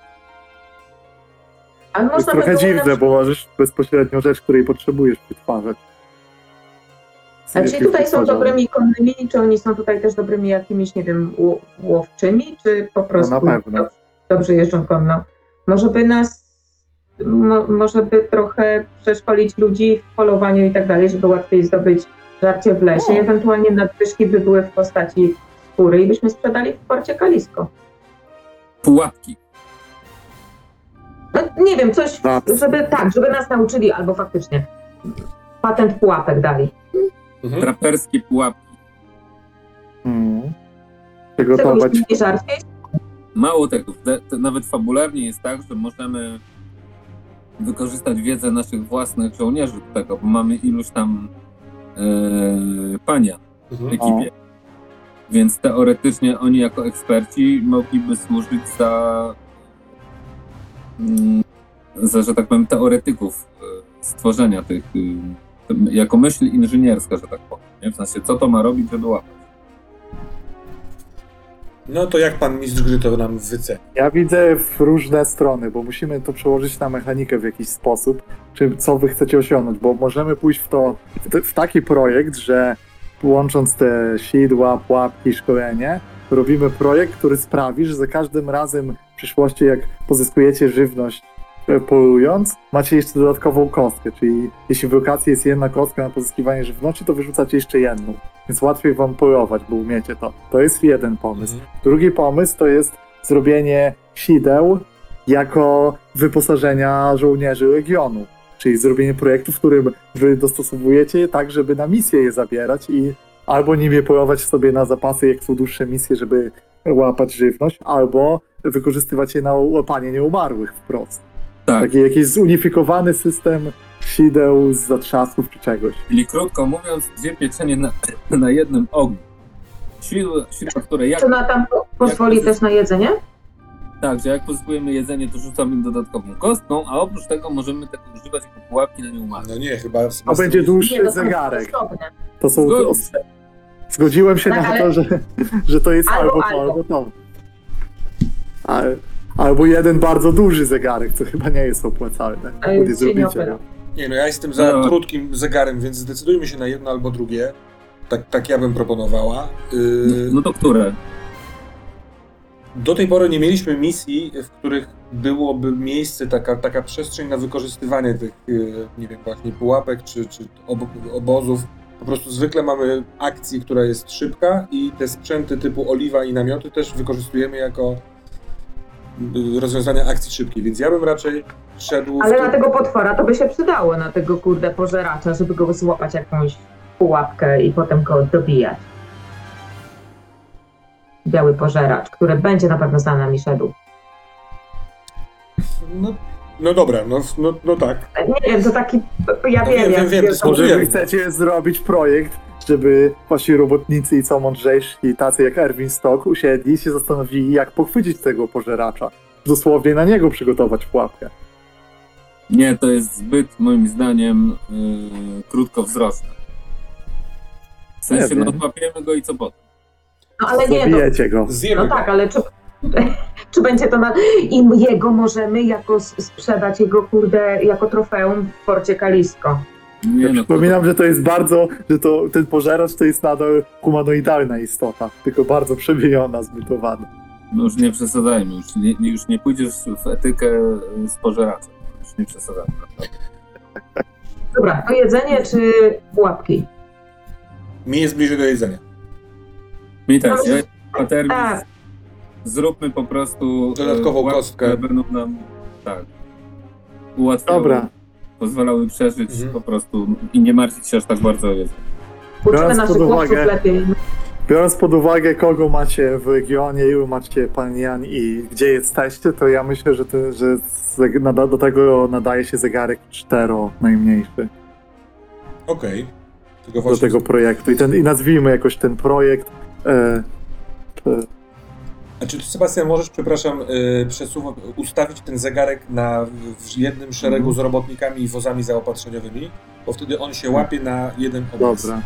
Ale
To jest
można
trochę
by było na
dziwne, bo możesz bezpośrednio rzecz, której potrzebujesz wytwarzać.
A
Jest
czy
już
tutaj są
wytwarzane.
dobrymi konnymi, czy oni są tutaj też dobrymi jakimiś, nie wiem, ło- łowczymi, czy po prostu
No na pewno.
dob- dobrze jeżdżą konno? Może by nas, mo, może by trochę przeszkolić ludzi w polowaniu i tak dalej, żeby łatwiej zdobyć żarcie w lesie.
No.
Ewentualnie nadwyżki by były w postaci skóry i byśmy sprzedali w porcie Kalisko.
Pułapki.
No, nie wiem, coś,
Tak.
żeby tak, żeby nas nauczyli, albo faktycznie patent pułapek dali.
Mhm.
Traperskie pułapki.
Hmm.
Czego
Przygotować,
byśmy nie żarcie?
Mało tego, te- te nawet fabularnie jest tak, że możemy wykorzystać wiedzę naszych własnych żołnierzy do tego, bo mamy iluś tam e, pania w
Mhm.
ekipie. Więc teoretycznie oni jako eksperci mogliby służyć za, mm, za że tak powiem, teoretyków e, stworzenia tych, e, jako myśl inżynierska, że tak powiem. Nie? W sensie, co to ma robić, żeby łapać.
No to jak pan mistrz gry to nam wyceni?
Ja widzę w różne strony, bo musimy to przełożyć na mechanikę w jakiś sposób, czy co wy chcecie osiągnąć, bo możemy pójść w to, w, te- w taki projekt, że łącząc te sidła, pułapki, szkolenie, robimy projekt, który sprawi, że za każdym razem w przyszłości, jak pozyskujecie żywność e, polując, macie jeszcze dodatkową kostkę, czyli jeśli w lokacji jest jedna kostka na pozyskiwanie żywności, to wyrzucacie jeszcze jedną, więc łatwiej wam polować, bo umiecie to. To jest jeden pomysł. Drugi pomysł to jest zrobienie sideł jako wyposażenia żołnierzy Legionu. Czyli zrobienie projektu, w którym wy dostosowujecie je tak, żeby na misję je zabierać i albo nimi polować sobie na zapasy, jak są dłuższe misje, żeby łapać żywność, albo wykorzystywać je na łapanie nieumarłych wprost.
Tak,
Taki jakiś zunifikowany system sideł z zatrzasków czy czegoś.
czyli krótko mówiąc, dwie pieczenie na, na jednym ogniu. Sidła, sidła, które jak,
Czy na tam po- pozwoli
Jak to
też na jedzenie?
tak, że jak pozyskujemy jedzenie, to rzucamy im dodatkową kostką, a oprócz tego możemy tego używać jako pułapki na nieumarłych.
No nie, chyba...
A będzie dłuższy
Nie, to są
zegarek.
osobne.
To są...
Zgodził
os- Zgodziłem się
Tak,
na
ale-
to, że, że to jest albo,
Albo,
to,
albo.
albo to. Ale, albo jeden bardzo duży zegarek, co chyba nie jest opłacalne.
Ale
Bo nie
się nie
zrobicie.
opera.
Nie, no ja jestem za
No.
krótkim zegarem, więc zdecydujmy się na jedno albo drugie. Tak, tak ja bym proponowała. Yy,
No to które?
Do tej pory nie mieliśmy misji, w których byłoby miejsce, taka, taka przestrzeń na wykorzystywanie tych, yy, nie wiem, właśnie pułapek czy, czy ob- obozów. Po prostu zwykle mamy akcję, która jest szybka i te sprzęty typu oliwa i namioty też wykorzystujemy jako yy, rozwiązania akcji szybkiej, więc ja bym raczej szedł
Ale
w
na
to...
tego potwora to by się przydało, na tego kurde pożeracza, żeby go złapać jakąś pułapkę i potem go dobijać. Biały pożeracz, który będzie na pewno za nami szedł.
No, no dobra, no, no, no tak.
Nie wiem, to taki, ja
No
wiem,
wiem,
jak
wiem, wiem,
wiesz,
to
Może
Wiem.
wy chcecie zrobić projekt, żeby wasi robotnicy i co mądrzejsi, tacy jak Erwin Stock, usiedli i się zastanowili, jak pochwycić tego pożeracza. Dosłownie na niego przygotować pułapkę.
Nie, to jest zbyt, moim zdaniem, yy, krótkowzroczne. W sensie,
Nie
no
wiem.
złapiemy go i co potem?
no ale nie, no,
Zabijecie go.
Zjemy
no
go.
tak, ale czy, czy będzie to na... I jego możemy jako s- sprzedać, jego kurde, jako trofeum w porcie Kalisko.
Nie,
Ja
no, to,
przypominam, że to jest bardzo, że to, ten pożeracz to jest nadal humanoidalna istota, tylko bardzo przemieniona, zmutowana.
no już nie przesadzajmy, już nie, nie- już nie pójdziesz w etykę yy, z pożeraczem. Już nie przesadzajmy. naprawdę.
Dobra, to jedzenie czy pułapki?
Mi jest bliżej do jedzenia.
Mi też,
No,
ja paterni,
tak.
zróbmy po prostu
Dodatkową
yy, pułapki,
kostkę.
które będą nam, tak, ułatwiały,
Dobra.
pozwalały przeżyć
Mhm.
po prostu i nie martwić się aż tak bardzo o jedzenie.
Uczymy
Biorąc
naszych
pod
chłopców
uwagę-
lepiej.
Biorąc pod uwagę, kogo macie w regionie, ilu macie panian i gdzie jesteście, to ja myślę, że, to, że zeg- nada, do tego nadaje się zegarek cztero najmniejszy
Okej. Tylko
do
właśnie...
tego projektu. I, ten, i nazwijmy jakoś ten projekt. E, e,
A czy ty, Sebastian, możesz, przepraszam, yy, przesuwa- ustawić ten zegarek na, w jednym szeregu z robotnikami i wozami zaopatrzeniowymi? Bo wtedy on się łapie na jeden obraz.
dobra.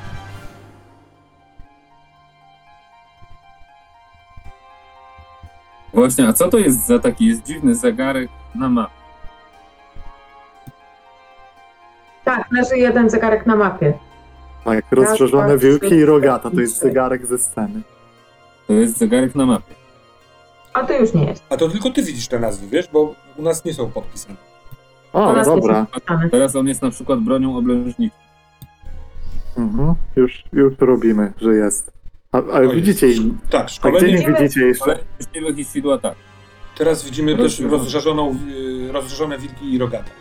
Właśnie, a co to jest za taki jest dziwny zegarek na mapie?
Tak, leży jeden zegarek na mapie.
Tak, rozszerzone
tak,
wilki
tak,
i rogata, to
tak.
jest zegarek ze sceny.
To jest zegarek na mapie.
A to już nie jest.
A to tylko ty widzisz te nazwy, wiesz? Bo u nas nie są podpisane.
O,
Teraz
dobra.
Napisane.
Teraz on jest na przykład bronią oblężniczą.
Mhm. Już, już robimy, że jest. A, ale
O,
widzicie,
jest.
im-
Tak,
a gdzie
szkolenie.
nie widzicie jeszcze?
Ale szczęśliwych i sidła tak.
Teraz widzimy też
Rozszerzone.
rozżarzoną, yy, rozżarzone wilki i rogata.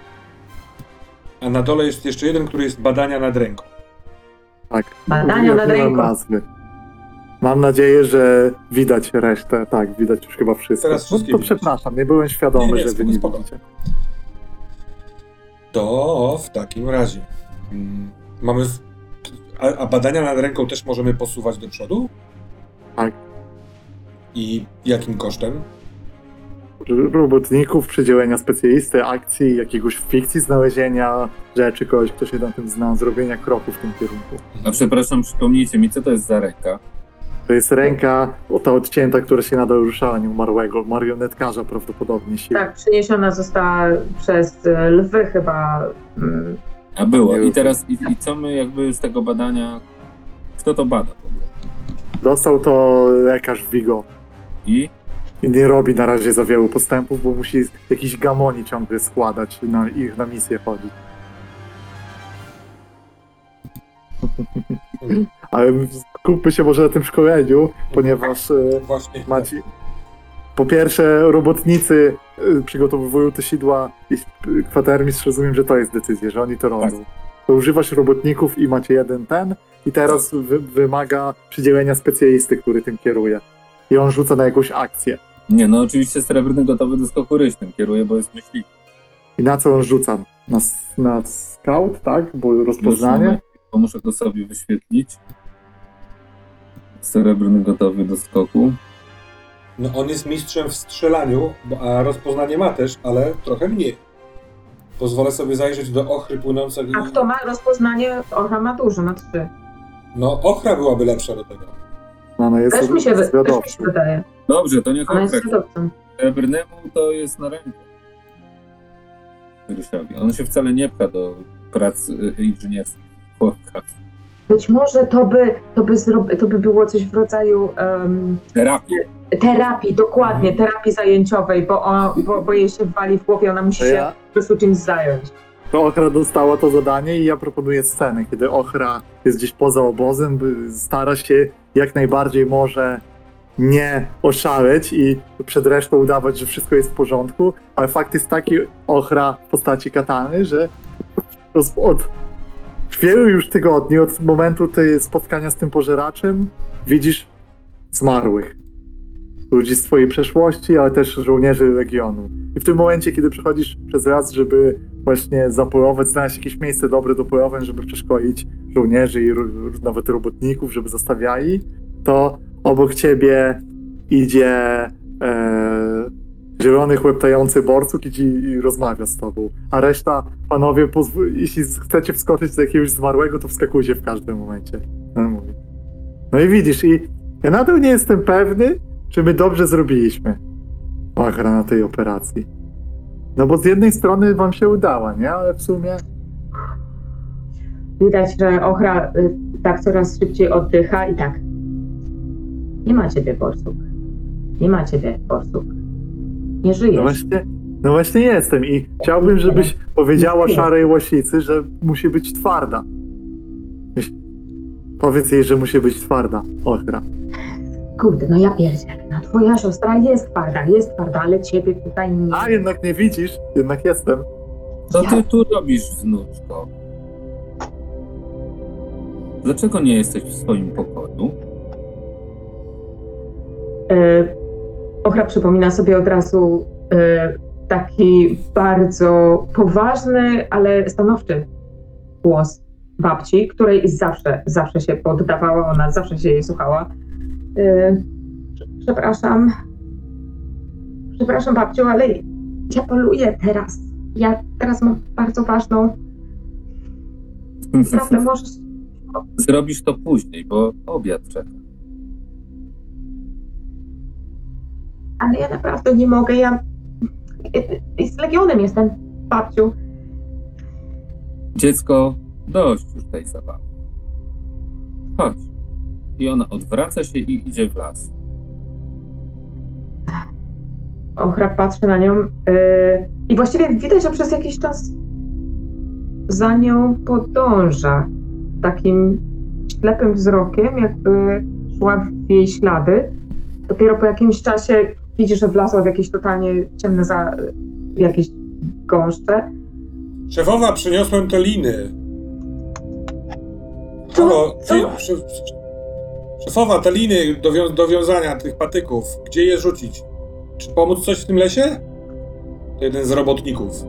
A na dole jest jeszcze jeden, który jest badania nad ręką.
Tak.
Badania
Ja
nad
nie mam
ręką.
nazwy. Mam nadzieję, że widać resztę. Tak, widać już chyba wszystko.
Teraz wszystkie
no to
widać.
przepraszam, nie byłem świadomy,
Nie, nie,
że wy
spoko,
nie
spoko.
widzicie.
To w takim razie mm, mamy... W... A, a badania nad ręką też możemy posuwać do przodu?
Tak.
I jakim kosztem?
Robotników, przydzielenia specjalisty, akcji, jakiegoś fikcji znalezienia rzeczy, kogoś, kto się na tym zna, zrobienia kroku w tym kierunku.
A przepraszam, przypomnijcie mi, co to jest za ręka?
To jest ręka, o, ta odcięta, która się nadal ruszała, nieumarłego, marionetkarza prawdopodobnie. Siły.
Tak, przyniesiona została przez e, lwy chyba. mm,
A było.
Nie
I
wiem.
teraz, i, i co my jakby z tego badania, kto to bada w ogóle?
Dostał to lekarz Vigo.
I?
I nie robi na razie za wielu postępów, bo musi jakiś gamoni ciągle składać i na ich na misję chodzić. Ale skupmy się może na tym szkoleniu, ponieważ e,
Właśnie.
macie... Po pierwsze, robotnicy e, przygotowują te sidła i e, kwatermistrz, rozumiem, że to jest decyzja, że oni to robią. To używasz robotników i macie jeden ten i teraz wy, wymaga przydzielenia specjalisty, który tym kieruje. I on rzuca na jakąś akcję.
Nie, no oczywiście srebrny gotowy do skoku ryśnym kieruje, bo jest myśliwy.
I na co on rzuca? Na, s- na scout, tak? Bo rozpoznanie?
Bo muszę go sobie wyświetlić. Srebrny gotowy do skoku.
No on jest mistrzem w strzelaniu, bo, a rozpoznanie ma też, ale trochę mniej. Pozwolę sobie zajrzeć do ochry płynącego.
A kto ma rozpoznanie? Ochra ma dużo, na trzy.
No ochra byłaby lepsza do tego.
No, ona jest
Też mi się, wy- też mi się
zwiadowcą.
wydaje.
Dobrze, to niech
Ona jest
okres.
zwiadowcą.
Srebrnemu to jest na rękę. Rysiowi. On się wcale nie pcha do prac y, inżynierskich. Chłopka.
Być może to by, to by, zro- to by było coś w rodzaju em,
Terapii.
terapii, dokładnie, terapii zajęciowej, bo, o, bo, bo jej się wali w głowie, ona musi
To
się
ja-
po prostu czymś zająć.
To Ochra dostała to zadanie i ja proponuję scenę, kiedy Ochra jest gdzieś poza obozem, by stara się jak najbardziej może nie oszaleć i przed resztą udawać, że wszystko jest w porządku, ale fakt jest taki, Ochra w postaci katany, że roz- od wielu już tygodni, od momentu tej spotkania z tym pożeraczem, widzisz zmarłych. Ludzi z twojej przeszłości, ale też żołnierzy Legionu. I w tym momencie, kiedy przechodzisz przez raz, żeby właśnie zapolować, znaleźć jakieś miejsce dobre do polowań, żeby przeszkolić żołnierzy i ro- nawet robotników, żeby zostawiali, to obok ciebie idzie e, zielony, chłeptający borsuk i, ci, i rozmawia z tobą. A reszta, panowie, pozw- jeśli chcecie wskoczyć do jakiegoś zmarłego, to wskakujcie w każdym momencie. No, mówię. No i widzisz, i ja nadal nie jestem pewny, czy my dobrze zrobiliśmy Ochra na tej operacji. No bo z jednej strony wam się udała, nie? Ale w sumie...
Widać, że Ochra y, tak coraz szybciej oddycha i tak. Nie ma ciebie, Borsuk. Nie ma ciebie, Borsuk. Nie
No
żyjesz.
właśnie, no właśnie jestem i chciałbym, żebyś powiedziała szarej łasicy, że musi być twarda. Myśl- Powiedz jej, że musi być twarda, Ochra.
Kurde, no ja pierdzielę. No, twoja siostra jest twarda, jest twarda, ale ciebie tutaj nie...
A, jednak nie widzisz? Jednak jestem.
Co ty tu robisz, wnuczko? Dlaczego nie jesteś w swoim pokoju?
E, Ochra przypomina sobie od razu e, taki bardzo poważny, ale stanowczy głos babci, której zawsze, zawsze się poddawała, ona zawsze się jej słuchała. E, przepraszam, przepraszam babciu, ale ja poluję teraz. Ja teraz mam bardzo ważną, naprawdę możesz...
Zrobisz to później, bo obiad czeka.
Ale ja naprawdę nie mogę, ja... I z Legionem jestem, babciu.
Dziecko, dość już tej zabawy. Chodź. I ona odwraca się i idzie w las.
Ochra patrzy na nią yy, i właściwie widać, że przez jakiś czas za nią podąża. Takim ślepym wzrokiem, jakby szła w jej ślady. Dopiero po jakimś czasie widzi, że wlazła w jakieś totalnie ciemne za... jakieś gąszcze.
Szefowa, przyniosłem te liny.
Co?
Halo,
Co?
ty, prze, Szefowa, te liny do, wią- do wiązania tych patyków, gdzie je rzucić? Czy pomóc coś w tym lesie? To jeden z robotników.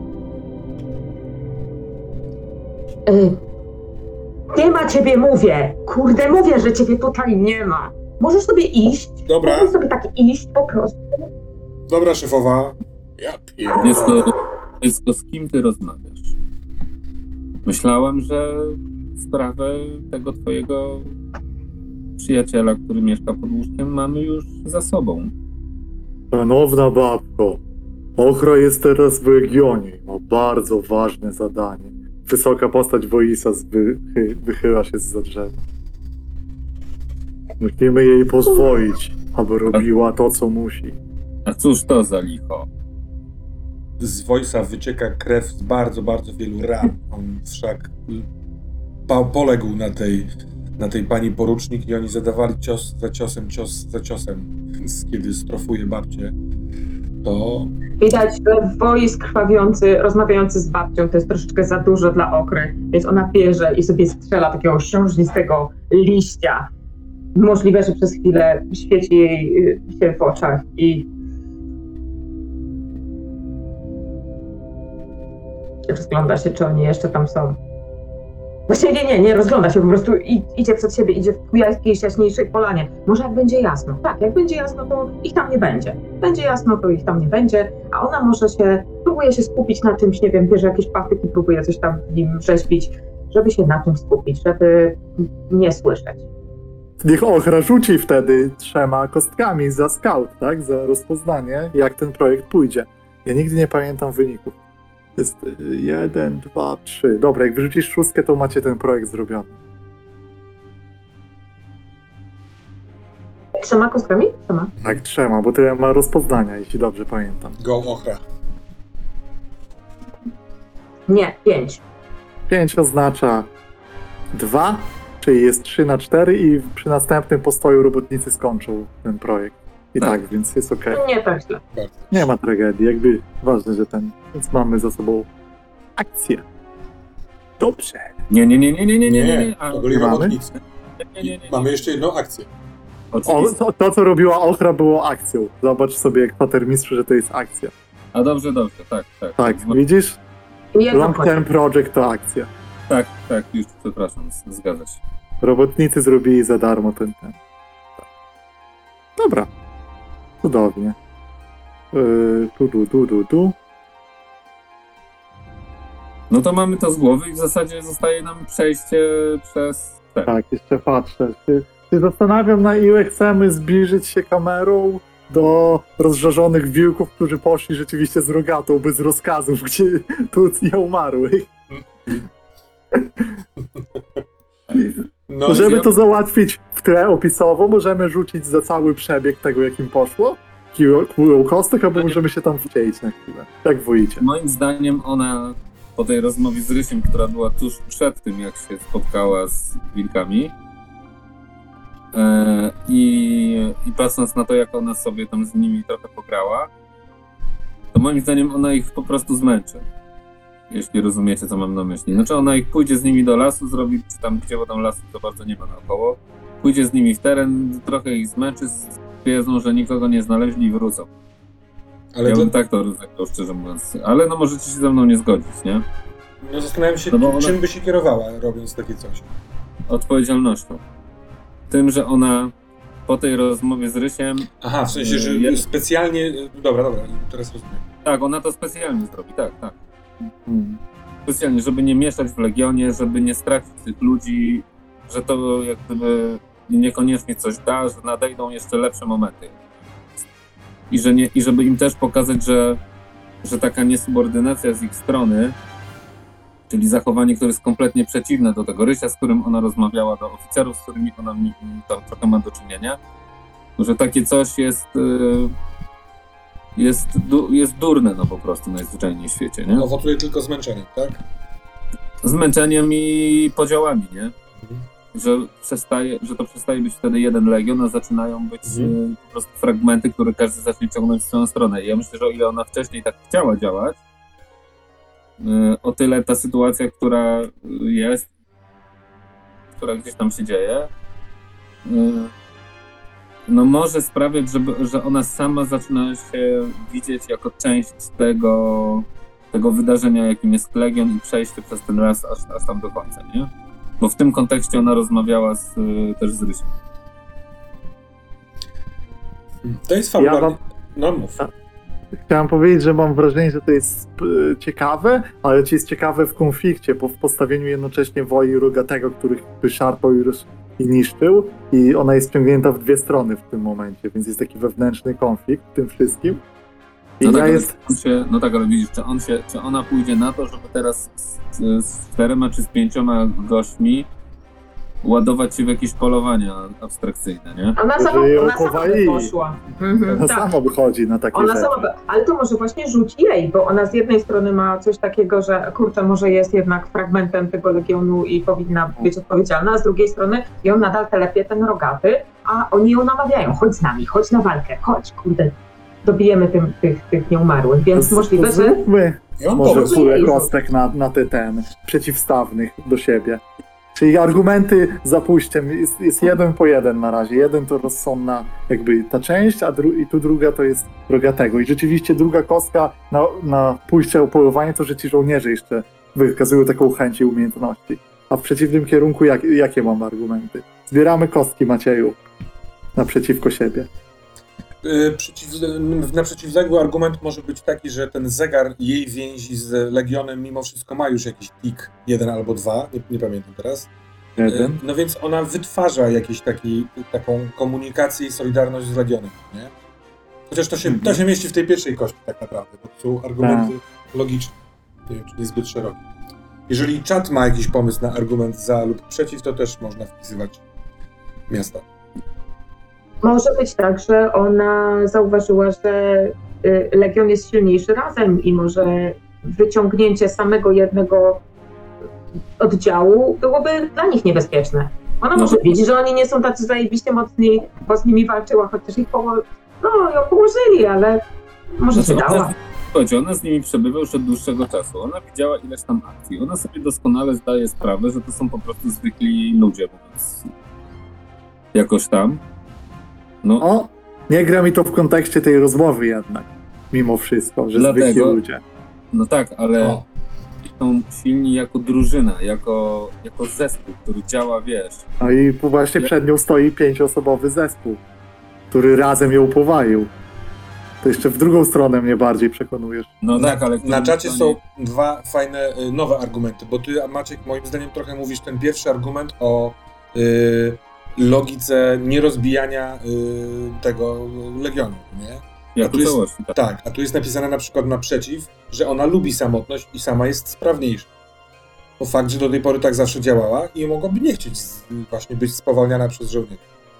Y, nie ma ciebie, mówię. Kurde, mówię, że ciebie tutaj nie ma. Możesz sobie iść.
Dobra,
Możesz sobie tak iść po prostu.
dobra, szefowa. Ja pierdolę.
Dziecko, dziecko, z kim ty rozmawiasz? Myślałem, że sprawę tego twojego przyjaciela, który mieszka pod łóżkiem, mamy już za sobą.
Szanowna babko, Ochra jest teraz w regionie i ma bardzo ważne zadanie. Wysoka postać Woisa wychy- wychyla się zza drzewa. Musimy jej pozwolić, aby robiła to, co musi.
A cóż to za licho?
Z Wojsa wycieka krew z bardzo, bardzo wielu ran. On wszak pa- poległ na tej, na tej pani porucznik i oni zadawali cios za ciosem, cios za ciosem. Więc kiedy strofuje babcię, to
Widać, że Wois krwawiący, rozmawiający z babcią, to jest troszeczkę za dużo dla Okry, więc ona bierze i sobie strzela takiego książnistego liścia. Możliwe, że przez chwilę świeci jej y, się w oczach i rozgląda się, czy oni jeszcze tam są. Właściwie nie, nie, nie rozgląda się, po prostu i, idzie przed siebie, idzie w jakiejś jaśniejszej polanie. Może jak będzie jasno. Tak, jak będzie jasno, to ich tam nie będzie. Będzie jasno, to ich tam nie będzie, a ona może się, próbuje się skupić na czymś, nie wiem, bierze jakieś patyki, próbuje coś tam w nim rzeźbić, żeby się na czymś skupić, żeby nie słyszeć.
Niech Ochra rzuci wtedy trzema kostkami za scout, tak? Za rozpoznanie, jak ten projekt pójdzie. Ja nigdy nie pamiętam wyników. Jest y, jeden, dwa, trzy. Dobra, jak wyrzucisz szóstkę, to macie ten projekt zrobiony.
Trzema kostkami? Trzema.
Tak, trzema, bo tyle ma rozpoznania, jeśli dobrze pamiętam.
go Ochra.
Nie, pięć.
Pięć oznacza dwa, czyli jest trzy na cztery i przy następnym postoju robotnicy skończą ten projekt. I tak,
Tak.
więc jest okej.
Nie tak źle.
Bardzo.
Nie ma tragedii, jakby ważne, że ten. Więc mamy za sobą akcję. Dobrze.
Nie, nie, nie, nie, nie, nie, nie, nie, nie. A,
to byli
mamy?
robotnicy.
nie, nie, nie, nie.
Mamy jeszcze jedną akcję.
O,
Oczywiście.
to, to, co robiła Ochra, było akcją. Zobacz sobie, jak kwatermistrzu, że to jest akcja.
A dobrze, dobrze, tak, tak.
Tak,
Zgo-
widzisz?
I jedną
Long term project to akcja.
Tak, tak, już przepraszam, z- zgadza się.
Robotnicy zrobili za darmo ten ten. Tak. Dobra. Cudownie. Yy, tu, tu, tu, tu, tu.
No to mamy to z głowy i w zasadzie zostaje nam przejście przez ten.
Tak, jeszcze patrzę. Się, się zastanawiam, na ile chcemy zbliżyć się kamerą do rozżarzonych wilków, którzy poszli rzeczywiście z rogatą, bez rozkazów, gdzie tuc nie umarłych.
No,
Możemy
ja-
to załatwić w tle opisowo, możemy rzucić za cały przebieg tego, jakim poszło. Kulą kostek, albo możemy się tam wcielić na chwilę. Jak wolicie.
Moim zdaniem ona po tej rozmowie z Rysiem, która była tuż przed tym, jak się spotkała z wilkami e, i, i patrząc na to, jak ona sobie tam z nimi trochę pograła, to moim zdaniem ona ich po prostu zmęczy. Jeśli rozumiecie, co mam na myśli. Znaczy ona ich pójdzie z nimi do lasu, zrobi czy tam gdzie, bo tam lasu to bardzo nie ma naokoło. Pójdzie z nimi w teren, trochę ich zmęczy, stwierdzą, że nikogo nie znaleźli i wrócą.
ale
Ja
to,
bym tak to rozegrał, szczerze mówiąc. Ale no możecie się ze mną nie zgodzić, nie?
no zastanawiam się,
No bo ona-
czym by się kierowała, robiąc takie coś.
Odpowiedzialnością. Tym, że ona po tej rozmowie z Rysiem,
Aha, w sensie, że
Ja-
specjalnie... Dobra, dobra, teraz rozumiem.
tak, ona to specjalnie zrobi, tak, tak.
Hmm.
Specjalnie, żeby nie mieszać w Legionie, żeby nie stracić tych ludzi, że to jak gdyby niekoniecznie coś da, że nadejdą jeszcze lepsze momenty. I, że nie, i żeby im też pokazać, że, że taka niesubordynacja z ich strony, czyli zachowanie, które jest kompletnie przeciwne do tego Rysia, z którym ona rozmawiała, do oficerów, z którymi ona mi- tam trochę ma do czynienia, że takie coś jest, y, jest, du, jest durne, no po prostu najzwyczajniej w świecie, nie?
Owocuje tylko zmęczeniem, tak?
Zmęczeniem i podziałami, nie?
Mhm.
Że, przestaje, że to przestaje być wtedy jeden legion, a zaczynają być
Mhm.
y, po prostu fragmenty, które każdy zacznie ciągnąć w swoją stronę. I ja myślę, że o ile ona wcześniej tak chciała działać, y, o tyle ta sytuacja, która jest, która gdzieś tam się dzieje, y, no może sprawiać, żeby, że ona sama zaczyna się widzieć jako część tego, tego wydarzenia, jakim jest Legion i przejście przez ten raz aż, aż tam do końca, nie? Bo w tym kontekście ona rozmawiała z, też z Rysiem.
To jest fabularnie...
Ja wam-
No mów.
Chciałem powiedzieć, że mam wrażenie, że to jest e, ciekawe, ale to jest ciekawe w konflikcie, bo w postawieniu jednocześnie Woi Rogatego, który szarpał i, roz- i niszczył, i ona jest ciągnięta w dwie strony w tym momencie, więc jest taki wewnętrzny konflikt w tym wszystkim. I
No tak,
ja
ale
jest...
on się, no tak, ale widzisz, czy, on się, czy ona pójdzie na to, żeby teraz z, z czterema czy z pięcioma gośćmi ładować się w jakieś polowania abstrakcyjne, nie?
Ona
Że
sama,
ją
ona sama by
chowali.
poszła. Mhm,
Ona
tak.
sama wychodzi na takie
Ona
rzeczy.
sama, by- ale to może właśnie rzuci jej, bo ona z jednej strony ma coś takiego, że kurczę, może jest jednak fragmentem tego Legionu i powinna być odpowiedzialna, a z drugiej strony ją nadal telepie ten Rogaty, a oni ją namawiają, chodź z nami, chodź na walkę, chodź, kurde, dobijemy tym, tych, tych nieumarłych, więc
To-
możliwe,
to
że
zróbmy
Ja mam
może
pomysł.
pulę kostek na, na te ten, przeciwstawnych do siebie. Czyli argumenty zapuśćcie, jest, jest jeden po jeden na razie. Jeden to rozsądna jakby ta część, a dru- i tu druga to jest Rogatego. I rzeczywiście druga kostka na, na pójście o polowanie to, że ci żołnierze jeszcze wykazują taką chęć i umiejętności. A w przeciwnym kierunku jak, jakie mam argumenty? Zbieramy kostki, Macieju, naprzeciwko siebie.
Y, Przeciw, na przeciwległy argument może być taki, że ten zegar jej więzi z Legionem mimo wszystko ma już jakiś tik, jeden albo dwa, nie, nie pamiętam teraz. Y,
Jeden.
No więc ona wytwarza jakiś taki, taką komunikację i solidarność z Legionem, nie? Chociaż to się,
Mhm.
to się mieści w tej pierwszej kości tak naprawdę, bo to są argumenty logiczne, nie wiem, czy nie zbyt szerokie. Jeżeli czat ma jakiś pomysł na argument za lub przeciw, to też można wpisywać miasta.
może być tak, że ona zauważyła, że y, Legion jest silniejszy razem i może wyciągnięcie samego jednego oddziału byłoby dla nich niebezpieczne. Ona
No.
może widzi, że oni nie są tacy zajebiście mocni, bo z nimi walczyła, chociaż ich poło- no, ją położyli, ale może się
Znaczy,
dała.
ona, słuchajcie, ona z nimi przebywa już od dłuższego czasu. Ona widziała ileś tam akcji. Ona sobie doskonale zdaje sprawę, że to są po prostu zwykli ludzie, mówiąc jakoś tam. No,
O, nie gra mi to w kontekście tej rozmowy jednak, mimo wszystko, że
Dlatego-
zwykli ludzie.
no tak, ale
O.
są silni jako drużyna, jako, jako zespół, który działa, wiesz.
No i tu właśnie
Ja-
przed nią stoi pięcioosobowy zespół, który razem ją powalił. To jeszcze w drugą stronę mnie bardziej przekonujesz.
No
Na,
tak, ale...
na czacie
to
są
nie-
dwa fajne, y, nowe argumenty, bo ty, Maciek, moim zdaniem trochę mówisz ten pierwszy argument o y, logice nierozbijania y, tego Legionu, nie?
Jako
tu jest-
całości, tak.
Tak, a tu jest napisane na przykład naprzeciw, że ona lubi samotność i sama jest sprawniejsza. To fakt, że do tej pory tak zawsze działała i mogłaby nie chcieć z, właśnie być spowalniana przez żołnierzy.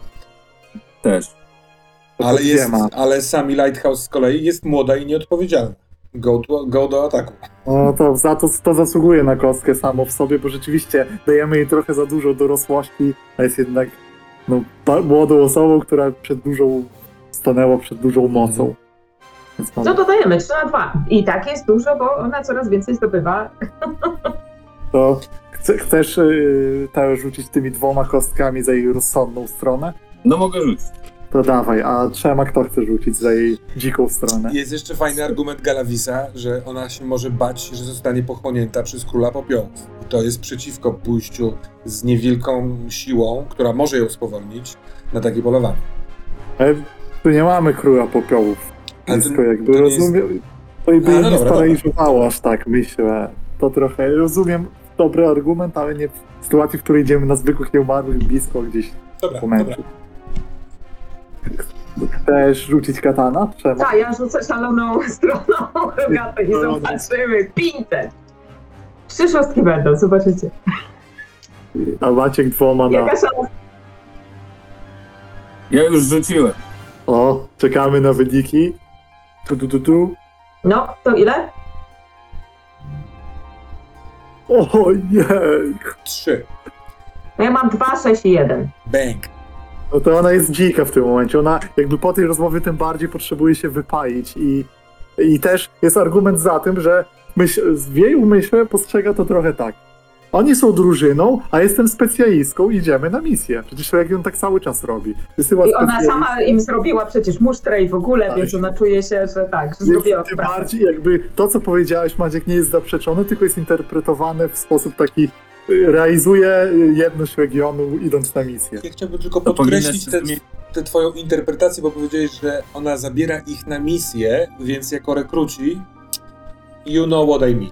Też.
To
Ale,
to
jest,
ma.
ale Sami Lighthouse z kolei jest młoda i nieodpowiedzialna. Go, to, go do ataku.
No to za to, to zasługuje na kostkę samo w sobie, bo rzeczywiście dajemy jej trochę za dużo dorosłości, a jest jednak no, ba- młodą osobą, która przed dużą stanęła przed dużą mocą. Więc mam,
No to dajemy trzy na dwa. I tak jest dużo, bo ona coraz więcej zdobywa.
to chce, chcesz yy, też rzucić tymi dwoma kostkami za jej rozsądną stronę?
No mogę rzucić.
To dawaj, a trzema kto chce rzucić za jej dziką stronę?
Jest jeszcze fajny argument Galavisa, że ona się może bać, że zostanie pochłonięta przez króla popiołów. I to jest przeciwko pójściu z niewielką siłą, która może ją spowolnić, na takie polowanie.
Ale tu nie mamy króla popiołów.
Ale to-
Blisko jakby
to nie jest-
rozumiem. To i by
A,
jej
no
nie
dobra,
sparaliżowało aż tak, myślę. To trochę rozumiem dobry argument, ale nie w sytuacji, w której idziemy na zwykłych nieumarłych blisko gdzieś
Dobra,
po
dobra.
meczu. Chcesz rzucić katana? Trzeba.
Tak, ja rzucę szaloną stroną Rogatej i
No, no.
zobaczymy. pięćset. Trzy szóstki będą, zobaczycie.
A Maciek dwoma na...
Jaka szalona?
Ja już rzuciłem.
O, czekamy na wyniki. Tu, tu, tu, tu.
No, to ile?
Ojej!
Trzy.
No ja mam dwa, sześć i jeden.
Bang.
No to ona jest dzika w tym momencie. Ona jakby po tej rozmowie tym bardziej potrzebuje się wypalić i, i też jest argument za tym, że myśl, w jej umyśle postrzega to trochę tak. oni są drużyną, a jestem specjalistką, idziemy na misję. Przecież Legion tak cały czas robi. Wysyła
I ona
specjalistów.
sama im zrobiła przecież musztrę i w ogóle,
Tak.
więc ona czuje się, że tak, że
Jest
zrobiła
tym
sprawę.
bardziej jakby to, co powiedziałeś, Maciek, nie jest zaprzeczone, tylko jest interpretowane w sposób taki, y, realizuje jedność regionu, idąc na misję.
Ja chciałbym tylko
To powinno
podkreślić
się
tę
zmienić.
tę twoją interpretację, bo powiedziałeś, że ona zabiera ich na misję, więc jako rekruci you know what I mean.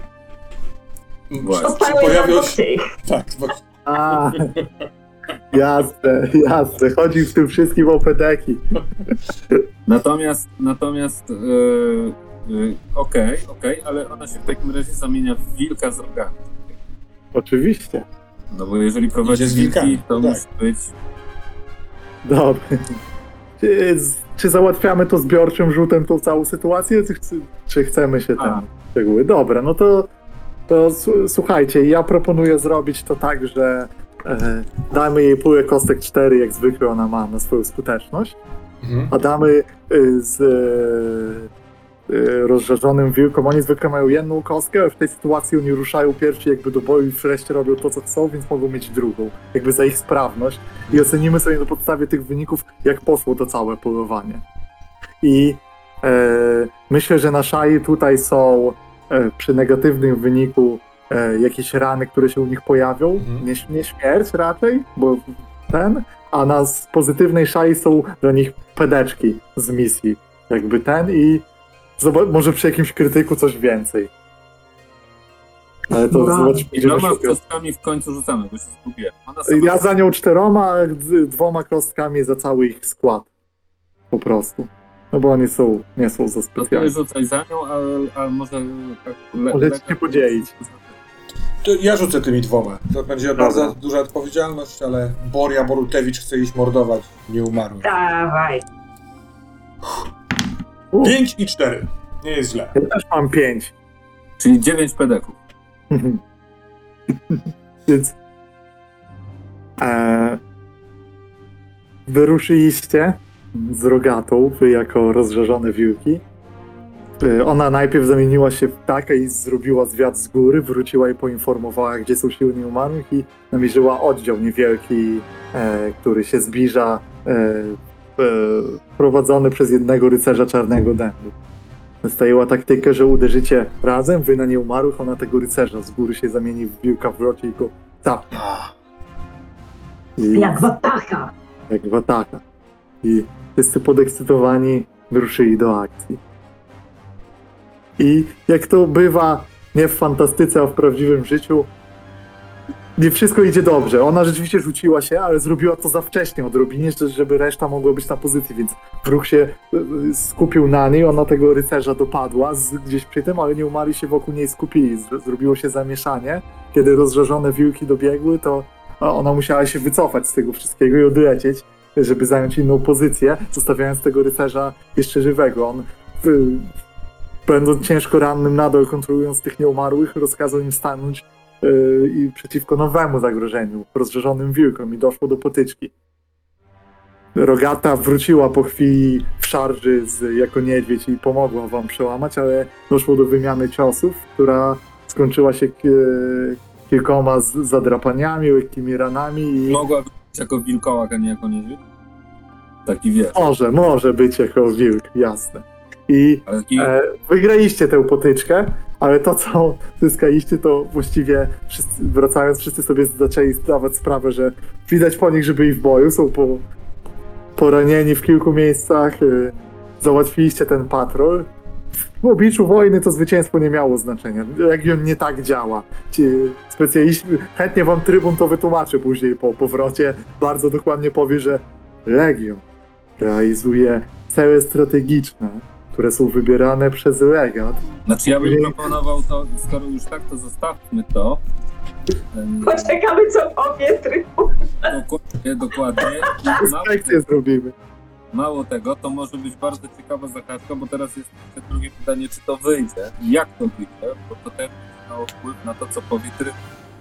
Właśnie.
Czy
Odpaluje
pojawią
na
się...
tych.
Tak, bo...
A, jasne, jasne. Chodzi w tym wszystkim o pedeki.
Natomiast, natomiast yy, yy, okej, okej, ale ona się w takim razie zamienia w wilka z rogami.
Oczywiście.
No bo jeżeli prowadzi
Idzie z
wilki,
wilkami,
to
tak.
musi być...
Dobrze. Czy, czy załatwiamy to zbiorczym rzutem tą całą sytuację, czy, chce- czy chcemy się
A.
tam szczegóły? Dobra, no to, to s- słuchajcie, ja proponuję zrobić to tak, że e, damy jej pulę kostek cztery, jak zwykle ona ma na swoją skuteczność,
Mhm.
a damy y, z y, y, rozżarzonym wilkom, oni zwykle mają jedną kostkę, ale w tej sytuacji oni ruszają pierwsi jakby do boju i wreszcie robią to, co chcą, więc mogą mieć drugą, jakby za ich sprawność i ocenimy sobie na podstawie tych wyników, jak poszło to całe polowanie. I e, myślę, że na szali tutaj są e, przy negatywnym wyniku e, jakieś rany, które się u nich pojawią,
Mhm.
nie, nie śmierć raczej, bo ten, a na z pozytywnej szali są dla nich pedeczki z misji, jakby ten i zoba- może przy jakimś krytyku coś więcej. Ale to
Dobra.
zobaczymy, gdzie
Iloma
wyszukać.
kostkami w końcu rzucamy, bo się zgubiłem. Ona sama
Ja za nią czteroma, a d- dwoma kostkami za cały ich skład. Po prostu. No bo oni są, nie są za
To ty
specjalni.
rzucaj za nią, a, a może... tak Le,
Możecie się podzielić.
To ja rzucę tymi dwoma. To będzie bardzo duża odpowiedzialność, ale Boria Borutewicz chce iść mordować nieumarłych.
Dawaj.
U,
Pięć i cztery. Nie jest źle.
ja też mam pięć.
Czyli dziewięć pedeków.
Więc e, wyruszyliście z rogatą, wy jako rozżarzone wilki. E, ona najpierw zamieniła się w ptaka i zrobiła zwiat z góry, wróciła i poinformowała, gdzie są siły nieumarłych i namierzyła oddział niewielki, e, który się zbliża, e, e, prowadzony przez jednego rycerza czarnego dębu. Stajęła taktykę, że uderzycie razem, wy na nieumarłych, ona tego rycerza z góry się zamieni w wilka w locie i go zapnie. I,
Jak wataka.
jak w ataka. I wszyscy podekscytowani wyruszyli do akcji. I jak to bywa nie w fantastyce, a w prawdziwym życiu, nie wszystko idzie dobrze. Ona rzeczywiście rzuciła się, ale zrobiła to za wcześnie odrobinie, że- żeby reszta mogła być na pozycji, więc wróg się y, skupił na niej, ona tego rycerza dopadła z, gdzieś przy tym, ale nieumarli się wokół niej skupili. Z, zrobiło się zamieszanie. Kiedy rozżarzone wilki dobiegły, to a ona musiała się wycofać z tego wszystkiego i odlecieć, żeby zająć inną pozycję, zostawiając tego rycerza jeszcze żywego. On, y, będąc ciężko rannym, nadal kontrolując tych nieumarłych, rozkazał im stanąć y, i przeciwko nowemu zagrożeniu, rozżarzonym wilkom, i doszło do potyczki. Rogata wróciła po chwili w szarży z, jako niedźwiedź i pomogła wam przełamać, ale doszło do wymiany ciosów, która skończyła się ki- kilkoma z zadrapaniami, lekkimi ranami i
Mogła być jako wilkołak, a nie jako niedźwiedź? Taki wiesz.
może, może być jako wilk, jasne. I
Ale taki...
e, wygraliście tę potyczkę, ale to, co zyskaliście, to właściwie wszyscy, wracając, wszyscy sobie zaczęli zdawać sprawę, że widać po nich, że byli w boju, są po, poranieni w kilku miejscach, y, załatwiliście ten patrol. W obliczu wojny to zwycięstwo nie miało znaczenia. Legion nie tak działa. Ci specjaliści, chętnie wam trybun to wytłumaczy później po powrocie, bardzo dokładnie powie, że Legion realizuje cele strategiczne, które są wybierane przez legat.
Znaczy ja bym proponował to, skoro już tak, to zostawmy to. Em,
Poczekamy, co powie trybu.
Dokładnie, dokładnie. I mało,
Inspekcję zrobimy.
mało tego, to może być bardzo ciekawa zagadka, bo teraz jest jeszcze drugie pytanie, czy to wyjdzie i jak to wyjdzie, bo to też będzie miało wpływ na to, co powie tryb.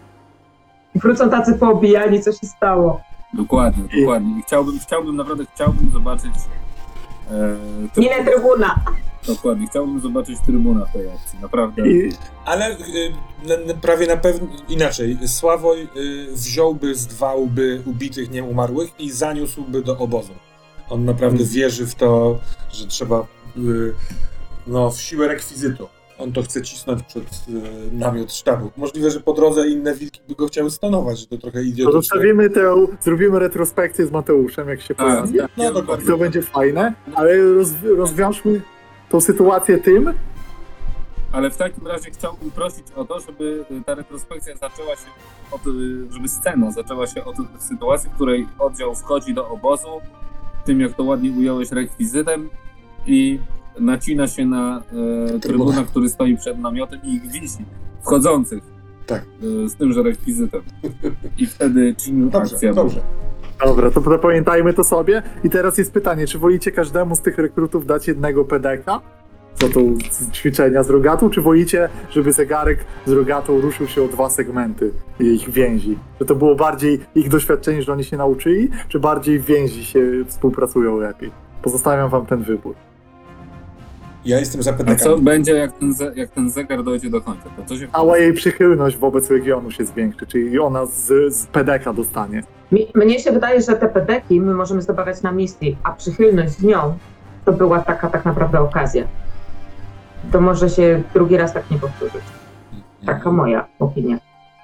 Wrócą tacy poobijani, co się stało.
Dokładnie, dokładnie. I chciałbym, chciałbym, naprawdę chciałbym zobaczyć e, tryb-
Minę trybuna.
Dokładnie. Chciałbym zobaczyć trybuna w tej akcji, naprawdę.
I
Ale y, n- n- prawie na pewno inaczej. Sławoj y, wziąłby z dwa łby ubitych, nieumarłych i zaniósłby do obozu. On naprawdę
Mhm.
wierzy w to, że trzeba y, no, w siłę rekwizytu. On to chce cisnąć przed y, namiot sztabu. Możliwe, że po drodze inne wilki by go chciały stonować, że to trochę
to
idiotyczne.
zostawimy tę, zrobimy retrospekcję z Mateuszem, jak się
Tak,
pojawi.
tak,
No,
ja
dokładnie.
I to będzie fajne, ale roz, rozwiążmy tą sytuację tym,
Ale w takim razie chciałbym prosić o to, żeby ta retrospekcja zaczęła się od, żeby scena zaczęła się od sytuacji, w której oddział wchodzi do obozu, tym jak to ładnie ująłeś rekwizytem i nacina się na e, trybuna, który stoi przed namiotem i ich wisi, wchodzących
Tak.
e, z tymże rekwizytem. I wtedy czynił
Dobrze,
akcję.
dobrze.
Dobra, to zapamiętajmy to sobie. I teraz jest pytanie, czy wolicie każdemu z tych rekrutów dać jednego pedeka? Co to z ćwiczenia z rogatą? Czy wolicie, żeby zegarek z rogatą ruszył się o dwa segmenty ich więzi? Że to było bardziej ich doświadczenie, że oni się nauczyli, czy bardziej więzi się współpracują lepiej? Pozostawiam wam ten wybór.
Ja jestem za
A co
pedekami.
będzie, jak ten, ze, jak ten zegar dojdzie do końca? To co się
Cała jej przychylność wobec regionu się zwiększy, czyli ona z, z pedeka dostanie.
Mi, mnie się wydaje, że te pedeki my możemy zdobywać na misji, a przychylność z nią to była taka tak naprawdę okazja. To może się drugi raz tak nie powtórzyć. Taka moja opinia.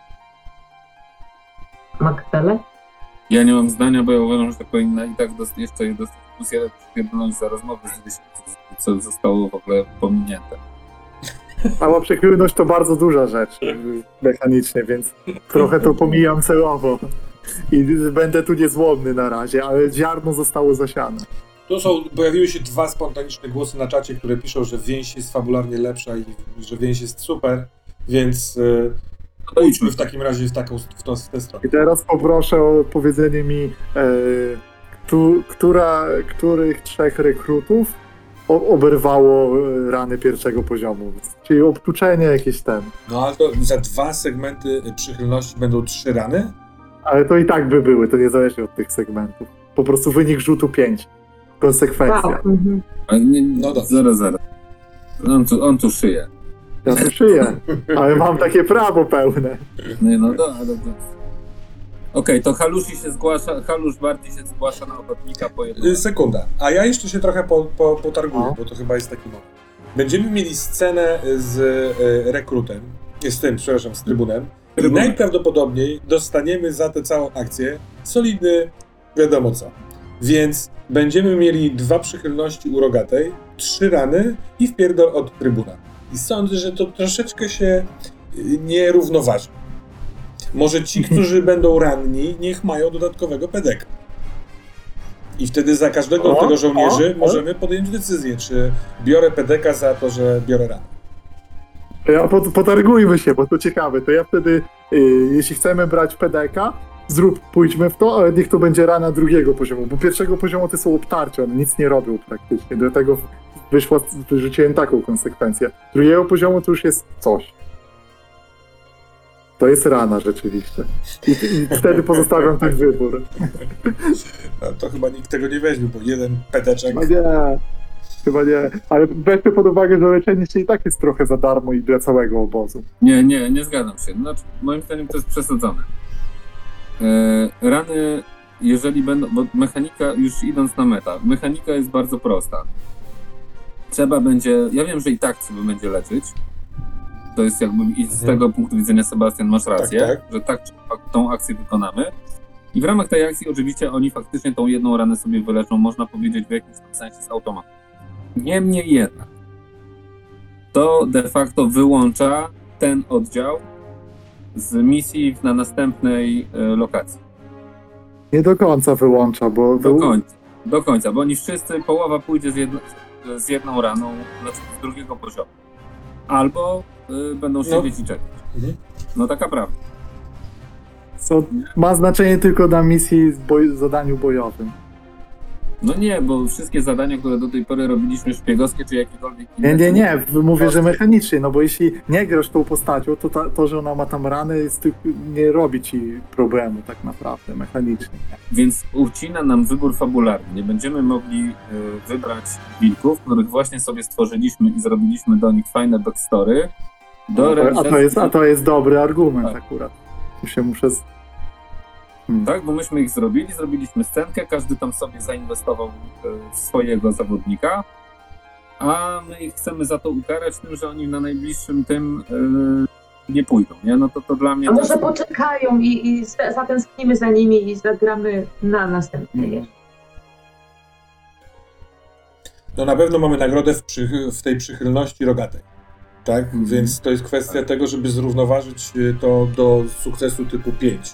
Magdale?
Ja nie mam zdania, bo ja uważam, że to powinna i tak dost, jeszcze je dostać plus jeden przypierdolność za rozmowę z dziesięć, co zostało w ogóle pominięte.
Cała przychylność to bardzo duża rzecz y, mechanicznie, więc trochę to pomijam celowo. I będę tu niezłomny na razie, ale ziarno zostało zasiane.
Tu są, pojawiły się dwa spontaniczne głosy na czacie, które piszą, że więź jest fabularnie lepsza i że więź jest super, więc y, pójdźmy w takim razie w, taką, w, tą, w tę stronę.
I teraz poproszę o powiedzenie mi, e, tu, która, których trzech rekrutów o, oberwało e, rany pierwszego poziomu. Czyli obtuczenie jakieś ten.
No ale to za dwa segmenty przychylności będą trzy rany?
Ale to i tak by były, to niezależnie od tych segmentów. Po prostu wynik rzutu pięć. Konsekwencja.
Tak. Mhm.
Ale nie,
No dobrze.
zaraz, zaraz. On tu, on tu szyje.
Ja tu szyję, ale mam takie prawo pełne.
Nie, no do, ale do. Okej, to Halusi się zgłasza, Halusz bardziej się zgłasza na ochotnika po jednym.
Y, sekunda. A ja jeszcze się trochę po, po, potarguję,
No.
bo to chyba jest taki moment. Będziemy mieli scenę z y, rekrutem, z tym, przepraszam, z trybunem. I
Trybunem.
najprawdopodobniej dostaniemy za tę całą akcję solidny wiadomo co. Więc będziemy mieli dwa przychylności u rogatej, trzy rany i wpierdol od trybuna. I sądzę, że to troszeczkę się y, nie równoważy. Może ci, którzy będą ranni, niech mają dodatkowego pedeka. I wtedy za każdego
O,
z tego żołnierzy
o, o.
możemy podjąć decyzję, czy biorę pedeka za to, że biorę ranę.
Ja pot, potargujmy się, bo to ciekawe. To ja wtedy, y, jeśli chcemy brać pedeka, zrób, pójdźmy w to, ale niech to będzie rana drugiego poziomu, bo pierwszego poziomu to są obtarcia, one nic nie robią praktycznie. Do tego wyszła, wyrzuciłem taką konsekwencję. Drugiego poziomu to już jest coś. To jest rana rzeczywiście. I, i wtedy pozostawiam ten wybór.
No, to chyba nikt tego nie weźmie, bo jeden pedeczek...
Chyba nie. Chyba nie. Ale weźmy pod uwagę, że leczenie się i tak jest trochę za darmo i dla całego obozu.
Nie, nie, nie zgadzam się. Znaczy, moim zdaniem to jest przesadzone. E, rany, jeżeli będą, bo mechanika, już idąc na meta, mechanika jest bardzo prosta. Trzeba będzie, ja wiem, że i tak trzeba będzie leczyć. To jest jakby, i z
Mhm.
tego punktu widzenia, Sebastian, masz rację,
tak.
że tak tą akcję wykonamy. I w ramach tej akcji oczywiście oni faktycznie tą jedną ranę sobie wyleczą, można powiedzieć w jakimś tam sensie z automatu. Niemniej jednak, to de facto wyłącza ten oddział z misji na następnej e, lokacji.
Nie do końca wyłącza, bo...
Do końca. Do końca, bo oni wszyscy, połowa pójdzie z, jedno, z jedną raną, znaczy z drugiego poziomu. Albo y, będą siedzieć
No.
i czekać.
Mhm.
No taka prawda.
Co ma znaczenie tylko na misji, w boj, zadaniu bojowym.
No nie, bo wszystkie zadania, które do tej pory robiliśmy szpiegowskie, czy jakiekolwiek
Nie,
inne...
nie, nie, mówię, że mechanicznie, no bo jeśli nie grasz tą postacią, to ta, to, że ona ma tam rany, jest, tylko- nie robi ci problemu tak naprawdę, mechanicznie.
Więc ucina nam wybór fabularny. Nie będziemy mogli y, wybrać wilków, których właśnie sobie stworzyliśmy i zrobiliśmy do nich fajne backstory. Do
A to, a,
realizacji...
to jest, a to jest dobry argument
Tak.
akurat. Tu się muszę... Z... Hmm.
Tak, bo myśmy ich zrobili, zrobiliśmy scenkę, każdy tam sobie zainwestował y, w swojego zawodnika, a my ich chcemy za to ukarać tym, że oni na najbliższym tym y, nie pójdą, nie? No to, to dla mnie
A
to
może
jest...
poczekają i, i sta- zatęsknimy za nimi i zagramy na następny
Mhm.
jeszcze.
No na pewno mamy nagrodę w, przychy- w tej przychylności rogatej. Tak?
Mhm.
Więc to jest kwestia tego, żeby zrównoważyć y, to do sukcesu typu pięć.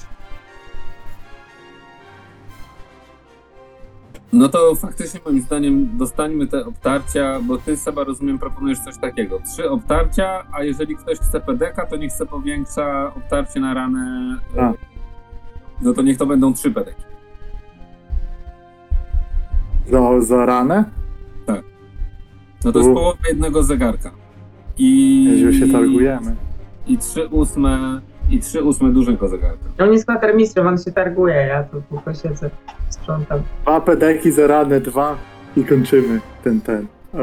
No to faktycznie moim zdaniem dostańmy te obtarcia, bo ty, Seba, rozumiem, proponujesz coś takiego. Trzy obtarcia, a jeżeli ktoś chce P D K, to niech se powiększa obtarcie na ranę.
A.
No to niech to będą trzy P D K.
Za, za ranę?
No to jest
U.
połowa jednego zegarka. I,
Nieźle się targujemy.
I trzy ósme, i trzy ósme dużego zegarka.
On jest kwatermistrzem, on się targuje, ja tu tylko siedzę, sprzątam.
Dwa pedeki za ranę, dwa i kończymy ten, ten. A...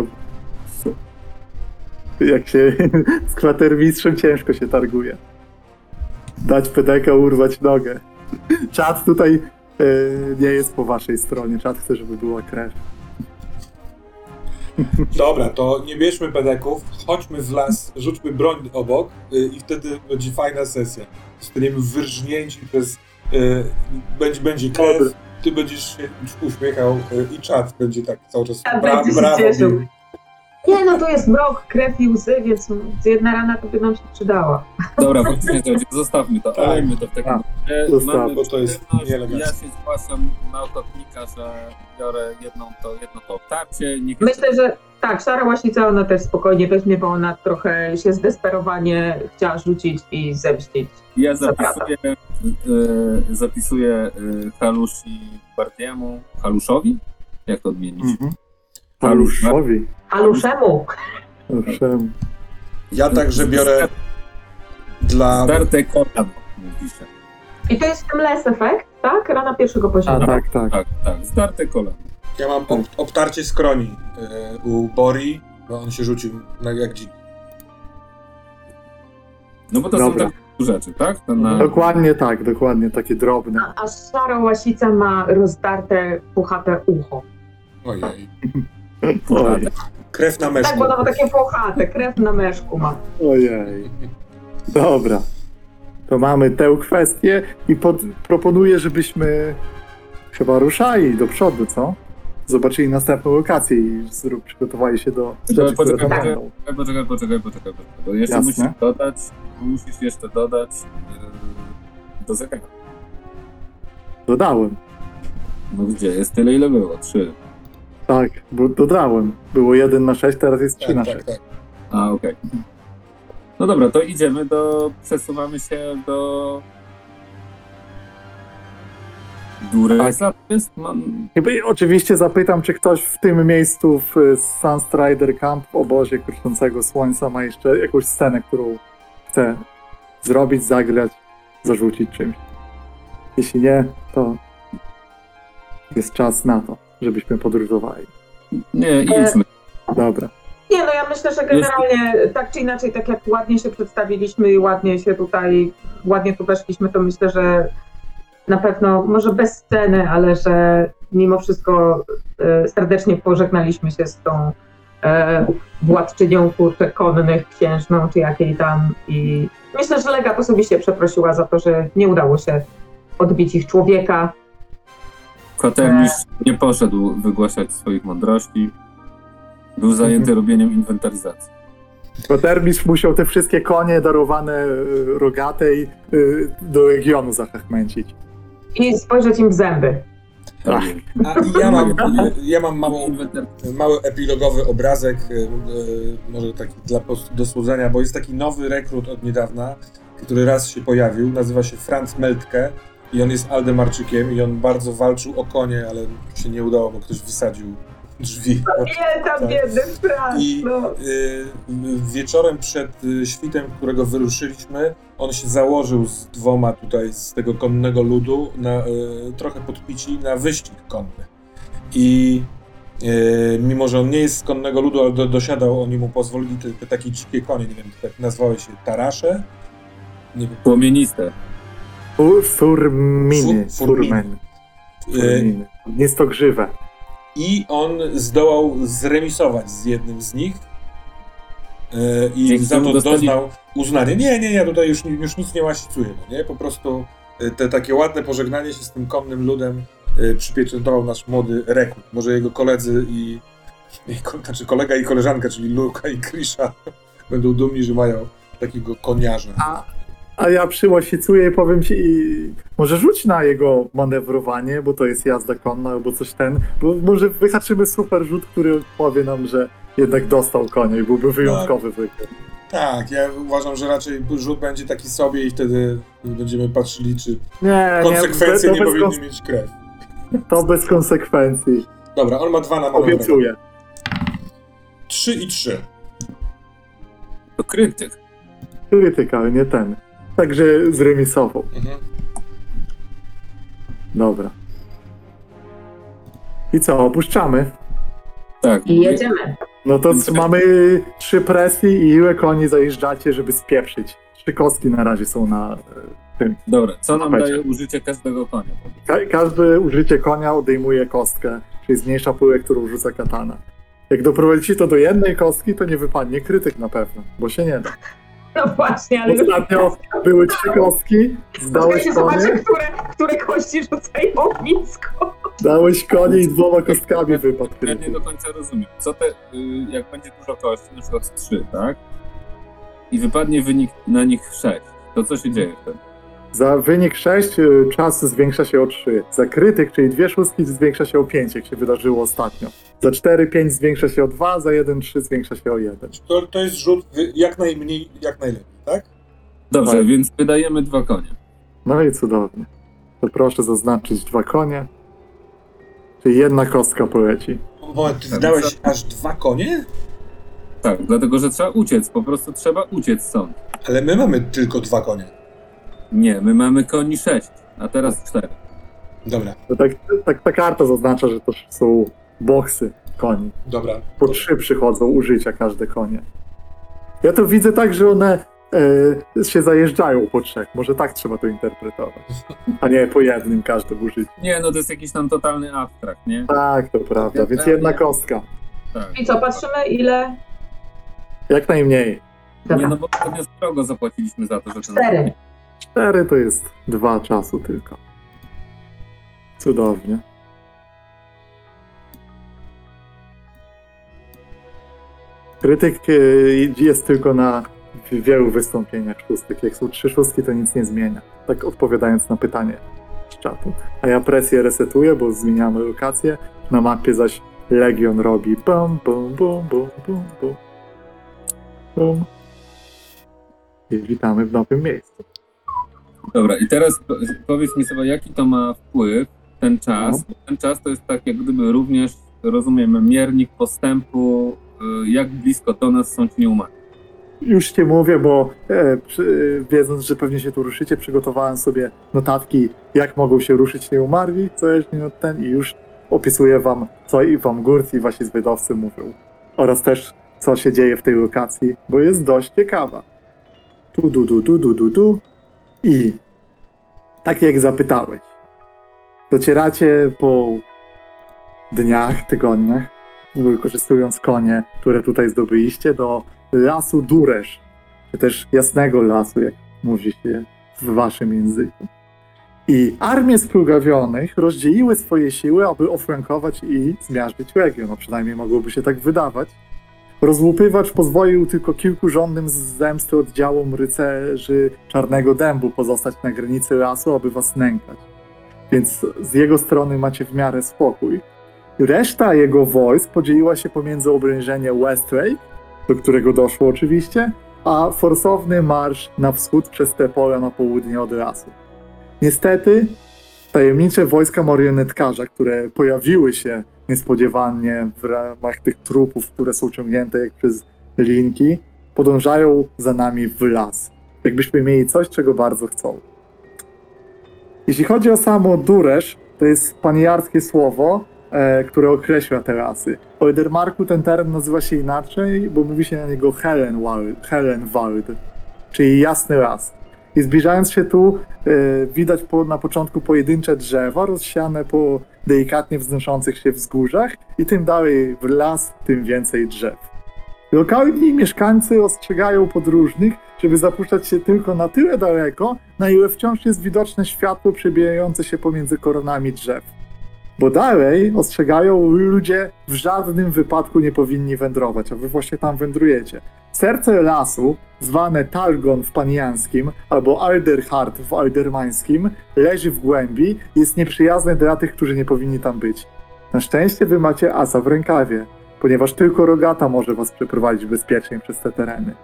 Jak się z kwatermistrzem ciężko się targuje. Dać pedeka, urwać nogę. Czat tutaj e, nie jest po waszej stronie. Czat chce, żeby była krew.
Dobra, to nie bierzmy pedeków, chodźmy w las, rzućmy broń obok y, i wtedy będzie fajna sesja. Zostaniemy wyrżnięci przez... Y, będzie, będzie krew,
Dobry.
ty będziesz się uśmiechał y, i czat będzie tak cały czas
Ja
bra,
będzie się
brawo.
cieszył.
bił.
Nie no, tu jest mrok, krew i łzy, więc jedna rana to by nam się przydała.
Dobra, faktycznie to, zostawmy to,
Tak.
olejmy to w takim
Tak.
razie.
Zostaw,
Mamy
bo to jest
przyjemność.
nieeleganckie.
Ja się zgłaszam na ochotnika, że biorę jedną to, jedno to obtarcie. Niech
Myślę, że tak, szara łasica ona też spokojnie weźmie, bo ona trochę się zdesperowanie chciała rzucić i zemścić.
Ja zapisuję, y, zapisuję y, Halusi Bartiemu. Haluszowi? Jak to odmienić?
Mhm.
Halusz.
Haluszowi.
Haluszemu!
Owszem.
Ja także biorę dla...
Starte kolano, piszę.
I to jest ten less effect, tak? Rana pierwszego
A
poziomu.
tak, tak.
Tak, tak, zdarte kolano.
Ja mam ob, obtarcie skroni y, u Bori, bo on się rzucił na, jak dzik.
No bo to
Dobra.
są takie rzeczy, tak? To na...
Dokładnie tak, dokładnie, takie drobne.
A, a szara łasica ma rozdarte, puchate ucho.
Ojej.
Oj,
Krew na
Tak,
meszku.
bo ona ma takie puchate, krew na meszku ma.
ojej. Dobra. To mamy tę kwestię i pod, proponuję, żebyśmy chyba ruszali do przodu, co? Zobaczyli następną lokację i zrób, przygotowali się do rzeczy, które tam
poczekaj,
będą.
Poczekaj, poczekaj, poczekaj, poczekaj, poczekaj, bo jeszcze
Jasne.
musisz dodać, musisz jeszcze dodać yy, do zegara.
Dodałem.
No gdzie? Jest tyle, ile było. Trzy.
Tak, bo dodałem. Było jeden na sześć, teraz jest trzy na
Tak,
sześć.
tak, tak.
A, okej. No dobra, to idziemy do... Przesuwamy się do... Duresa jest? Mam...
Chyba i oczywiście zapytam, czy ktoś w tym miejscu w Sunstrider Camp w obozie kruszącego słońca ma jeszcze jakąś scenę, którą chce zrobić, zagrać, zarzucić czymś. Jeśli nie, to jest czas na to, żebyśmy podróżowali.
Nie, idźmy.
Dobra.
Nie, no ja myślę, że generalnie tak czy inaczej, tak jak ładnie się przedstawiliśmy i ładnie się tutaj, ładnie tu weszliśmy, to myślę, że na pewno, może bez sceny, ale że mimo wszystko e, serdecznie pożegnaliśmy się z tą e, władczynią kurczę konnych, księżną, czy jakiej tam i myślę, że Legat osobiście przeprosiła za to, że nie udało się odbić ich człowieka.
Kwatermistrz nie poszedł wygłaszać swoich mądrości. Był zajęty robieniem inwentaryzacji.
Kwatermistrz musiał te wszystkie konie darowane y, rogatej y, do regionu zachachmęcić.
I spojrzeć im w zęby.
Tak.
A ja mam, ja mam małą,
Inwentar-
mały epilogowy obrazek, y, y, może taki dla po prostu do słodzenia, bo jest taki nowy rekrut od niedawna, który raz się pojawił, nazywa się Franz Meltke i on jest Aldemarczykiem i on bardzo walczył o konie, ale się nie udało, bo ktoś wysadził drzwi.
Nie, tam
Tak.
biedny Franz,
I
no.
y, wieczorem przed y, świtem, którego wyruszyliśmy, on się założył z dwoma tutaj z tego konnego ludu, na, y, trochę podpici, na wyścig konny. I y, mimo, że on nie jest z konnego ludu, ale do, dosiadał, oni mu pozwolili te, te takie dzikie konie, nie wiem, tak nazywały się tarasze? Nie wiem.
Płomieniste.
Fu- Furminy.
Fu- furminy.
Furmeny.
Y,
Furminy. Niestogrzywe.
I on zdołał zremisować z jednym z nich yy, i
Dzięki
za
temu
to
dostali-
doznał uznania. Nie, nie, nie, tutaj już, już nic nie łasicuje, no nie? Po prostu yy, te takie ładne pożegnanie się z tym konnym ludem yy, przypieczętował nasz młody rekrut. Może jego koledzy i, i ko- znaczy kolega i koleżanka, czyli Luka i Krisha będą dumni, że mają takiego koniarza.
A, a ja przyłasicuję i powiem ci, i może rzuć na jego manewrowanie, bo to jest jazda konna albo coś ten, bo może wyhaczymy super rzut, który powie nam, że jednak dostał konia i byłby wyjątkowy wykres.
Tak, ja uważam, że raczej rzut będzie taki sobie i wtedy będziemy patrzyli, czy
Nie,
konsekwencje
nie,
nie
to, bez
powinny
kons-
mieć krew.
to bez konsekwencji.
Dobra, on ma dwa na manewrowanie.
Obiecuję.
Trzy i trzy.
To krytyk.
Krytyka, ale nie ten. Także zremisował.
Mhm.
Dobra. I co, opuszczamy?
Tak.
I jedziemy.
No to mamy trzy presji i ile koni zajeżdżacie, żeby spieprzyć. Trzy kostki na razie są na e, tym.
Dobra, co nam
Słuchajcie.
daje użycie każdego konia?
Ka- każde użycie konia odejmuje kostkę, czyli zmniejsza pulę, którą rzuca katana. Jak doprowadzicie to do jednej kostki, to nie wypadnie krytyk na pewno, bo się nie da.
No właśnie, ale...
Ostatnio były trzy kostki, zdałeś
Czekajcie, zobaczę,
konie,
które, które kości rzucają ognisko.
dałeś konie i dwoma kostkami wypadł
Ja nie
krytyk.
do końca rozumiem. Co te, y, jak będzie dużo kości, na przykład trzy, tak? I wypadnie wynik na nich sześć, to co się dzieje wtedy?
Za wynik sześć y, czas zwiększa się o trzy. Za krytyk, czyli dwie szóstki, zwiększa się o pięć, jak się wydarzyło ostatnio. Za cztery, pięć zwiększa się o dwa, za jeden, trzy zwiększa się o jeden.
To, to jest rzut wy- jak najmniej, jak najlepiej, tak?
Dobrze,
Tak.
więc wydajemy dwa konie.
No i cudownie. To proszę zaznaczyć dwa konie. Czyli jedna kostka poleci.
Moment, ty wydałeś aż dwa konie?
Tak, dlatego że trzeba uciec, po prostu trzeba uciec stąd.
Ale my mamy tylko dwa konie.
Nie, my mamy koni sześć, a teraz cztery.
Dobra,
To tak, tak ta karta zaznacza, że to są boksy koni.
dobra.
Po trzy przychodzą użycia każde konie. Ja to widzę tak, że one e, się zajeżdżają po trzech. Może tak trzeba to interpretować. A nie po jednym każdym użyciu.
Nie, no to jest jakiś tam totalny abstrakt, nie?
Tak, to prawda. Więc jedna kostka.
Tak.
I co, patrzymy ile?
Jak najmniej.
Nie,
Dobra,
no bo ostatnio strogo zapłaciliśmy za to, że ten...
cztery.
Cztery to jest dwa czasu tylko. Cudownie. Krytyk e, jest tylko na wielu wystąpieniach szóstek. Jak są trzy szóstki, to nic nie zmienia. Tak odpowiadając na pytanie z czatu. A ja presję resetuję, bo zmieniamy lokację. Na mapie zaś Legion robi bum, bum, bum, bum, bum, bum. Bum. I witamy w nowym miejscu.
Dobra, i teraz po- powiedz mi sobie, jaki to ma wpływ, ten czas.
No.
Bo ten czas to jest tak jak gdyby również, rozumiem, miernik postępu, y, jak blisko do nas są ci nieumarli.
Już ci mówię, bo e, przy, wiedząc, że pewnie się tu ruszycie, przygotowałem sobie notatki, jak mogą się ruszyć nieumarli, zależnie od ten i już opisuję wam, co i wam Gurt i wasi zwiadowcy mówią. Oraz też, co się dzieje w tej lokacji, bo jest dość ciekawa. Tu, du, du, du, du, du, du. I tak jak zapytałeś, docieracie po dniach, tygodniach, wykorzystując konie, które tutaj zdobyliście, do lasu Duresz, czy też jasnego lasu, jak mówi się w waszym języku. I armie splugawionych rozdzieliły swoje siły, aby oflankować i zmiażdżyć legion, no przynajmniej mogłoby się tak wydawać. Rozłupywacz pozwolił tylko kilku żądnym z zemsty oddziałom rycerzy Czarnego Dębu pozostać na granicy lasu, aby was nękać. Więc z jego strony macie w miarę spokój. Reszta jego wojsk podzieliła się pomiędzy obrężenie Westlake, do którego doszło oczywiście, a forsowny marsz na wschód przez te pola na południe od lasu. Niestety tajemnicze wojska marionetkarza, które pojawiły się niespodziewanie w ramach tych trupów, które są ciągnięte jak przez linki, podążają za nami w las. Jakbyśmy mieli coś, czego bardzo chcą. Jeśli chodzi o samo Duresz, to jest paniarskie słowo, e, które określa te rasy. W Oidermarku ten teren nazywa się inaczej, bo mówi się na niego Helenwald, Helenwald, czyli jasny las. I zbliżając się tu, e, widać po, na początku pojedyncze drzewa rozsiane po delikatnie wznoszących się wzgórzach i tym dalej w las, tym więcej drzew. Lokalni mieszkańcy ostrzegają podróżnych, żeby zapuszczać się tylko na tyle daleko, na ile wciąż jest widoczne światło przebijające się pomiędzy koronami drzew. Bo dalej, ostrzegają, ludzie w żadnym wypadku nie powinni wędrować, a wy właśnie tam wędrujecie. Serce lasu, zwane Talgon w paniańskim albo Alderhart w aldermańskim, leży w głębi i jest nieprzyjazne dla tych, którzy nie powinni tam być. Na szczęście wy macie asa w rękawie, ponieważ tylko Rogata może was przeprowadzić bezpiecznie przez te tereny.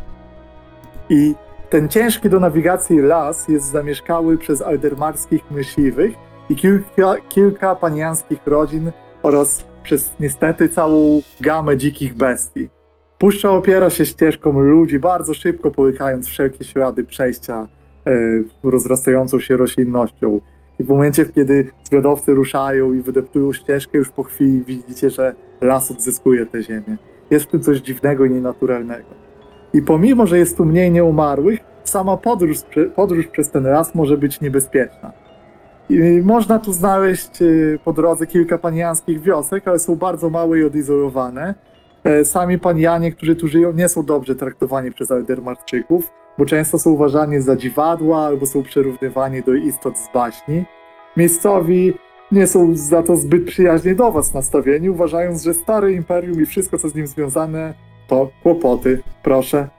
I ten ciężki do nawigacji las jest zamieszkały przez aldermarskich myśliwych i kilka, kilka paniańskich rodzin oraz przez niestety całą gamę dzikich bestii. Puszcza opiera się ścieżką ludzi, bardzo szybko połykając wszelkie ślady przejścia e, rozrastającą się roślinnością. I w momencie, kiedy zwiadowcy ruszają i wydeptują ścieżkę, już po chwili widzicie, że las odzyskuje tę ziemię. Jest w tym coś dziwnego i nienaturalnego. I pomimo, że jest tu mniej nieumarłych, sama podróż, podróż przez ten las może być niebezpieczna. I można tu znaleźć po drodze kilka paniańskich wiosek, ale są bardzo małe i odizolowane. Sami panianie, którzy tu żyją, nie są dobrze traktowani przez Aldermarczyków, bo często są uważani za dziwadła albo są przyrównywani do istot z baśni. Miejscowi nie są za to zbyt przyjaźnie do was nastawieni, uważając, że stare imperium i wszystko, co z nim związane, to kłopoty. Proszę.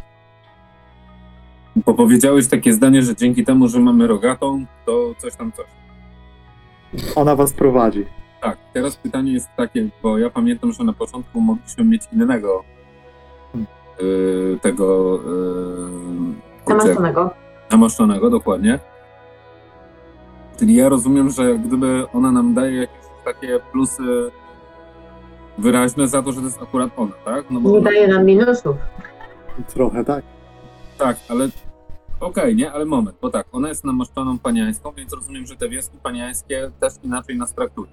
Bo powiedziałeś takie zdanie, że dzięki temu, że mamy Rogatą, to coś tam coś.
Ona was prowadzi.
Tak, teraz pytanie jest takie, bo ja pamiętam, że na początku mogliśmy mieć innego yy, tego yy,
Namaszczonego.
namaszczonego, dokładnie. Czyli ja rozumiem, że gdyby ona nam daje jakieś takie plusy wyraźne za to, że to jest akurat ona, tak? No bo
Nie
ona...
daje nam minusów.
Trochę tak.
Tak, ale okej, okay, nie? Ale moment, bo tak, ona jest namaszczoną paniańską, więc rozumiem, że te wioski paniańskie też inaczej nas traktują.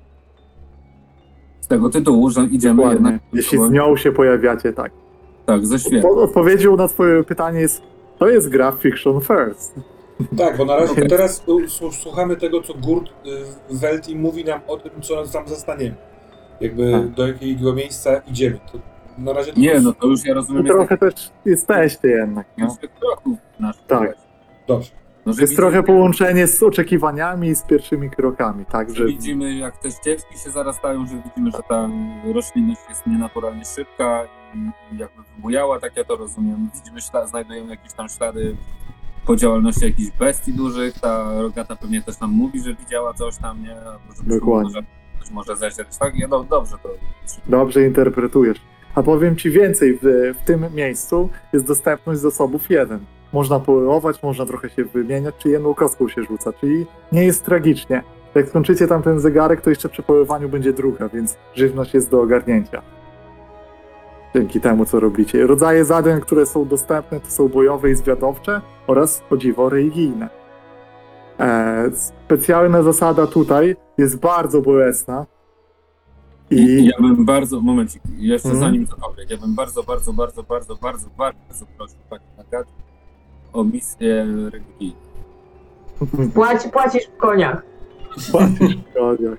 Z tego tytułu, że idziemy
Dokładnie.
jednak...
Jeśli z nią się pojawiacie, tak.
Tak, ze świata.
Od- Odpowiedzią na twoje pytanie jest, to jest gra Fiction First.
Tak, bo na razie
Okay.
teraz s- słuchamy tego, co Gurt y, Welti mówi nam o tym, co nas tam zastaniemy. Jakby
Tak.
do jakiego miejsca idziemy. To na razie
Nie,
tylko-
no to już ja rozumiem...
I trochę też jesteście jednak. No.
Jest kroków naszych.
Tak.
Dobrze.
No, że
Jest
widzimy,
trochę połączenie z oczekiwaniami i z pierwszymi krokami, tak?
że
Że
widzimy, jak te ścieżki się zarastają, że widzimy, że ta roślinność jest nienaturalnie szybka i, i jakby wybujała, tak ja to rozumiem. Widzimy, ślad, znajdujemy jakieś tam ślady po działalności jakichś bestii dużych. Ta Rogata pewnie też nam mówi, że widziała coś tam, nie? Albo że
Dokładnie.
Może, być może zeźleć. Tak, ja, no, dobrze to.
dobrze interpretujesz. A powiem ci więcej, w, w tym miejscu jest dostępność zasobów jeden. Można polować, można trochę się wymieniać, czy jedną kostką się rzuca, czyli nie jest tragicznie. Jak skończycie tam ten zegarek, to jeszcze przy polowaniu będzie druga, więc żywność jest do ogarnięcia. Dzięki temu, co robicie. Rodzaje zadań, które są dostępne, to są bojowe i zwiadowcze oraz, o dziwo, religijne. E, specjalna zasada tutaj jest bardzo bolesna.
I
I
ja bym bardzo, momencik, jeszcze
Mhm.
zanim cokolwiek, ja bym bardzo, bardzo, bardzo, bardzo, bardzo, bardzo prosił Panią Agatę o misję religijną.
Płaci, płacisz w koniach.
Płacisz w koniach.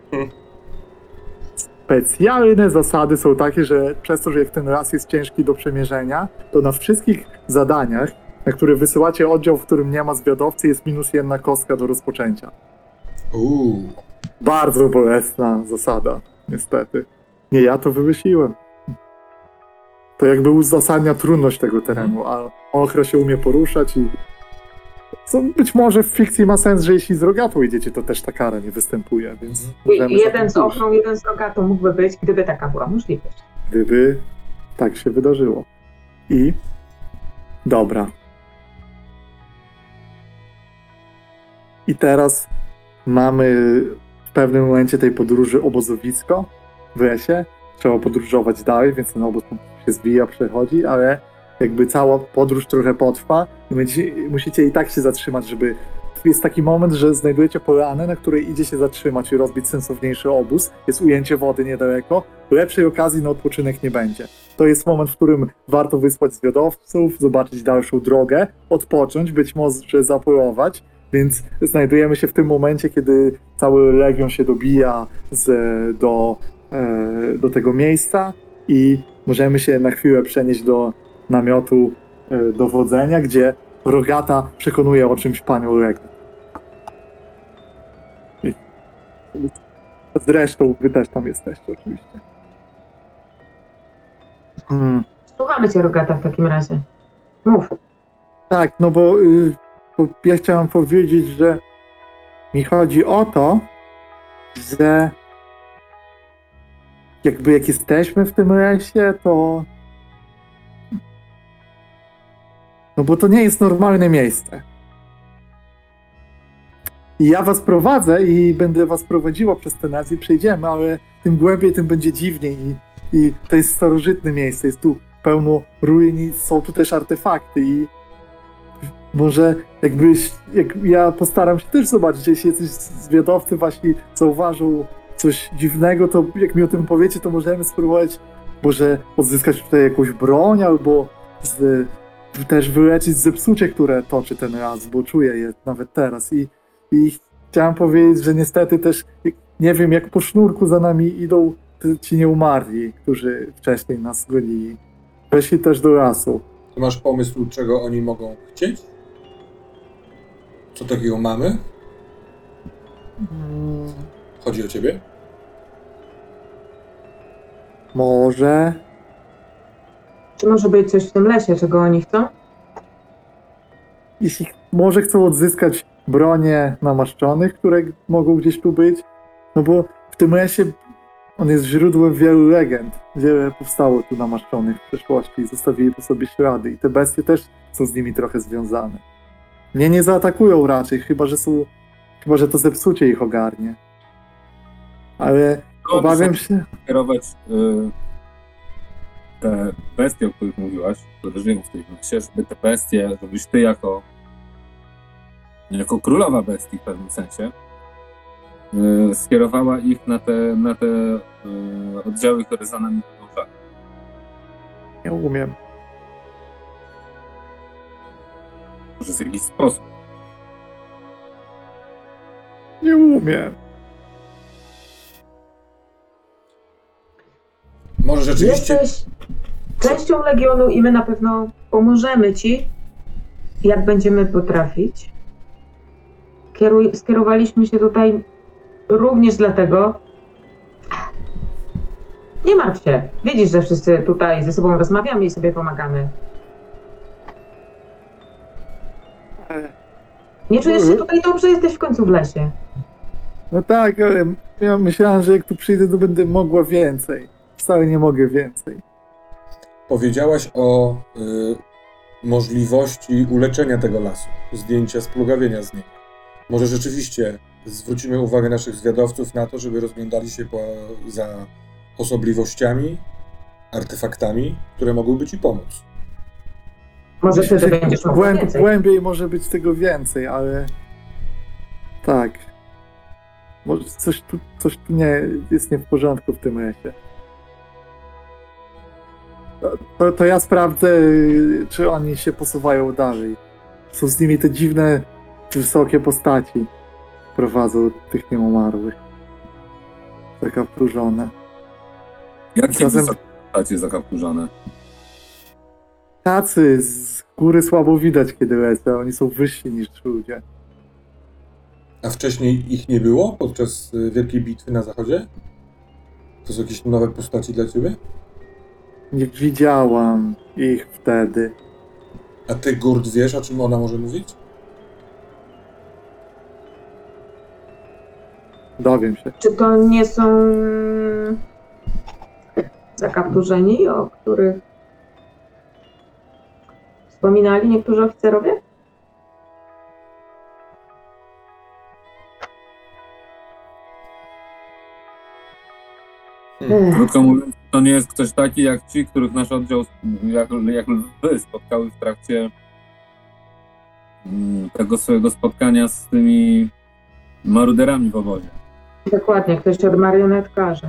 Specjalne zasady są takie, że przez to, że jak ten las jest ciężki do przemierzenia, to na wszystkich zadaniach, na które wysyłacie oddział, w którym nie ma zwiadowcy, jest minus jedna kostka do rozpoczęcia.
Uuu.
Bardzo bolesna zasada, niestety. Nie ja to wymyśliłem. To jakby uzasadnia trudność tego terenu, a Ochra się umie poruszać i co być może w fikcji ma sens, że jeśli z Rogatą idziecie, to też ta kara nie występuje, więc
Mhm.
możemy
I
za
jeden
tym
z
pójść.
Ochrą, jeden z Rogatą mógłby być, gdyby taka była możliwość.
Gdyby tak się wydarzyło. I dobra. I teraz mamy w pewnym momencie tej podróży obozowisko w lesie. Trzeba podróżować dalej, więc ten obóz się zwija, przechodzi, ale jakby cała podróż trochę potrwa i będziecie, musicie i tak się zatrzymać, żeby... Jest taki moment, że znajdujecie polanę, na której idzie się zatrzymać i rozbić sensowniejszy obóz. Jest ujęcie wody niedaleko. Lepszej okazji na odpoczynek nie będzie. To jest moment, w którym warto wysłać zwiadowców, zobaczyć dalszą drogę, odpocząć, być może zapolować. Więc znajdujemy się w tym momencie, kiedy cały legion się dobija z, do, e, do tego miejsca i możemy się na chwilę przenieść do namiotu e, dowodzenia, gdzie Rogata przekonuje o czymś panią Legnet. Zresztą wy też tam jesteście oczywiście. Hmm.
Słuchamy cię, Rogata, w takim razie. Mów.
Tak, no bo, y, bo ja chciałem powiedzieć, że mi chodzi o to, że jakby jak jesteśmy w tym lesie, to no bo to nie jest normalne miejsce. I ja was prowadzę i będę was prowadziła przez ten las i przejdziemy, ale tym głębiej, tym będzie dziwniej. I, i to jest starożytne miejsce, jest tu pełno ruin i są tu też artefakty i może jakbyś, jak ja postaram się też zobaczyć, jeśli jacyś zwiadowcy właśnie zauważą coś dziwnego, to jak mi o tym powiecie, to możemy spróbować może odzyskać tutaj jakąś broń albo z, też wyleczyć zepsucie, które toczy ten las, bo czuję je nawet teraz. I, i chciałem powiedzieć, że niestety też nie wiem, jak po sznurku za nami idą ci nieumarli, którzy wcześniej nas gonili. Weszli też do lasu.
Ty masz pomysł, czego oni mogą chcieć? Co takiego mamy?
Hmm,
Chodzi o ciebie?
może...
Czy może być coś w tym lesie, czego oni chcą?
Jeśli może chcą odzyskać bronie namaszczonych, które mogą gdzieś tu być, no bo w tym lesie on jest źródłem wielu legend. Wiele powstało tu namaszczonych w przeszłości i zostawili po sobie ślady i te bestie też są z nimi trochę związane. Mnie nie zaatakują raczej, chyba że są, chyba że to zepsucie ich ogarnie. Ale obawiam się...
Kierować y, te bestie, o których mówiłaś, które żyją w tej lesie, żeby te bestie, żebyś ty jako jako królowa bestii w pewnym sensie y, skierowała ich na te, na te y, oddziały, które za nami podążają.
Nie umiem.
Może w jakiś sposób.
Nie umiem.
Może rzeczywiście...
Jesteś częścią Legionu i my na pewno pomożemy ci, jak będziemy potrafić. Kieruj, skierowaliśmy się tutaj również dlatego... Nie martw się. Widzisz, że wszyscy tutaj ze sobą rozmawiamy i sobie pomagamy. Nie czujesz się tutaj dobrze? Jesteś w końcu w lesie.
No tak, ale ja myślałem, że jak tu przyjdę, to będę mogła więcej. Wcale nie mogę więcej.
Powiedziałaś o y, możliwości uleczenia tego lasu, zdjęcia splugawienia z niego. Może rzeczywiście zwrócimy uwagę naszych zwiadowców na to, żeby rozglądali się po, za osobliwościami, artefaktami, które mogłyby ci pomóc.
Może
Myślę,
wtedy
że
będziesz mogła
głęb,
więcej.
głębiej może być tego więcej, ale tak. Może coś tu, coś tu nie jest nie w porządku w tym lesie. To, to, to ja sprawdzę, czy oni się posuwają dalej. Są z nimi te dziwne, wysokie postaci. Prowadzą tych nieumarłych. Zakapturzone.
Jakie
Czasem-
postacie zakapturzone?
Tacy z góry słabo widać, kiedy lecę. Oni są wyżsi niż ludzie.
A wcześniej ich nie było podczas y, wielkiej bitwy na zachodzie? To są jakieś nowe postaci dla ciebie?
Nie widziałam ich wtedy.
A ty, Gurt, wiesz, o czym ona może mówić?
Dowiem się.
Czy to nie są zakapturzeni, o których wspominali niektórzy oficerowie?
Hmm.
Krótko mówiąc, to nie jest ktoś taki jak ci, których nasz oddział, jak, jak wy spotkały w trakcie mm, tego swojego spotkania z tymi maruderami w obozie.
Dokładnie, ktoś od marionetkarzy.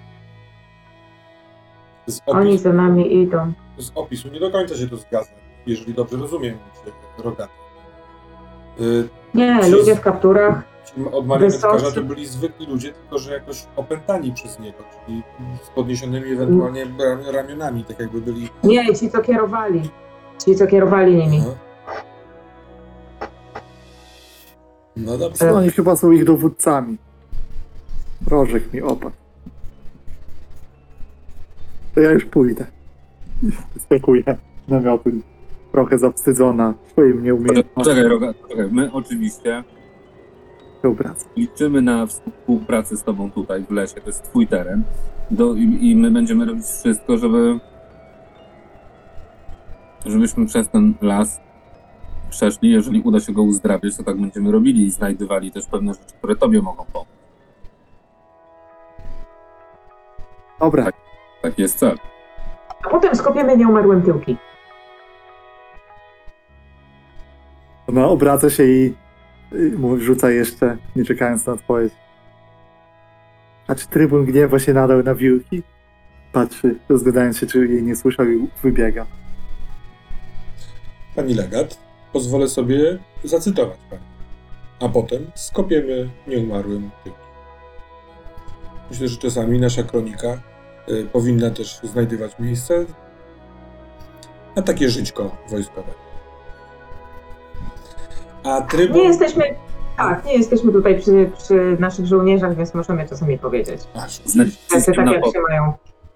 Z,
Oni
opis,
za nami idą.
z opisu nie do końca się to zgadza, jeżeli dobrze rozumiem cię, Rogaty. Y,
Nie,
Ci-
ludzie w kapturach.
Ci od marionetkarza
Wysocy.
to byli zwykli ludzie, tylko że jakoś opętani przez niego, czyli z podniesionymi ewentualnie ram- ramionami, tak jakby byli...
Nie, ci co kierowali. Ci co kierowali nimi.
Aha. No dobrze.
Oni chyba są ich dowódcami. Rożek mi opadł. To ja już pójdę. Skakuję z namiotu. Trochę zawstydzona swoim nieumiejętnością
Czekaj, Roga, czekaj, my oczywiście
obrazu.
liczymy na współpracę z tobą tutaj w lesie, to jest twój teren do, i, i my będziemy robić wszystko, żeby żebyśmy przez ten las przeszli. Jeżeli uda się go uzdrawiać, to tak będziemy robili i znajdywali też pewne rzeczy, które tobie mogą pomóc.
Dobra,
Taki jest cel.
A potem skopiemy nieumarłym tyłki.
ona obraca się i y, mu rzuca jeszcze, nie czekając na odpowiedź. A czy trybun gniewa się nadal na wiłki? Patrzy, rozglądając się, czy jej nie słyszał i wybiega.
Pani legat, pozwolę sobie zacytować pani. A potem skopiemy nieumarłym tyłki. Myślę, że czasami nasza kronika y, powinna też znajdywać miejsce na takie żyćko wojskowe. A trybun...
Nie jesteśmy, tak, nie jesteśmy tutaj przy, przy naszych żołnierzach, więc możemy czasami powiedzieć.
A,
Z
Tacy
naciskiem
tak
na
jak
pokój.
się mają.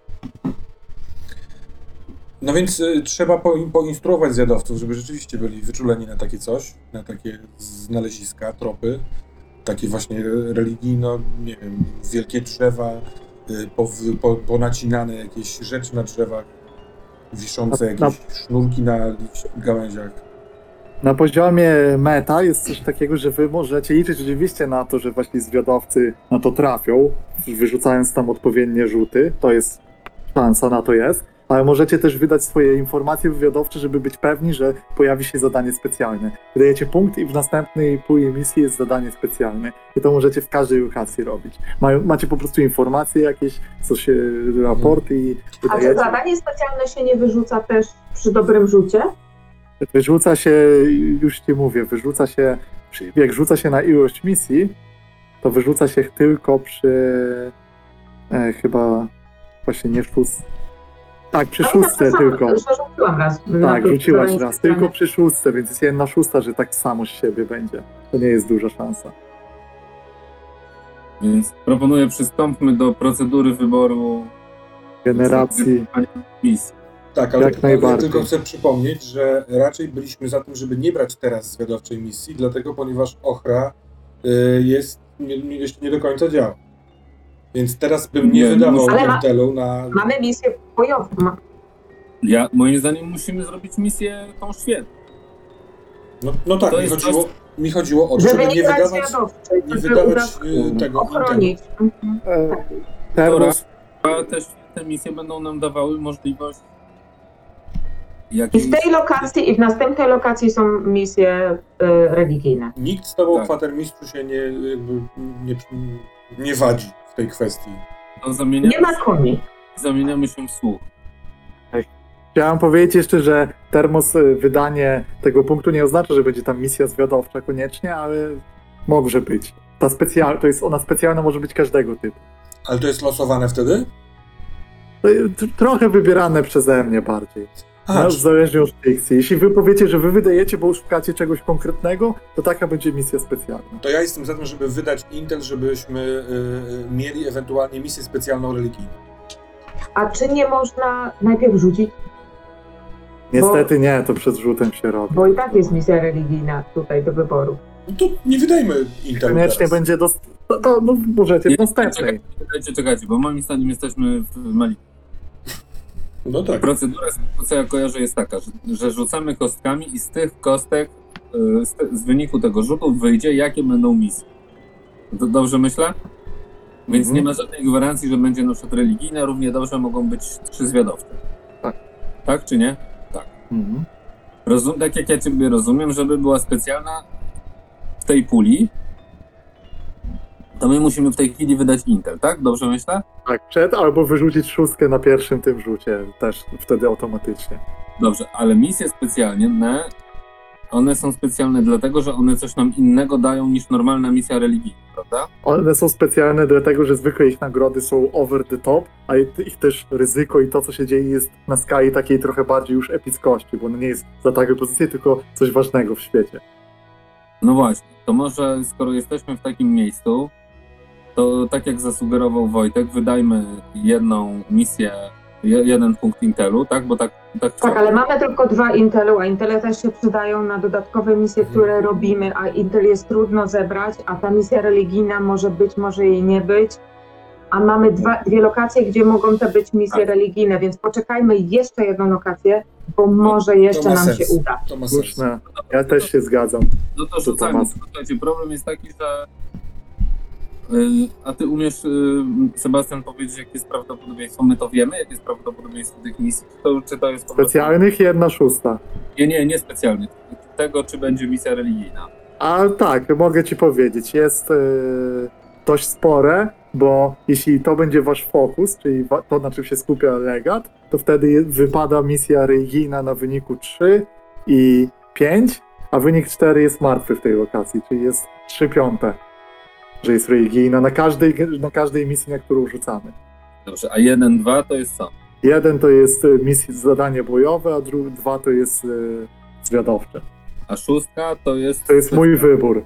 No więc y, trzeba po, poinstruować zjadowców, żeby rzeczywiście byli wyczuleni na takie coś, na takie znaleziska, tropy, takie właśnie religijno, nie wiem, wielkie drzewa, y, po, po, ponacinane jakieś rzeczy na drzewach, wiszące
Na-
jakieś sznurki na liść- gałęziach.
Na poziomie meta jest coś takiego, że wy możecie liczyć rzeczywiście na to, że właśnie zwiadowcy na to trafią, wyrzucając tam odpowiednie rzuty. To jest szansa, na to jest. Ale możecie też wydać swoje informacje wywiadowcze, żeby być pewni, że pojawi się zadanie specjalne. Wydajecie punkt i w następnej puli misji jest zadanie specjalne. I to możecie w każdej lokacji robić. Mają, macie po prostu informacje jakieś, co się, raporty i
A czy
wydajecie.
zadanie specjalne się nie wyrzuca też przy dobrym rzucie?
Wyrzuca się, już ci mówię, wyrzuca się, przy- jak rzuca się na ilość misji, to wyrzuca się tylko przy e, chyba właśnie nie szóst. Tak, przy
Pamiętam,
szóstce
że sam-
tylko.
że rzuciłam raz. na
Tak,
to
rzuciłaś
zadanie
raz,
specjalne.
tylko przy szóstce, więc jest jedna szósta, że tak samo z siebie będzie. To nie jest duża szansa.
Więc proponuję, przystąpmy do procedury wyboru
Generacji.
misji.
Tak, ale,
Jak
ale
najbardziej.
tylko chcę przypomnieć, że raczej byliśmy za tym, żeby nie brać teraz zwiadowczej misji, dlatego ponieważ Ochra y, jest, nie, nie, jeszcze nie do końca działa. Więc teraz bym nie,
Nie,
wydawał
ale ma-
intelu na...
Mamy misję bojową. Ma-
Ja, moim zdaniem musimy zrobić misję tą świetną.
No, no tak,
To
mi
jest
chodziło,
coś-
mi chodziło o to,
Żeby
żeby
nie
nie
grać
wydawać,
zwiadowczej,
nie
żeby
wydawać
uda-
y, tego intelu.
ochronić. Mhm.
E, Termos,
A też te misje będą nam dawały możliwość
I
jakiejś...
w tej lokacji i w następnej lokacji są misje y, religijne.
Nikt z tobą,
Tak.
kwatermistrzu, się nie, jakby, nie, nie wadzi w tej kwestii.
To zamieniamy,
Nie ma koni.
zamieniamy się w słuch.
chciałem powiedzieć jeszcze, że termos e, wydanie tego punktu nie oznacza, że będzie tam misja zwiadowcza koniecznie, ale może być. Ta specjal, to jest ona specjalna, może być każdego typu.
Ale to jest losowane wtedy?
To jest t- trochę wybierane przeze mnie bardziej.
A,
No,
czy-
zależnie od fikcji. Jeśli wy powiecie, że wy wydajecie, bo szukacie czegoś konkretnego, to taka będzie misja specjalna.
to ja jestem za tym, żeby wydać intel, żebyśmy y, mieli ewentualnie misję specjalną religijną.
A czy nie można najpierw rzucić?
Niestety nie, to przed rzutem się robi.
Bo i tak jest misja religijna tutaj do wyboru.
No to nie wydajmy intelu
Koniecznie
teraz.
będzie dost... to, to no, możecie w
Nie,
następnej.
Czekajcie, czekajcie, czekajcie, bo moim zdaniem jesteśmy w Mali.
No tak.
Procedura, z tego co ja kojarzę, jest taka, że, że rzucamy kostkami i z tych kostek, y, z, te, z wyniku tego rzutu wyjdzie, jakie będą misje. To dobrze myślę? Więc
Mhm.
nie ma żadnej gwarancji, że będzie na przykład religijna, równie dobrze mogą być trzy zwiadowcze.
Tak.
Tak czy nie? Tak.
Mhm.
Rozum, tak jak ja ciebie rozumiem, żeby była specjalna w tej puli, to my musimy w tej chwili wydać Intel, tak? Dobrze myślę?
Tak, przed albo wyrzucić szóstkę na pierwszym tym rzucie, też wtedy automatycznie.
Dobrze, ale misje specjalne, one są specjalne dlatego, że one coś nam innego dają niż normalna misja religijna, prawda?
One są specjalne dlatego, że zwykle ich nagrody są over the top, a ich też ryzyko i to, co się dzieje, jest na skali takiej trochę bardziej już epickości, bo ono nie jest za taką pozycję, tylko coś ważnego w świecie.
No właśnie, to może skoro jesteśmy w takim miejscu, to tak jak zasugerował Wojtek, wydajmy jedną misję, je, jeden punkt Intelu, tak? Bo tak, tak,
Tak, ale mamy tylko dwa Intelu, a Intele też się przydają na dodatkowe misje, które robimy, a Intel jest trudno zebrać, a ta misja religijna może być, może jej nie być. A mamy dwa, dwie lokacje, gdzie mogą to być misje
Tak.
religijne, więc poczekajmy jeszcze jedną lokację, bo może jeszcze
To ma
nam
sens.
się uda.
To ma sens.
Słuszne. Ja też się zgadzam.
No to
To
rzucajmy.
temat.
Słuchajcie, problem jest taki, że yy, a ty umiesz, yy, Sebastian, powiedzieć, jakie jest prawdopodobieństwo? My to wiemy, jakie jest prawdopodobieństwo tych misji? Czy to, czy to jest po prostu...
Specjalnych jedna szósta.
Nie, nie, nie specjalnych. Tego, czy będzie misja religijna.
A tak, mogę ci powiedzieć, jest yy, dość spore, bo jeśli to będzie wasz fokus, czyli wa- to, na czym się skupia legat, to wtedy je- wypada misja religijna na wyniku trzy i pięć, a wynik cztery jest martwy w tej lokacji, czyli jest trzy piąte, że jest religijna na każdej, na każdej misji, na którą rzucamy.
Dobrze, a jeden, dwa to jest co?
Jeden to jest y, misja, zadanie bojowe, a dru- dwa to jest y, zwiadowcze.
A szóstka to jest...
To jest mój wybór.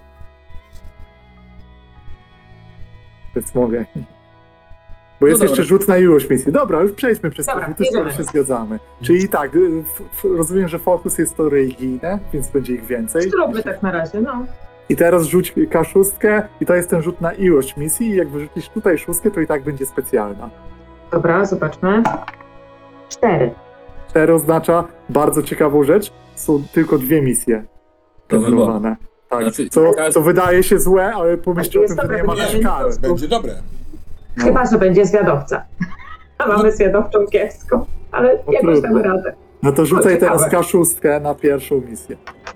Więc mogę. Bo jest
No
jeszcze
dobra.
rzut na ilość misji. Dobra, już przejdźmy przez te
Dobra,
rzuty, skoro
jedziemy.
się zgadzamy. Czyli tak, y, f, f, rozumiem, że fokus jest to religijne, więc będzie ich więcej.
Zróbmy tak na razie, no.
I teraz rzuć K sześć i to jest ten rzut na ilość misji i jak wyrzucisz tutaj szóstkę, to i tak będzie specjalna.
Dobra, zobaczmy. Cztery.
cztery oznacza bardzo ciekawą rzecz, są tylko dwie misje
Do wyboru.
generowane. Tak,
Znaczy,
co,
każdy-
co wydaje się złe, ale pomyślcie o
Jest
tym, że
dobre,
nie ma
bo
też
nie-
kary.
Będzie dobre.
No.
Chyba, że będzie zwiadowca. A mamy zwiadowczą kiepską, ale
No
jakoś
trudno.
damy radę.
No to rzucaj
ciekawe.
teraz K sześć na pierwszą misję.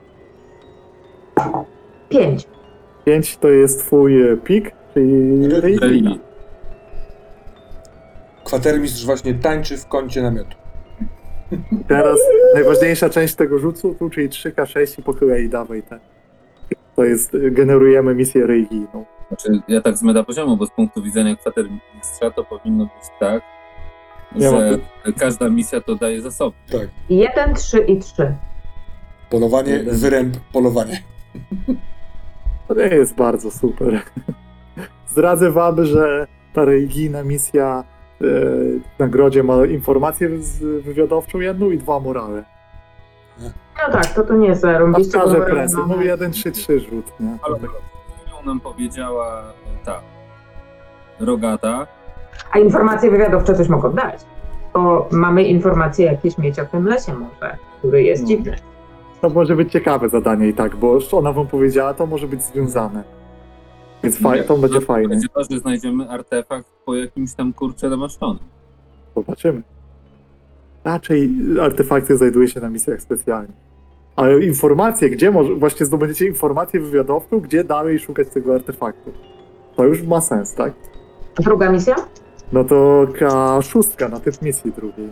Pięć.
pięć to jest twój e, pik, czyli religijna.
religii.
Kwatermistrz właśnie tańczy w kącie namiotu.
Teraz najważniejsza część tego rzutu, tu, czyli trzy K sześć i po kolei dawaj te. To jest, e, generujemy misję religijną.
Znaczy, ja tak z meta poziomu, bo z punktu widzenia kwatermistrza to powinno być tak,
Nie ma
że każda misja to daje zasoby.
Tak.
Jeden, trzy i trzy.
Polowanie,
Jeden.
wyręb, polowanie.
To nie jest bardzo super. Zdradzę wam, że ta religijna misja e, w nagrodzie ma informację z wywiadowczą jedną i dwa morale.
No tak, to to nie jest
A w
zarąbiście.
karze
bo
presy.
mamy-
Mówię jeden, trzy, trzy rzut, nie?
Ale chwilą nam powiedziała ta Rogata,
A informacje wywiadowcze coś mogą dać. Bo mamy informacje jakieś mieć o tym lesie może, który jest
No.
dziwny.
To może być ciekawe zadanie i tak, bo ona wam powiedziała, to może być związane. Więc faj, to będzie fajne.
będzie to, że znajdziemy artefakt po jakimś tam kurcze namaszczonym.
Zobaczymy. Raczej artefakty znajduje się na misjach specjalnych. Ale informacje, gdzie może, właśnie zdobędziecie informację wywiadowczą, gdzie dalej szukać tego artefaktu. To już ma sens, tak?
Druga misja?
No to K sześć na typ misji drugiej.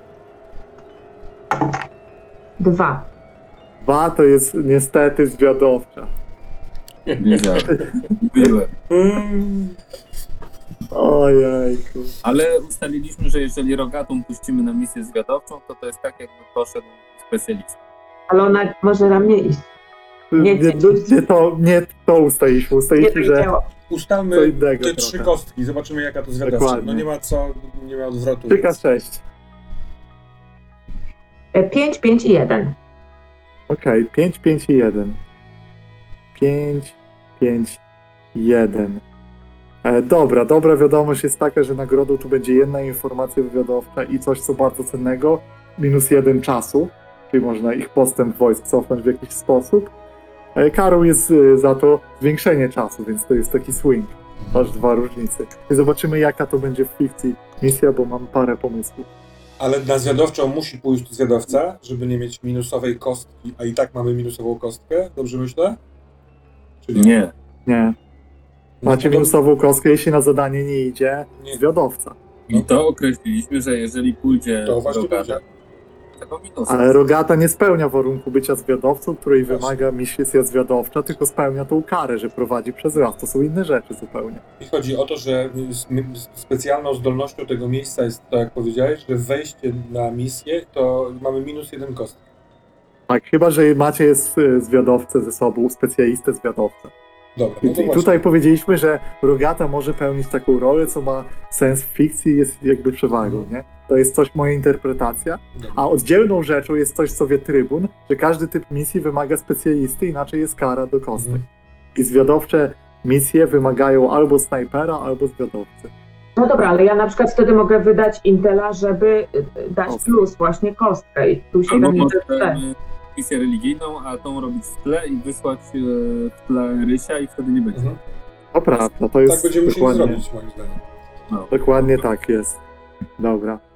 Dwa.
Dwa to jest niestety zwiadowcza.
Wiedziałem. Byłem.
Ojejku.
Ale ustaliliśmy, że jeżeli Rogatą puścimy na misję zwiadowczą, to to jest tak, jakby poszedł specjalista.
Ale ona może na mnie iść.
Nie,
Nie,
nie, nie, to, nie to ustaliliśmy.
Nie
Ustaliliśmy,
tak
że
działa.
co
Ustalmy
innego
te trzy
trochę.
kostki, zobaczymy jaka to zwiadowcza.
Dokładnie.
No nie ma co, nie ma odwrotu.
trzy K sześć.
E, Pięć, pięć i jeden.
Okej, pięć, pięć i jeden. pięć, pięć, jeden. E, dobra, dobra wiadomość jest taka, że nagrodą tu będzie jedna informacja wywiadowcza i coś, co bardzo cennego, minus jeden czasu, czyli można ich postęp wojsk cofnąć w jakiś sposób. E, karą jest e, za to zwiększenie czasu, więc to jest taki swing. Aż dwa różnice. I zobaczymy, jaka to będzie w fikcji misja, bo mam parę pomysłów.
Ale na zwiadowczą musi pójść zwiadowca, żeby nie mieć minusowej kostki, a i tak mamy minusową kostkę, dobrze myślę? Czy nie?
Nie.
Nie.
No
Macie
to-
minusową kostkę, jeśli na zadanie nie idzie
Nie.
zwiadowca.
I to określiliśmy, że jeżeli pójdzie
To właśnie
Rogata,
powiedziałem.
tego minusa.
Ale Rogata nie spełnia warunku bycia zwiadowcą, której
Właśnie.
wymaga misja zwiadowcza, tylko spełnia tą karę, że prowadzi przez las. To są inne rzeczy zupełnie.
I chodzi o to, że s- m- specjalną zdolnością tego miejsca jest to, jak powiedziałeś, że wejście na misję to mamy minus jeden kostkę.
Tak, chyba że macie jest zwiadowcę ze sobą, specjalistę zwiadowcę.
Dobra,
I,
no to
I
właśnie.
tutaj powiedzieliśmy, że Rogata może pełnić taką rolę, co ma sens w fikcji, jest jakby przewagą, nie? To jest coś, moja interpretacja.
Dobra.
A oddzielną rzeczą jest coś, co wie Trybun, że każdy typ misji wymaga specjalisty, inaczej jest kara do kostek.
Mhm.
I zwiadowcze misje wymagają albo snajpera, albo zwiadowcy.
No dobra, ale ja na przykład wtedy mogę wydać Intela, żeby y, dać
Kostkę.
plus, właśnie kostkę. I tu się
Albo
tam liczy w tle.
możemy misję religijną, a tą robić w tle i wysłać e, w tle Rysia i wtedy nie będzie.
Mhm.
To prawda, to jest
Tak będziemy musieli
dokładnie,
zrobić, moim zdaniem.
No.
dokładnie tak jest. Dobra.